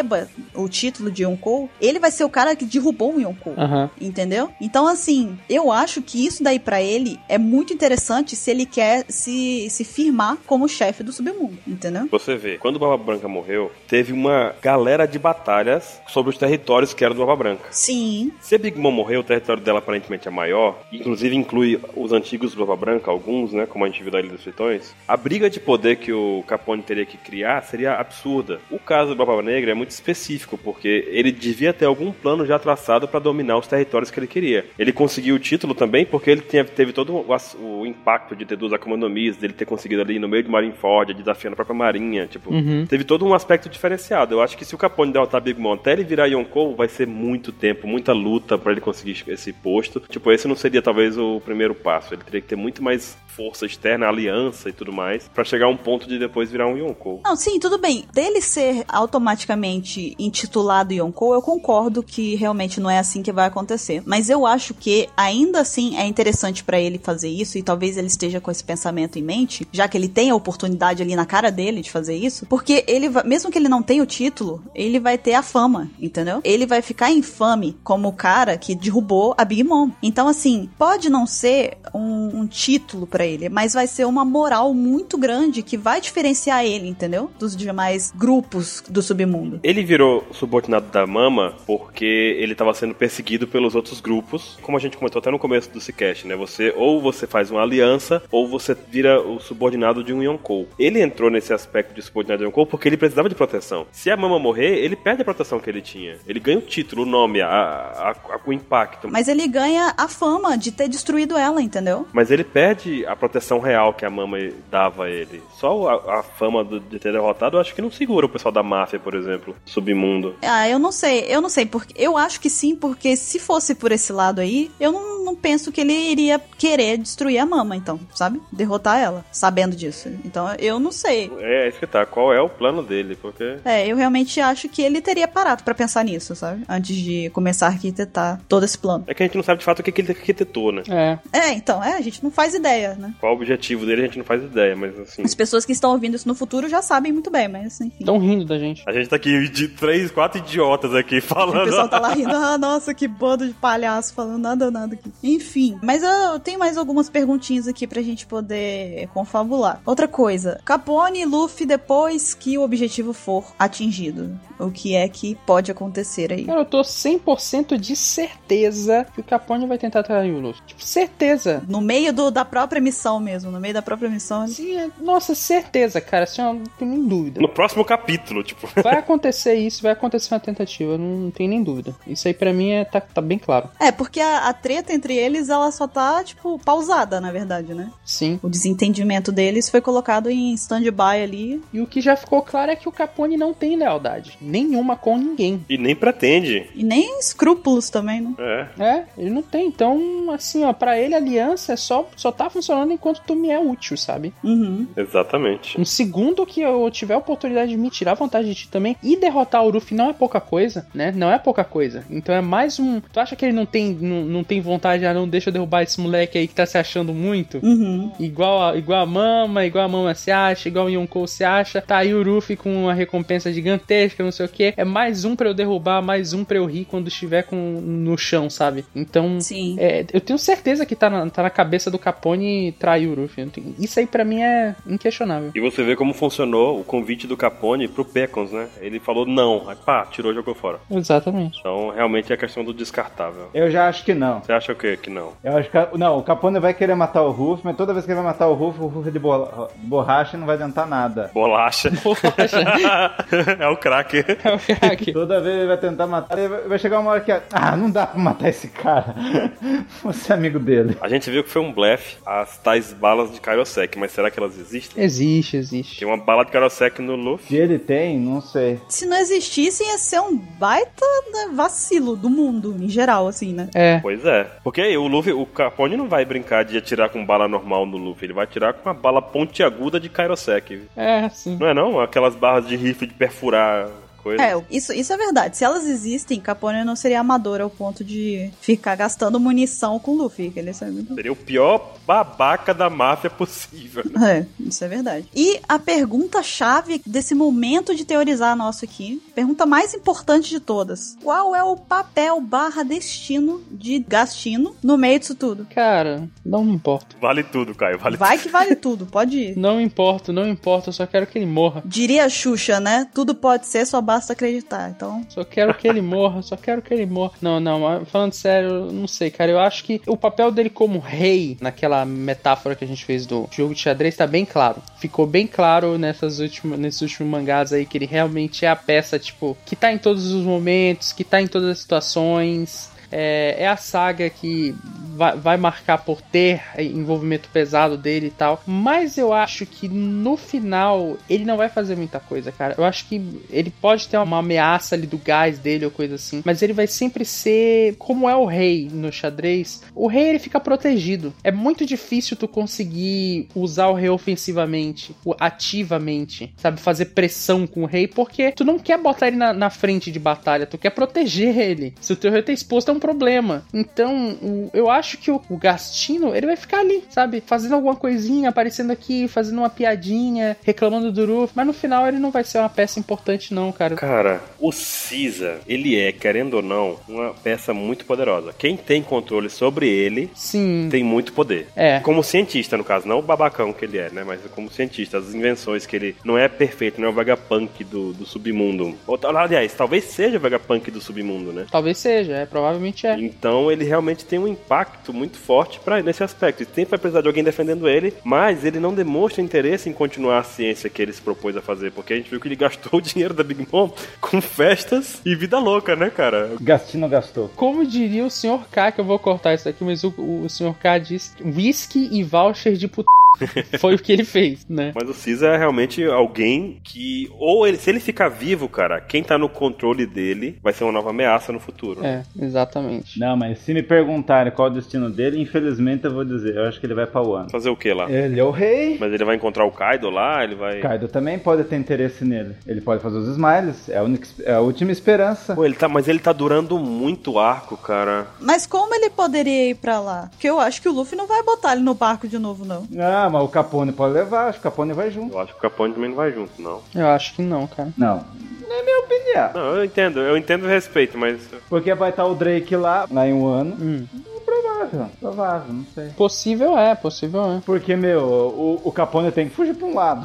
o título de Yonkou, ele vai ser o cara que derrubou o Yonkou. Uhum. Entendeu? Então, assim, eu acho que isso daí pra ele é muito interessante se ele quer se, se firmar como chefe do submundo, entendeu? Você vê, quando o Barba Branca morreu, teve uma galera de batalhas sobre os territórios que eram do Barba Branca. Sim. Se a Big Mom morreu, o território dela aparentemente é maior, inclusive inclui os antigos Barba Branca, alguns, né, como a gente viu da Ilha dos Tritões. A briga de poder que o Capone teria que criar seria absurda. O caso do Barba Negra é muito específico, porque ele devia ter algum plano já traçado para dominar os territórios que ele queria. Ele conseguiu o título também porque ele tinha, teve todo o, o impacto de ter duas Akuma no Mis, dele ter conseguido ali no meio de Marineford, desafiando a própria marinha, tipo, uhum. teve todo um aspecto diferenciado. Eu acho que se o Capone derrotar a Big Mom até ele virar Yonkou, vai ser muito tempo, muita luta para ele conseguir esse posto. Tipo, esse não seria talvez o primeiro passo. Ele teria que ter muito mais força externa, aliança e tudo mais, pra chegar a um ponto de depois virar um Yonkou. Não, sim, tudo bem. Dele ser automaticamente intitulado Yonkou, eu concordo que realmente não é assim que vai acontecer. Mas eu acho que, ainda assim, é interessante pra ele fazer isso, e talvez ele esteja com esse pensamento em mente, já que ele tem a oportunidade ali na cara dele de fazer isso, porque ele vai, mesmo que ele não tenha o título, ele vai ter a fama, entendeu? Ele vai ficar infame como o cara que derrubou a Big Mom. Então, assim, pode não ser um, um título pra ele, mas vai ser uma moral muito grande que vai diferenciar ele, entendeu? Dos demais grupos do submundo. Ele virou subordinado da Mama porque ele estava sendo perseguido pelos outros grupos, como a gente comentou até no começo do Seacast, né? Você, ou você faz uma aliança, ou você vira o subordinado de um Yonkou. Ele entrou nesse aspecto de subordinado de Yonkou porque ele precisava de proteção. Se a Mama morrer, ele perde a proteção que ele tinha. Ele ganha o título, o nome, a, a, a, o impacto. Mas ele ganha a fama de ter destruído ela, entendeu? Mas ele perde a proteção real que a Mama dava a ele. Só a, a fama do, de ter derrotado, eu acho que não segura o pessoal da máfia, por exemplo, submundo. Ah, eu não sei, eu não sei, porque eu acho que sim, porque se fosse por esse lado aí, eu não, não penso que ele iria querer destruir a Mama, então, sabe? Derrotar ela, sabendo disso. Então, eu não sei. É, é isso que tá. Qual é o plano dele? Porque... É, eu realmente acho que ele teria parado pra pensar nisso, sabe? Antes de começar a arquitetar todo esse plano. É que a gente não sabe de fato o que, que ele arquitetou, né? É. É, então, é, a gente não faz ideia, né? Qual o objetivo dele, a gente não faz ideia, mas assim... As pessoas que estão ouvindo isso no futuro já sabem muito bem, mas enfim. Estão rindo da gente. A gente tá aqui de três, quatro idiotas aqui falando. O pessoal tá lá rindo, ah, nossa, que bando de palhaço falando nada, nada aqui. Enfim, mas eu tenho mais algumas perguntinhas aqui pra gente poder confabular. Outra coisa, Capone e Luffy depois que o objetivo for atingido. O que é que pode acontecer aí? Cara, eu tô cem por cento de certeza que o Capone vai tentar trair o Luffy. Tipo, certeza. No meio do, da própria missão mesmo, no meio da própria missão. Sim, é, nossa, certeza, cara. Assim, eu não tenho nem dúvida. No próximo capítulo, tipo. Vai acontecer isso, vai acontecer uma tentativa, não, não tem nem dúvida. Isso aí pra mim é, tá, tá bem claro. É, porque a, a treta entre eles, ela só tá, tipo, pausada, na verdade, né? Sim. O desentendimento deles foi colocado em stand-by ali. E o que já ficou claro é que o Capone não tem lealdade nenhuma com ninguém. E nem pretende. E nem escrúpulos também, né? É. É, ele não tem. Então, assim, ó, pra ele a aliança é só, só tá funcionando enquanto tu me é útil, sabe? Uhum. Exatamente. Um segundo que eu tiver a oportunidade de me tirar vontade de ti também e derrotar o Luffy não é pouca coisa, né? Não é pouca coisa. Então é mais um... Tu acha que ele não tem, não, não tem vontade, ah, não deixa eu derrubar esse moleque aí que tá se achando muito? Uhum. Igual a, igual a Mama, igual a Mama se acha, igual o Yonkou se acha. Tá aí o Luffy com uma recompensa gigantesca, não sei o que. É mais um pra eu derrubar, mais um pra eu rir quando estiver com, no chão, sabe? Então, sim. É, eu tenho certeza que tá na, tá na cabeça do Capone trair o Luffy. Isso aí pra mim é inquestionável. E você vê como funcionou o convite do Capone pro Pecons, né? Ele falou não, aí pá, tirou e jogou fora. Exatamente. Então, realmente é a questão do descartável. Eu já acho que não. Você acha o quê? Que não? Eu acho que... Não, o Capone vai querer matar o Ruff, mas toda vez que ele vai matar o Ruff, o Ruff é de, bo... de borracha e não vai adiantar nada. Bolacha. Bolacha. É o craque. É o craque. Toda vez ele vai tentar matar, ele vai chegar uma hora que... Ah, não dá pra matar esse cara. Você é amigo dele. A gente viu que foi um blefe as tais balas de Kairosek, mas será que elas existem? Existe, existe. Tem uma bala de Kairosek no Luffy. Se ele tem, não sei. Se não existisse, ia ser um baita, né, vacilo do mundo, em geral, assim, né? É. Pois é. Porque aí o Luffy, o Capone não vai brincar de atirar com bala normal no Luffy, ele vai atirar com uma bala pontiaguda de Kairosek. É, sim. Não é não? Aquelas barras de rifle de perfurar coisas. É, isso, isso é verdade. Se elas existem, Capone não seria amador ao ponto de ficar gastando munição com o Luffy. Que ele sabe muito... Seria o pior babaca da máfia possível. É, isso é verdade. E a pergunta-chave desse momento de teorizar nosso aqui, pergunta mais importante de todas. Qual é o papel barra destino de Gastino no meio disso tudo? Cara, não me importa. Vale tudo, Caio, vale Vai tudo. que vale tudo, pode ir. Não importa, não importa, eu só quero que ele morra. Diria a Xuxa, né? Tudo pode ser, só basta acreditar. Então, Só quero que ele morra, só quero que ele morra. Não, não, mas falando sério, eu não sei, cara. Eu acho que o papel dele como rei, naquela metáfora que a gente fez do jogo de xadrez, tá bem claro. Ficou bem claro nessas últimas, nesses últimos mangás aí que ele realmente é a peça, tipo, que tá em todos os momentos, que tá em todas as situações. É, é a saga que vai, vai marcar por ter envolvimento pesado dele e tal. Mas eu acho que no final ele não vai fazer muita coisa, cara. Eu acho que ele pode ter uma ameaça ali do gás dele ou coisa assim. Mas ele vai sempre ser como é o rei no xadrez. O rei ele fica protegido. É muito difícil tu conseguir usar o rei ofensivamente, ativamente, sabe? Fazer pressão com o rei, porque tu não quer botar ele na, na frente de batalha. Tu quer proteger ele. Se o teu rei tá exposto é um problema. Então, o, eu acho que o, o Gastino, ele vai ficar ali, sabe? Fazendo alguma coisinha, aparecendo aqui, fazendo uma piadinha, reclamando do Ruff, mas no final ele não vai ser uma peça importante não, cara. Cara, o Caesar, ele é, querendo ou não, uma peça muito poderosa. Quem tem controle sobre ele, sim, tem muito poder. É. Como cientista, no caso, não o babacão que ele é, né? Mas como cientista, as invenções que ele não é perfeito, não é o Vegapunk do, do submundo. Ou, aliás, talvez seja o Vegapunk do submundo, né? Talvez seja, é, provavelmente é. Então ele realmente tem um impacto muito forte pra, nesse aspecto. E sempre vai precisar de alguém defendendo ele, mas ele não demonstra interesse em continuar a ciência que ele se propôs a fazer, porque a gente viu que ele gastou o dinheiro da Big Mom com festas e vida louca, né, cara? Gastino gastou. Como diria o senhor K, que eu vou cortar isso aqui, mas o, o senhor K diz whisky e voucher de put... Foi o que ele fez, né? Mas o Caesar é realmente alguém que, ou ele, se ele ficar vivo, cara, quem tá no controle dele vai ser uma nova ameaça no futuro. É, exatamente. Não, mas se me perguntarem qual é o destino dele, infelizmente eu vou dizer, eu acho que ele vai pra Wano. Fazer o que lá? Ele é o rei. Mas ele vai encontrar o Kaido lá, ele vai... Kaido também pode ter interesse nele. Ele pode fazer os smiles, é a, única, é a última esperança. Pô, ele tá, mas ele tá durando muito arco, cara. mas como ele poderia ir pra lá? Porque eu acho que o Luffy não vai botar ele no barco de novo, não. Ah, mas o Capone pode levar, acho que o Capone vai junto. Eu acho que o Capone também não vai junto, não. Eu acho que não, cara. Não, não é minha opinião. Não, eu entendo, eu entendo o respeito, mas... Porque vai estar o Drake lá, lá em um ano. Hum. Provável, provável, não sei. Possível é, possível é. Porque, meu, o, o Capone tem que fugir pra um lado.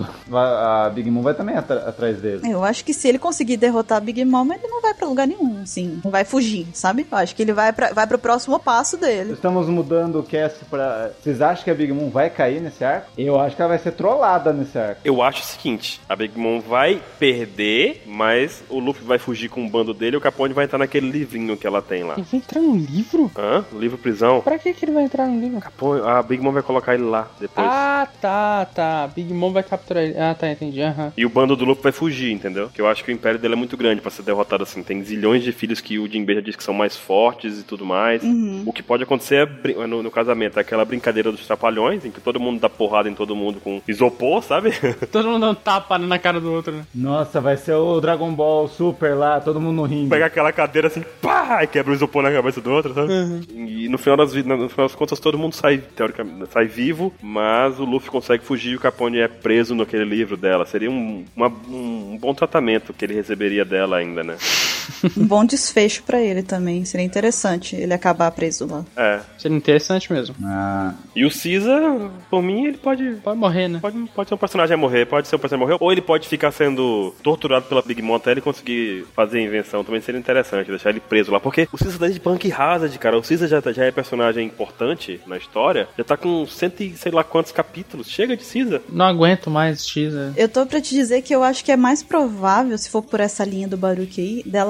A Big Mom vai também atra- atrás dele. Eu acho que se ele conseguir derrotar a Big Mom, ele não vai pra lugar nenhum, assim. Não vai fugir, sabe? Eu acho que ele vai, pra, vai pro próximo passo dele. Estamos mudando o cast pra... Vocês acham que a Big Mom vai cair nesse arco? Eu acho que ela vai ser trollada nesse arco. Eu acho o seguinte, a Big Mom vai perder, mas o Luffy vai fugir com o bando dele e o Capone vai entrar naquele livrinho que ela tem lá. Ele vai entrar no livro? Hã? Livro prisão? Pra que que ele vai entrar no livro? Capone, a Big Mom vai colocar ele lá depois. Ah, tá, tá. Big Mom vai capturar ele. Ah, tá, entendi. Aham. E o bando do Luffy vai fugir, entendeu? Porque eu acho que o império dele é muito grande pra ser derrotado assim. Tem zilhões de filhos que o Jinbei já disse que são mais fortes e tudo mais. Uhum. O que pode acontecer é, brin- no, no casamento, é aquela brincadeira dos trapalhões, em que todo mundo dá porrada em todo mundo com isopor, sabe? Todo mundo dando tapa na cara do outro, né? Nossa, vai ser o Dragon Ball Super lá, todo mundo no ringue. Pega aquela cadeira assim, pá, e quebra o isopor na cabeça do outro, sabe? Uhum. E no final, das, vi- no final das contas, todo mundo sai, teoricamente, sai vivo, mas o Luffy consegue fugir e o Capone é preso naquele livro dela. Seria um, uma- um bom tratamento que ele receberia dela ainda, né? Um bom desfecho pra ele também. Seria interessante ele acabar preso lá. É. Seria interessante mesmo. Ah, E o Caesar, por mim, ele pode... Pode morrer, né? Pode, pode ser um personagem a morrer, pode ser um personagem a morrer, ou ele pode ficar sendo torturado pela Big Mom até ele conseguir fazer a invenção. Também seria interessante deixar ele preso lá, porque o Caesar tá de Punk Hazard, cara. O Caesar já, já é personagem importante na história, já tá com cento e sei lá quantos capítulos. Chega de Caesar. Não aguento mais X. É. Eu tô pra te dizer que eu acho que é mais provável, se for por essa linha do Baruch aí, dela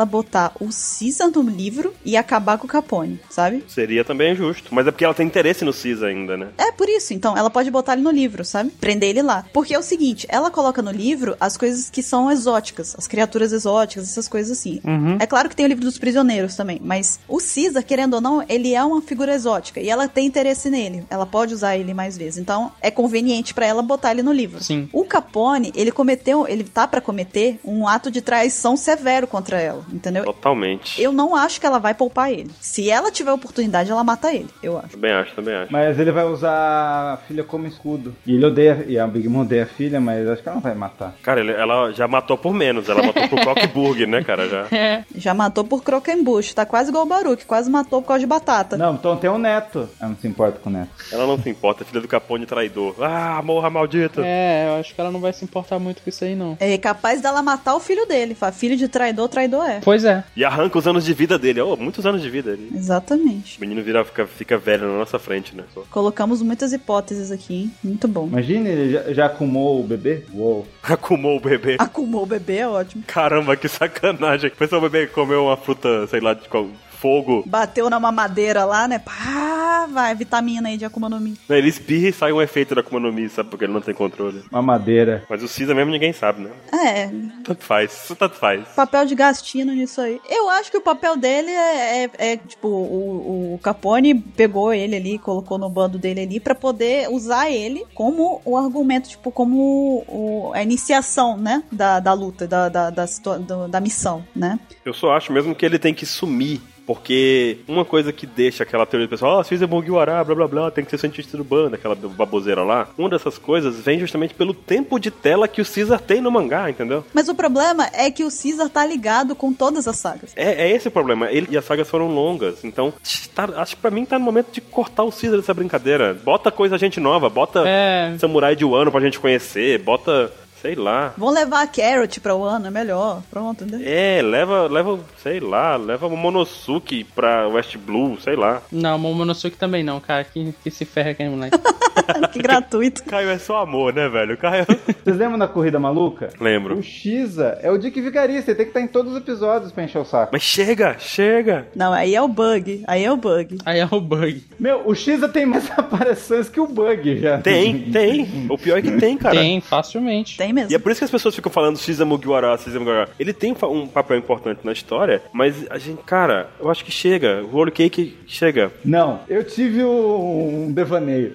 botar o Caesar no livro e acabar com o Capone, sabe? Seria também justo. Mas é porque ela tem interesse no Caesar ainda, né? É por isso, então, ela pode botar ele no livro, sabe? Prender ele lá. Porque é o seguinte, ela coloca no livro as coisas que são exóticas, as criaturas exóticas, essas coisas assim. Uhum. É claro que tem o livro dos prisioneiros também, mas o Caesar, querendo ou não, ele é uma figura exótica e ela tem interesse nele. Ela pode usar ele mais vezes. Então, é conveniente pra ela botar ele no livro. Sim. O Capone, ele cometeu, ele tá pra cometer um ato de traição severo contra ela, entendeu? Totalmente. Eu não acho que ela vai poupar ele. Se ela tiver oportunidade, ela mata ele, eu acho. Também acho, também acho. Mas ele vai usar a filha como escudo. E ele odeia, e a Big Mom odeia a filha, mas acho que ela não vai matar. Cara, ele- ela já matou por menos. Ela matou por Cockburg, né, cara? Já. É. Já matou por Croquembush, tá quase igual o Baruch, quase matou por causa de batata. Não, então tem um neto. Ela não se importa com o neto. Ela não se importa. Filha do Capone traidor. Ah, morra maldita. É, eu acho que ela não vai se importar muito com isso aí, não. É capaz dela matar o filho dele. Fala, filho de traidor, traidor é. Pois é. E arranca os anos de vida dele. Oh, muitos anos de vida. Ele... Exatamente. O menino vira, fica, fica velho na nossa frente, né? Só. Colocamos muitas hipóteses aqui, hein? Muito bom. Imagina, ele já, já acumou o bebê? Uou. Acumou o bebê. Acumou o bebê, é ótimo. Caramba, que sacanagem. Pensou o bebê comeu uma fruta, sei lá, de qual... Fogo. Bateu na mamadeira lá, né? Pá, vai, vitamina aí de Akuma no Mi. Ele espirra e sai um efeito da Akuma no Mi, sabe? Porque ele não tem controle. Uma madeira. Mas o Caesar mesmo ninguém sabe, né? É, Tanto faz. Isso tanto faz. papel de Gastino nisso aí. Eu acho que o papel dele é, é- é, tipo, o, o Capone pegou ele ali, colocou no bando dele ali pra poder usar ele como o argumento, tipo, como o- a iniciação, né, da, da luta, da, da, da, situa- do- da missão, né? Eu só acho mesmo que ele tem que sumir. Porque uma coisa que deixa aquela teoria do pessoal, ah, Caesar Mugiwara, blá blá blá, tem que ser cientista do bando, aquela baboseira lá. Uma dessas coisas vem justamente pelo tempo de tela que o Caesar tem no mangá, entendeu? Mas o problema é que o Caesar tá ligado com todas as sagas. É, é esse o problema. Ele e as sagas foram longas. Então, tá- acho que pra mim tá no momento de cortar o Caesar dessa brincadeira. Bota coisa gente nova, bota É. Samurai de Wano pra gente conhecer, bota, sei lá. Vão levar a Carrot pra Wano, é melhor. Pronto, entendeu? É, leva, leva, sei lá, leva o Momonosuke pra West Blue, sei lá. Não, Momonosuke também não, cara. Que, que se ferra aquele moleque. Que gratuito. Caio é só amor, né, velho? Caio... Vocês lembram da Corrida Maluca? Lembro. O Shiza é o Dick Vigarista, ele tem que estar em todos os episódios pra encher o saco. Mas chega, chega. Não, aí é o bug. Aí é o bug. Aí é o bug. Meu, o Shiza tem mais aparições que o Bug já. Tem, tem. O pior é que tem, cara. Tem, facilmente. Tem mesmo. E é por isso que as pessoas ficam falando Caesar Mugiwara, Caesar Mugiwara. Ele tem fa- um papel importante na história, mas a gente, cara, eu acho que chega. O Holy Cake chega. Não, eu tive um devaneio.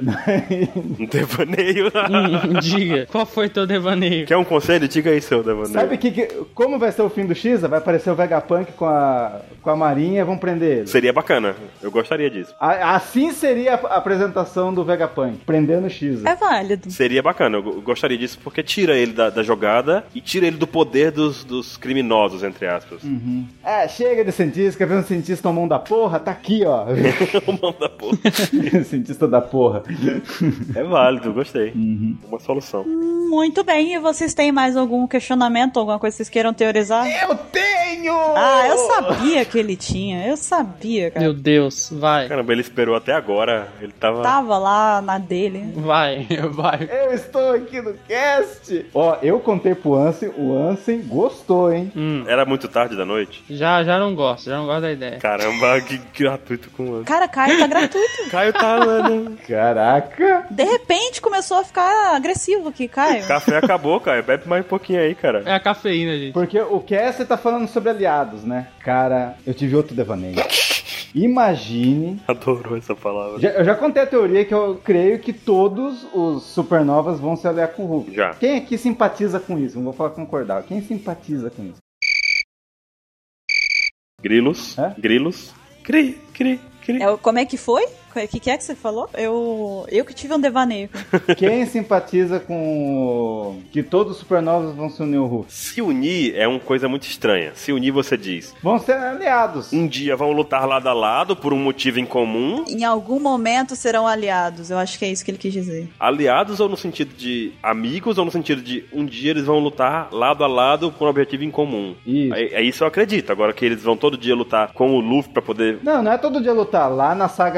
Um devaneio. Hum, diga, qual foi teu devaneio? Quer um conselho? Diga aí, seu devaneio. Sabe que, que- como vai ser o fim do Shiza? Vai aparecer o Vegapunk com a, com a Marinha e vão prender ele. Seria bacana. Eu gostaria disso. A- assim seria a apresentação do Vegapunk, prendendo o Shiza. É válido. Seria bacana. Eu go- gostaria disso porque tira ele da, da jogada e tira ele do poder dos, dos criminosos, entre aspas. É, chega de cientista, quer ver um cientista mão da porra? Tá aqui, ó. O mão da porra. Cientista da porra. É válido, gostei. Uma solução. Muito bem. E vocês têm mais algum questionamento, alguma coisa que vocês queiram teorizar? Eu tenho! Ah, eu sabia que ele tinha. Eu sabia, cara. Meu Deus, vai. Caramba, ele esperou até agora. Ele tava... Tava lá na dele. Vai, vai. Eu estou aqui no cast! Ó, eu contei pro Ansem, o Ansem gostou, hein? Hum, Era muito tarde da noite. já, já não gosto, já não gosto da ideia. Caramba, que gratuito com o Cara, Caio tá gratuito. Caio tá, mano. Caraca! De repente começou a ficar agressivo aqui, Caio. Café acabou, Caio. Bebe mais um pouquinho aí, cara. É a cafeína, gente. Porque o cast tá falando sobre aliados, né? Cara, eu tive outro devaneio. Imagine. Adorou essa palavra. Já- eu já contei a teoria que eu creio que todos os supernovas vão se aliar com o Hulk. Já. Quem aqui simpatiza com isso? Não vou falar concordar. Quem simpatiza com isso? Grilos. Hã? Grilos. Cri, cri, cri. É, o- como é que foi? O que, que é que você falou? Eu, eu que tive um devaneio. Quem simpatiza com o- que todos os supernovas vão se unir ao Hulk? Se unir é uma coisa muito estranha. Se unir, você diz. Vão ser aliados. Um dia vão lutar lado a lado por um motivo em comum. Em algum momento serão aliados. Eu acho que é isso que ele quis dizer. Aliados ou no sentido de amigos ou no sentido de um dia eles vão lutar lado a lado por um objetivo em comum. Isso. É, é isso eu acredito. Agora que eles vão todo dia lutar com o Luffy pra poder... Não, não é todo dia lutar. Lá na saga final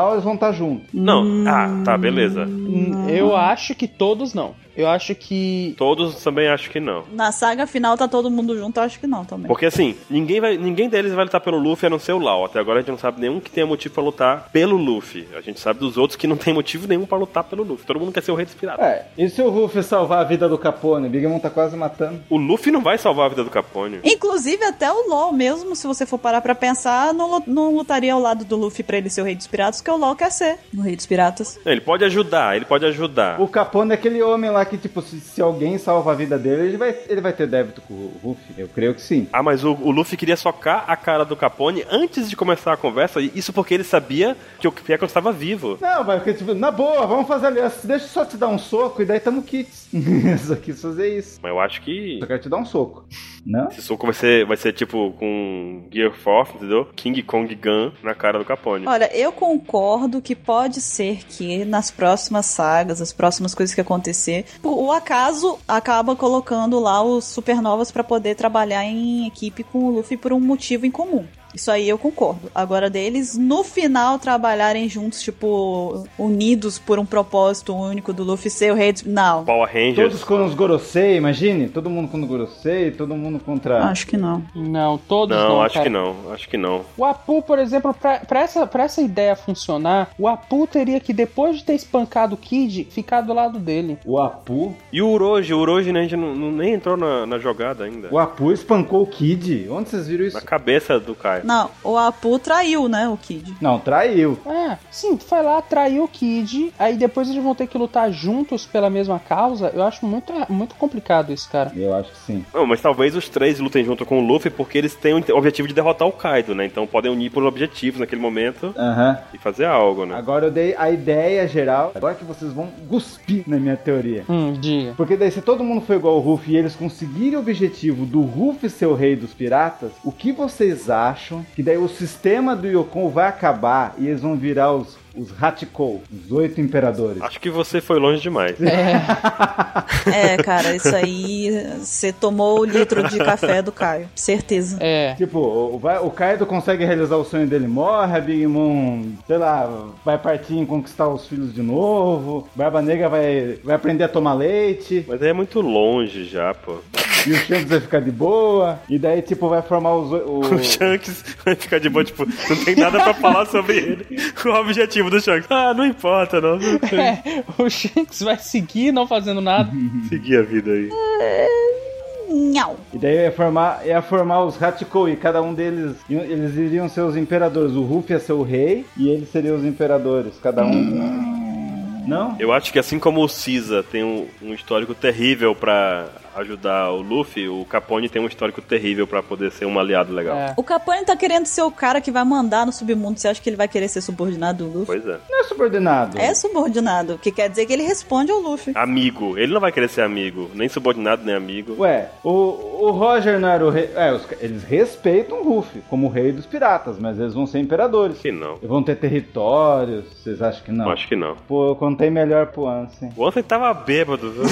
final eles vão estar juntos. Não, ah, tá, beleza. Hum, Eu acho que todos não. Eu acho que... Todos também acho que não. Na saga final tá todo mundo junto, eu acho que não também. Porque assim, ninguém, vai, ninguém deles vai lutar pelo Luffy a não ser o Lau. Até agora a gente não sabe nenhum que tenha motivo pra lutar pelo Luffy. A gente sabe dos outros que não tem motivo nenhum pra lutar pelo Luffy. Todo mundo quer ser o rei dos piratas. É, e se o Ruffy salvar a vida do Capone? Big Mom tá quase matando. O Luffy não vai salvar a vida do Capone. Inclusive, até o LoL mesmo, se você for parar pra pensar, não, não lutaria ao lado do Luffy pra ele ser o rei dos piratas, porque o LoL quer ser o rei dos piratas. Ele pode ajudar, ele pode ajudar. O Capone é aquele homem lá que, tipo, se, se alguém salva a vida dele, ele vai, ele vai ter débito com o Ruffy. Eu creio que sim. Ah, mas o, o Luffy queria socar a cara do Capone antes de começar a conversa, e isso porque ele sabia que o Piccolo estava vivo. Não, vai, porque, tipo, na boa, vamos fazer aliança. Deixa eu só te dar um soco e daí tamo kits. Só quis fazer isso. Mas eu acho que Só quero te dar um soco. Não? esse soco vai ser, vai ser tipo com Gear Force, entendeu? King Kong Gun na cara do Capone. Olha, eu concordo que pode ser que nas próximas sagas, as próximas coisas que acontecer, o acaso acaba colocando lá os supernovas pra poder trabalhar em equipe com o Luffy por um motivo em comum. Isso aí eu concordo. Agora deles, no final, trabalharem juntos, tipo, unidos por um propósito único do Luffy ser o rei dos... Não. Power Rangers. Todos com os Gorosei, imagine? Todo mundo com o Gorosei, todo mundo contra... Acho que não. Não, todos Não, não, acho cara. que não. Acho que não. O Apu, por exemplo, pra, pra, essa, pra essa ideia funcionar, o Apu teria que, depois de ter espancado o Kid, ficar do lado dele. O Apu... E o Uroji? O Uroji, né, a gente não, não- nem entrou na, na jogada ainda. O Apu espancou o Kid? Onde vocês viram isso? Na cabeça do Kai. Não, o Apu traiu, né, o Kid. Não, traiu. É, sim, foi lá, traiu o Kid, aí depois eles vão ter que lutar juntos pela mesma causa. Eu acho muito, muito complicado isso, cara. Eu acho que sim. Não, mas talvez os três lutem junto com o Luffy porque eles têm o objetivo de derrotar o Kaido, né? Então podem unir por objetivos naquele momento Aham. e fazer algo, né? Agora eu dei a ideia geral. Agora que vocês vão cuspir na minha teoria. Hum, diga. Porque daí se todo mundo for igual ao Ruffy e eles conseguirem o objetivo do Ruffy ser o rei dos piratas, o que vocês acham que daí o sistema do Yokon vai acabar e eles vão virar os, os Hachiko, os oito imperadores? Acho que você foi longe demais. É, cara, isso aí, você tomou o litro de café do Caio, certeza. É. Tipo, o, vai- o Kaido consegue realizar o sonho dele, morre, a Big Mom, sei lá, vai partir em conquistar os filhos de novo, Barba Negra vai, vai aprender a tomar leite, Mas aí é muito longe já, pô. e o Shanks vai ficar de boa, e daí, tipo, vai formar os... O, O Shanks vai ficar de boa, tipo, não tem nada pra falar sobre ele. Qual o objetivo do Shanks? Ah, não importa, não. É, o Shanks vai seguir não fazendo nada. Seguir a vida aí. Nhau. E daí ia formar, ia formar os Hachiko, e cada um deles, eles iriam ser os imperadores. O Ruffy ia ser o rei, e eles seriam os imperadores, cada um... Não? Eu acho que assim como o Caesar tem um, um histórico terrível pra ajudar o Luffy, o Capone tem um histórico terrível pra poder ser um aliado legal. É. O Capone tá querendo ser o cara que vai mandar no submundo. Você acha que ele vai querer ser subordinado do Luffy? Pois é. Não é subordinado. É subordinado, que quer dizer que ele responde ao Luffy. Amigo. Ele não vai querer ser amigo. Nem subordinado, nem amigo. Ué, o, o Roger não era o rei... É, os- eles respeitam o Ruffy como o rei dos piratas, mas eles vão ser imperadores. Que não. E vão ter territórios, vocês acham que não? Acho que não. Pô, eu contei melhor pro Ansem. O Ansem tava bêbado, viu?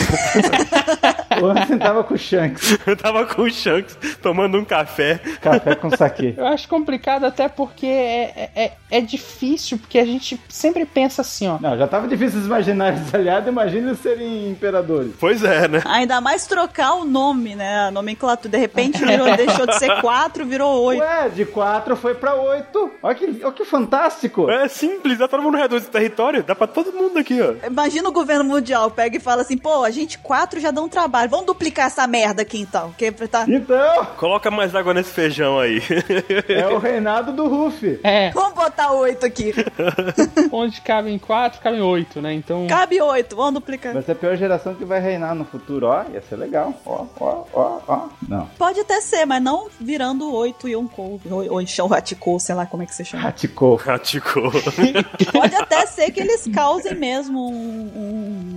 O Ansem tava com o Shanks, Eu tava com o Shanks tomando um café. café com saquê. Eu acho complicado até porque é, é, é difícil, porque a gente sempre pensa assim, ó. Não, já tava difícil imaginar eles aliados, imagina eles serem imperadores. Pois é, né? Ainda mais trocar o nome, né? A nomenclatura. De repente virou, deixou de ser quatro, virou oito. Ué, de quatro foi pra oito. Olha que, olha que fantástico. É simples, dá todo mundo reduz esse território. Dá pra todo mundo aqui, ó. Imagina o governo mundial pega e fala assim, pô, a gente quatro já dá um trabalho, vamos duplicar essa merda aqui então. Que tá... Então, Coloca mais água nesse feijão aí. é o reinado do Ruffy. É, Vamos botar oito aqui. onde cabem quatro, cabem oito, né? Então. Cabe oito, vamos duplicar. Vai ser a pior geração que vai reinar no futuro. Ó, ia ser legal. Ó, ó, ó, ó. Não. Pode até ser, mas não virando oito e um couve. Ou, ou enchão raticou, sei lá como é que você chama. Hachiko. Raticou. Pode até ser que eles causem mesmo um, um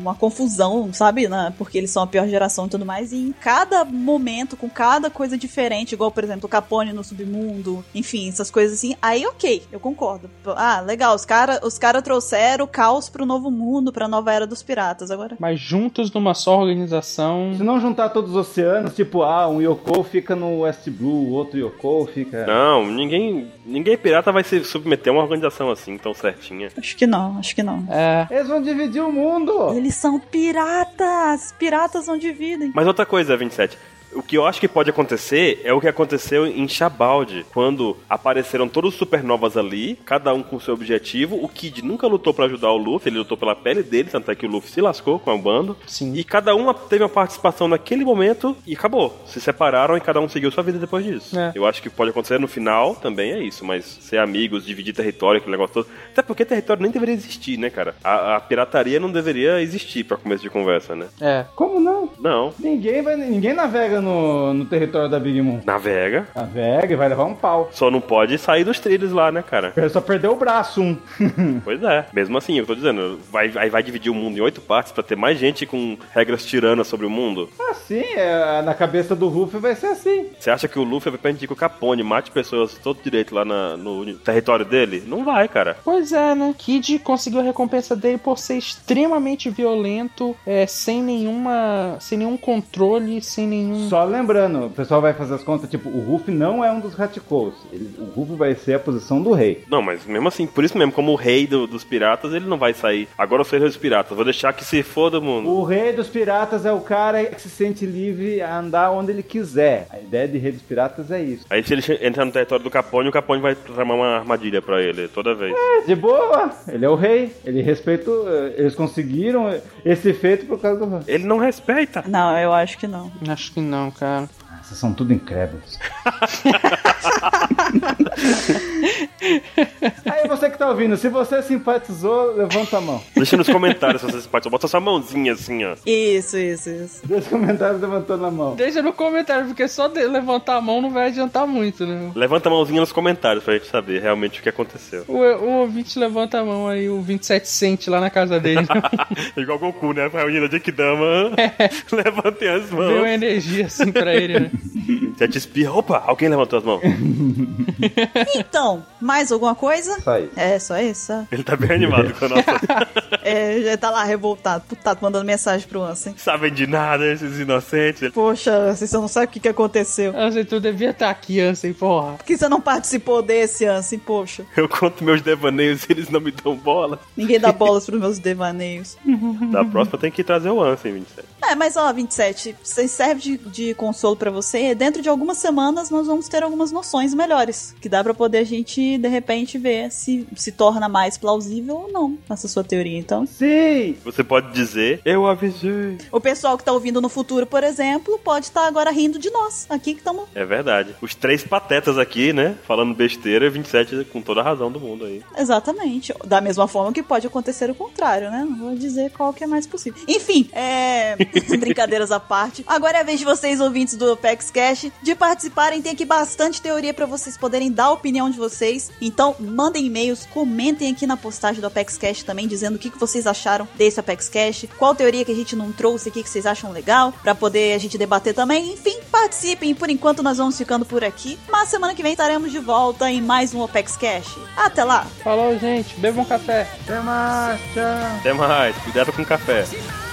uma confusão, sabe? Né? Porque eles são a pior geração e tudo mais. E em cada momento, com cada coisa diferente, igual, por exemplo, o Capone no submundo, enfim, essas coisas assim, aí ok, eu concordo. Ah, legal, os caras os cara trouxeram o caos pro novo mundo, pra nova era dos piratas, agora... Mas juntos numa só organização... Se não juntar todos os oceanos, tipo, ah, um Yoko fica no West Blue, o outro Yoko fica... Não, ninguém, ninguém pirata vai se submeter a uma organização assim, tão certinha. Acho que não, acho que não. É... Eles vão dividir o mundo! Eles são piratas! Piratas não dividem. Mas outra coisa, vinte e sete... O que eu acho que pode acontecer é o que aconteceu em Chabaldi, quando apareceram todos os supernovas ali, cada um com seu objetivo. O Kid nunca lutou pra ajudar o Luffy, ele lutou pela pele dele, tanto é que o Luffy se lascou com o bando. Sim. E cada um teve uma participação naquele momento e acabou. Se separaram e cada um seguiu sua vida depois disso. É. Eu acho que pode acontecer no final também, é isso, mas ser amigos, dividir território, aquele negócio todo. Até porque território nem deveria existir, né, cara? A, a pirataria não deveria existir pra começo de conversa, né? É. Como não? Não. Ninguém, vai, ninguém navega no, no território da Big Mom. Navega. Navega e vai levar um pau. Só não pode sair dos trilhos lá, né, cara? Ele só perdeu o braço, um. Pois é. Mesmo assim, eu tô dizendo, vai, aí vai dividir o mundo em oito partes pra ter mais gente com regras tiranas sobre o mundo. Assim, é, na cabeça do Luffy vai ser assim. Você acha que o Luffy vai permitir que o Capone mate pessoas todo direito lá na, no território dele? Não vai, cara. Pois é, né? Kid conseguiu a recompensa dele por ser extremamente violento, é, sem nenhuma... sem nenhum controle, sem nenhum... Só lembrando, o pessoal vai fazer as contas, tipo, o Ruffy não é um dos Hatikous. Ele, o Ruffy vai ser a posição do rei. Não, mas mesmo assim, por isso mesmo, como o rei do, dos piratas, ele não vai sair. Agora eu sou o rei dos piratas, vou deixar que se foda o mundo. O rei dos piratas é o cara que se sente livre a andar onde ele quiser. A ideia de rei dos piratas é isso. Aí se ele entrar no território do Capone, o Capone vai tramar uma armadilha pra ele, toda vez. É, de boa. Ele é o rei. Ele respeita... Eles conseguiram esse feito por causa do Ruffy. Ele não respeita. Não, eu acho que não. Acho que não, cara. Vocês são tudo incrédulos. Aí você que tá ouvindo, se você simpatizou, levanta a mão. Deixa nos comentários se você simpatizou. Bota sua mãozinha assim, ó. Isso, isso, isso. Dois comentários levantando a mão. Deixa no comentário, porque só de levantar a mão não vai adiantar muito, né? Levanta a mãozinha nos comentários pra gente saber realmente o que aconteceu. O, o ouvinte levanta a mão aí, o vinte e sete sente lá na casa dele. Igual o Goku, né? Reunindo a Genkidama. É. Levantem as mãos. Deu uma energia assim pra ele, né? Sete espirra. Opa, alguém levantou as mãos. Então, mais alguma coisa? Só isso. É, só isso. Só. Ele tá bem animado com a nossa... É, já tá lá revoltado, putado, mandando mensagem pro Ansem. Sabem de nada, esses inocentes. Poxa, Ansem, você não sabe o que, que aconteceu. Ansem, tu devia estar aqui, Ansem, porra. Por que você não participou desse, Ansem? Poxa. Eu conto meus devaneios e eles não me dão bola. Ninguém dá bolas pros meus devaneios. Da próxima tem que trazer o Ansem, vinte e sete. É, mas ó, vinte e sete, se serve de, de consolo pra você, dentro de algumas semanas nós vamos ter algumas noções melhores, que dá pra poder a gente, de repente, ver se se torna mais plausível ou não, essa sua teoria, então. Sim! Você pode dizer, eu avisei. O pessoal que tá ouvindo no futuro, por exemplo, pode estar agora rindo de nós, aqui que estamos... É verdade. Os três patetas aqui, né, falando besteira, vinte e sete com toda a razão do mundo aí. Exatamente. Da mesma forma que pode acontecer o contrário, né? Não vou dizer qual que é mais possível. Enfim, é... brincadeiras à parte. Agora é a vez de vocês, ouvintes do Apex Cash, de participarem. Tem aqui bastante teoria pra vocês poderem dar a opinião de vocês. Então, mandem e-mails, comentem aqui na postagem do Apex Cash também, dizendo o que, que vocês acharam desse Apex Cash, qual teoria que a gente não trouxe aqui que vocês acham legal, pra poder a gente debater também. Enfim, participem. Por enquanto, nós vamos ficando por aqui. Mas semana que vem estaremos de volta em mais um Apex Cash. Até lá! Falou, gente. Bebam um café. Até mais, tchau. Até mais. Cuidado com o café.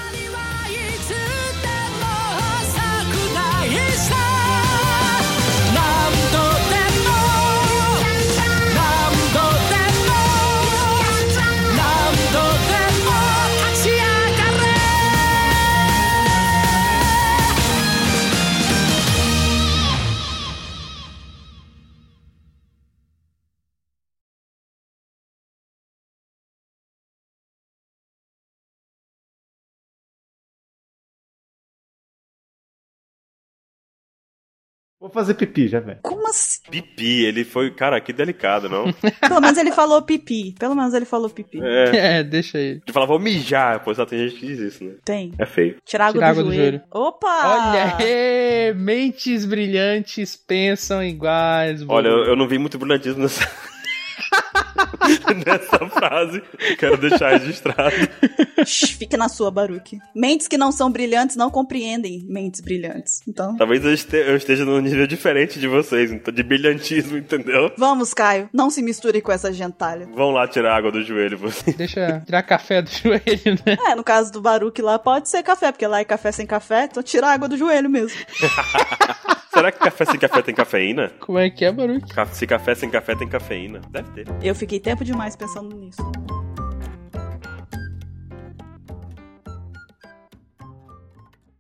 Vou fazer pipi já, velho. Como assim? Pipi, ele foi... Cara, que delicado, não? Pelo menos ele falou pipi. Pelo menos ele falou pipi. É. É, deixa aí. De falar, vou mijar. Pois só tem gente que diz isso, né? Tem. É feio. Tirar água, Tirar do, água do joelho. joelho. Opa! Olha aí, mentes brilhantes pensam iguais. Olha, eu, eu não vi muito brilhantismo nessa... nessa frase. Quero deixar registrado. Shhh, fica na sua, Baruque. Mentes que não são brilhantes não compreendem mentes brilhantes. Então... Talvez eu este- eu esteja num nível diferente de vocês, então, de brilhantismo, entendeu? Vamos, Caio. Não se misture com essa gentalha. Vão lá tirar água do joelho, vocês. Deixa tirar café do joelho, né? É, no caso do Baruque lá, pode ser café, porque lá é café sem café, então tira a água do joelho mesmo. Será que café sem café tem cafeína? Como é que é, Baruque? Ca- Se café sem café tem cafeína? Deve ter. Eu fiquei tempo demais pensando nisso.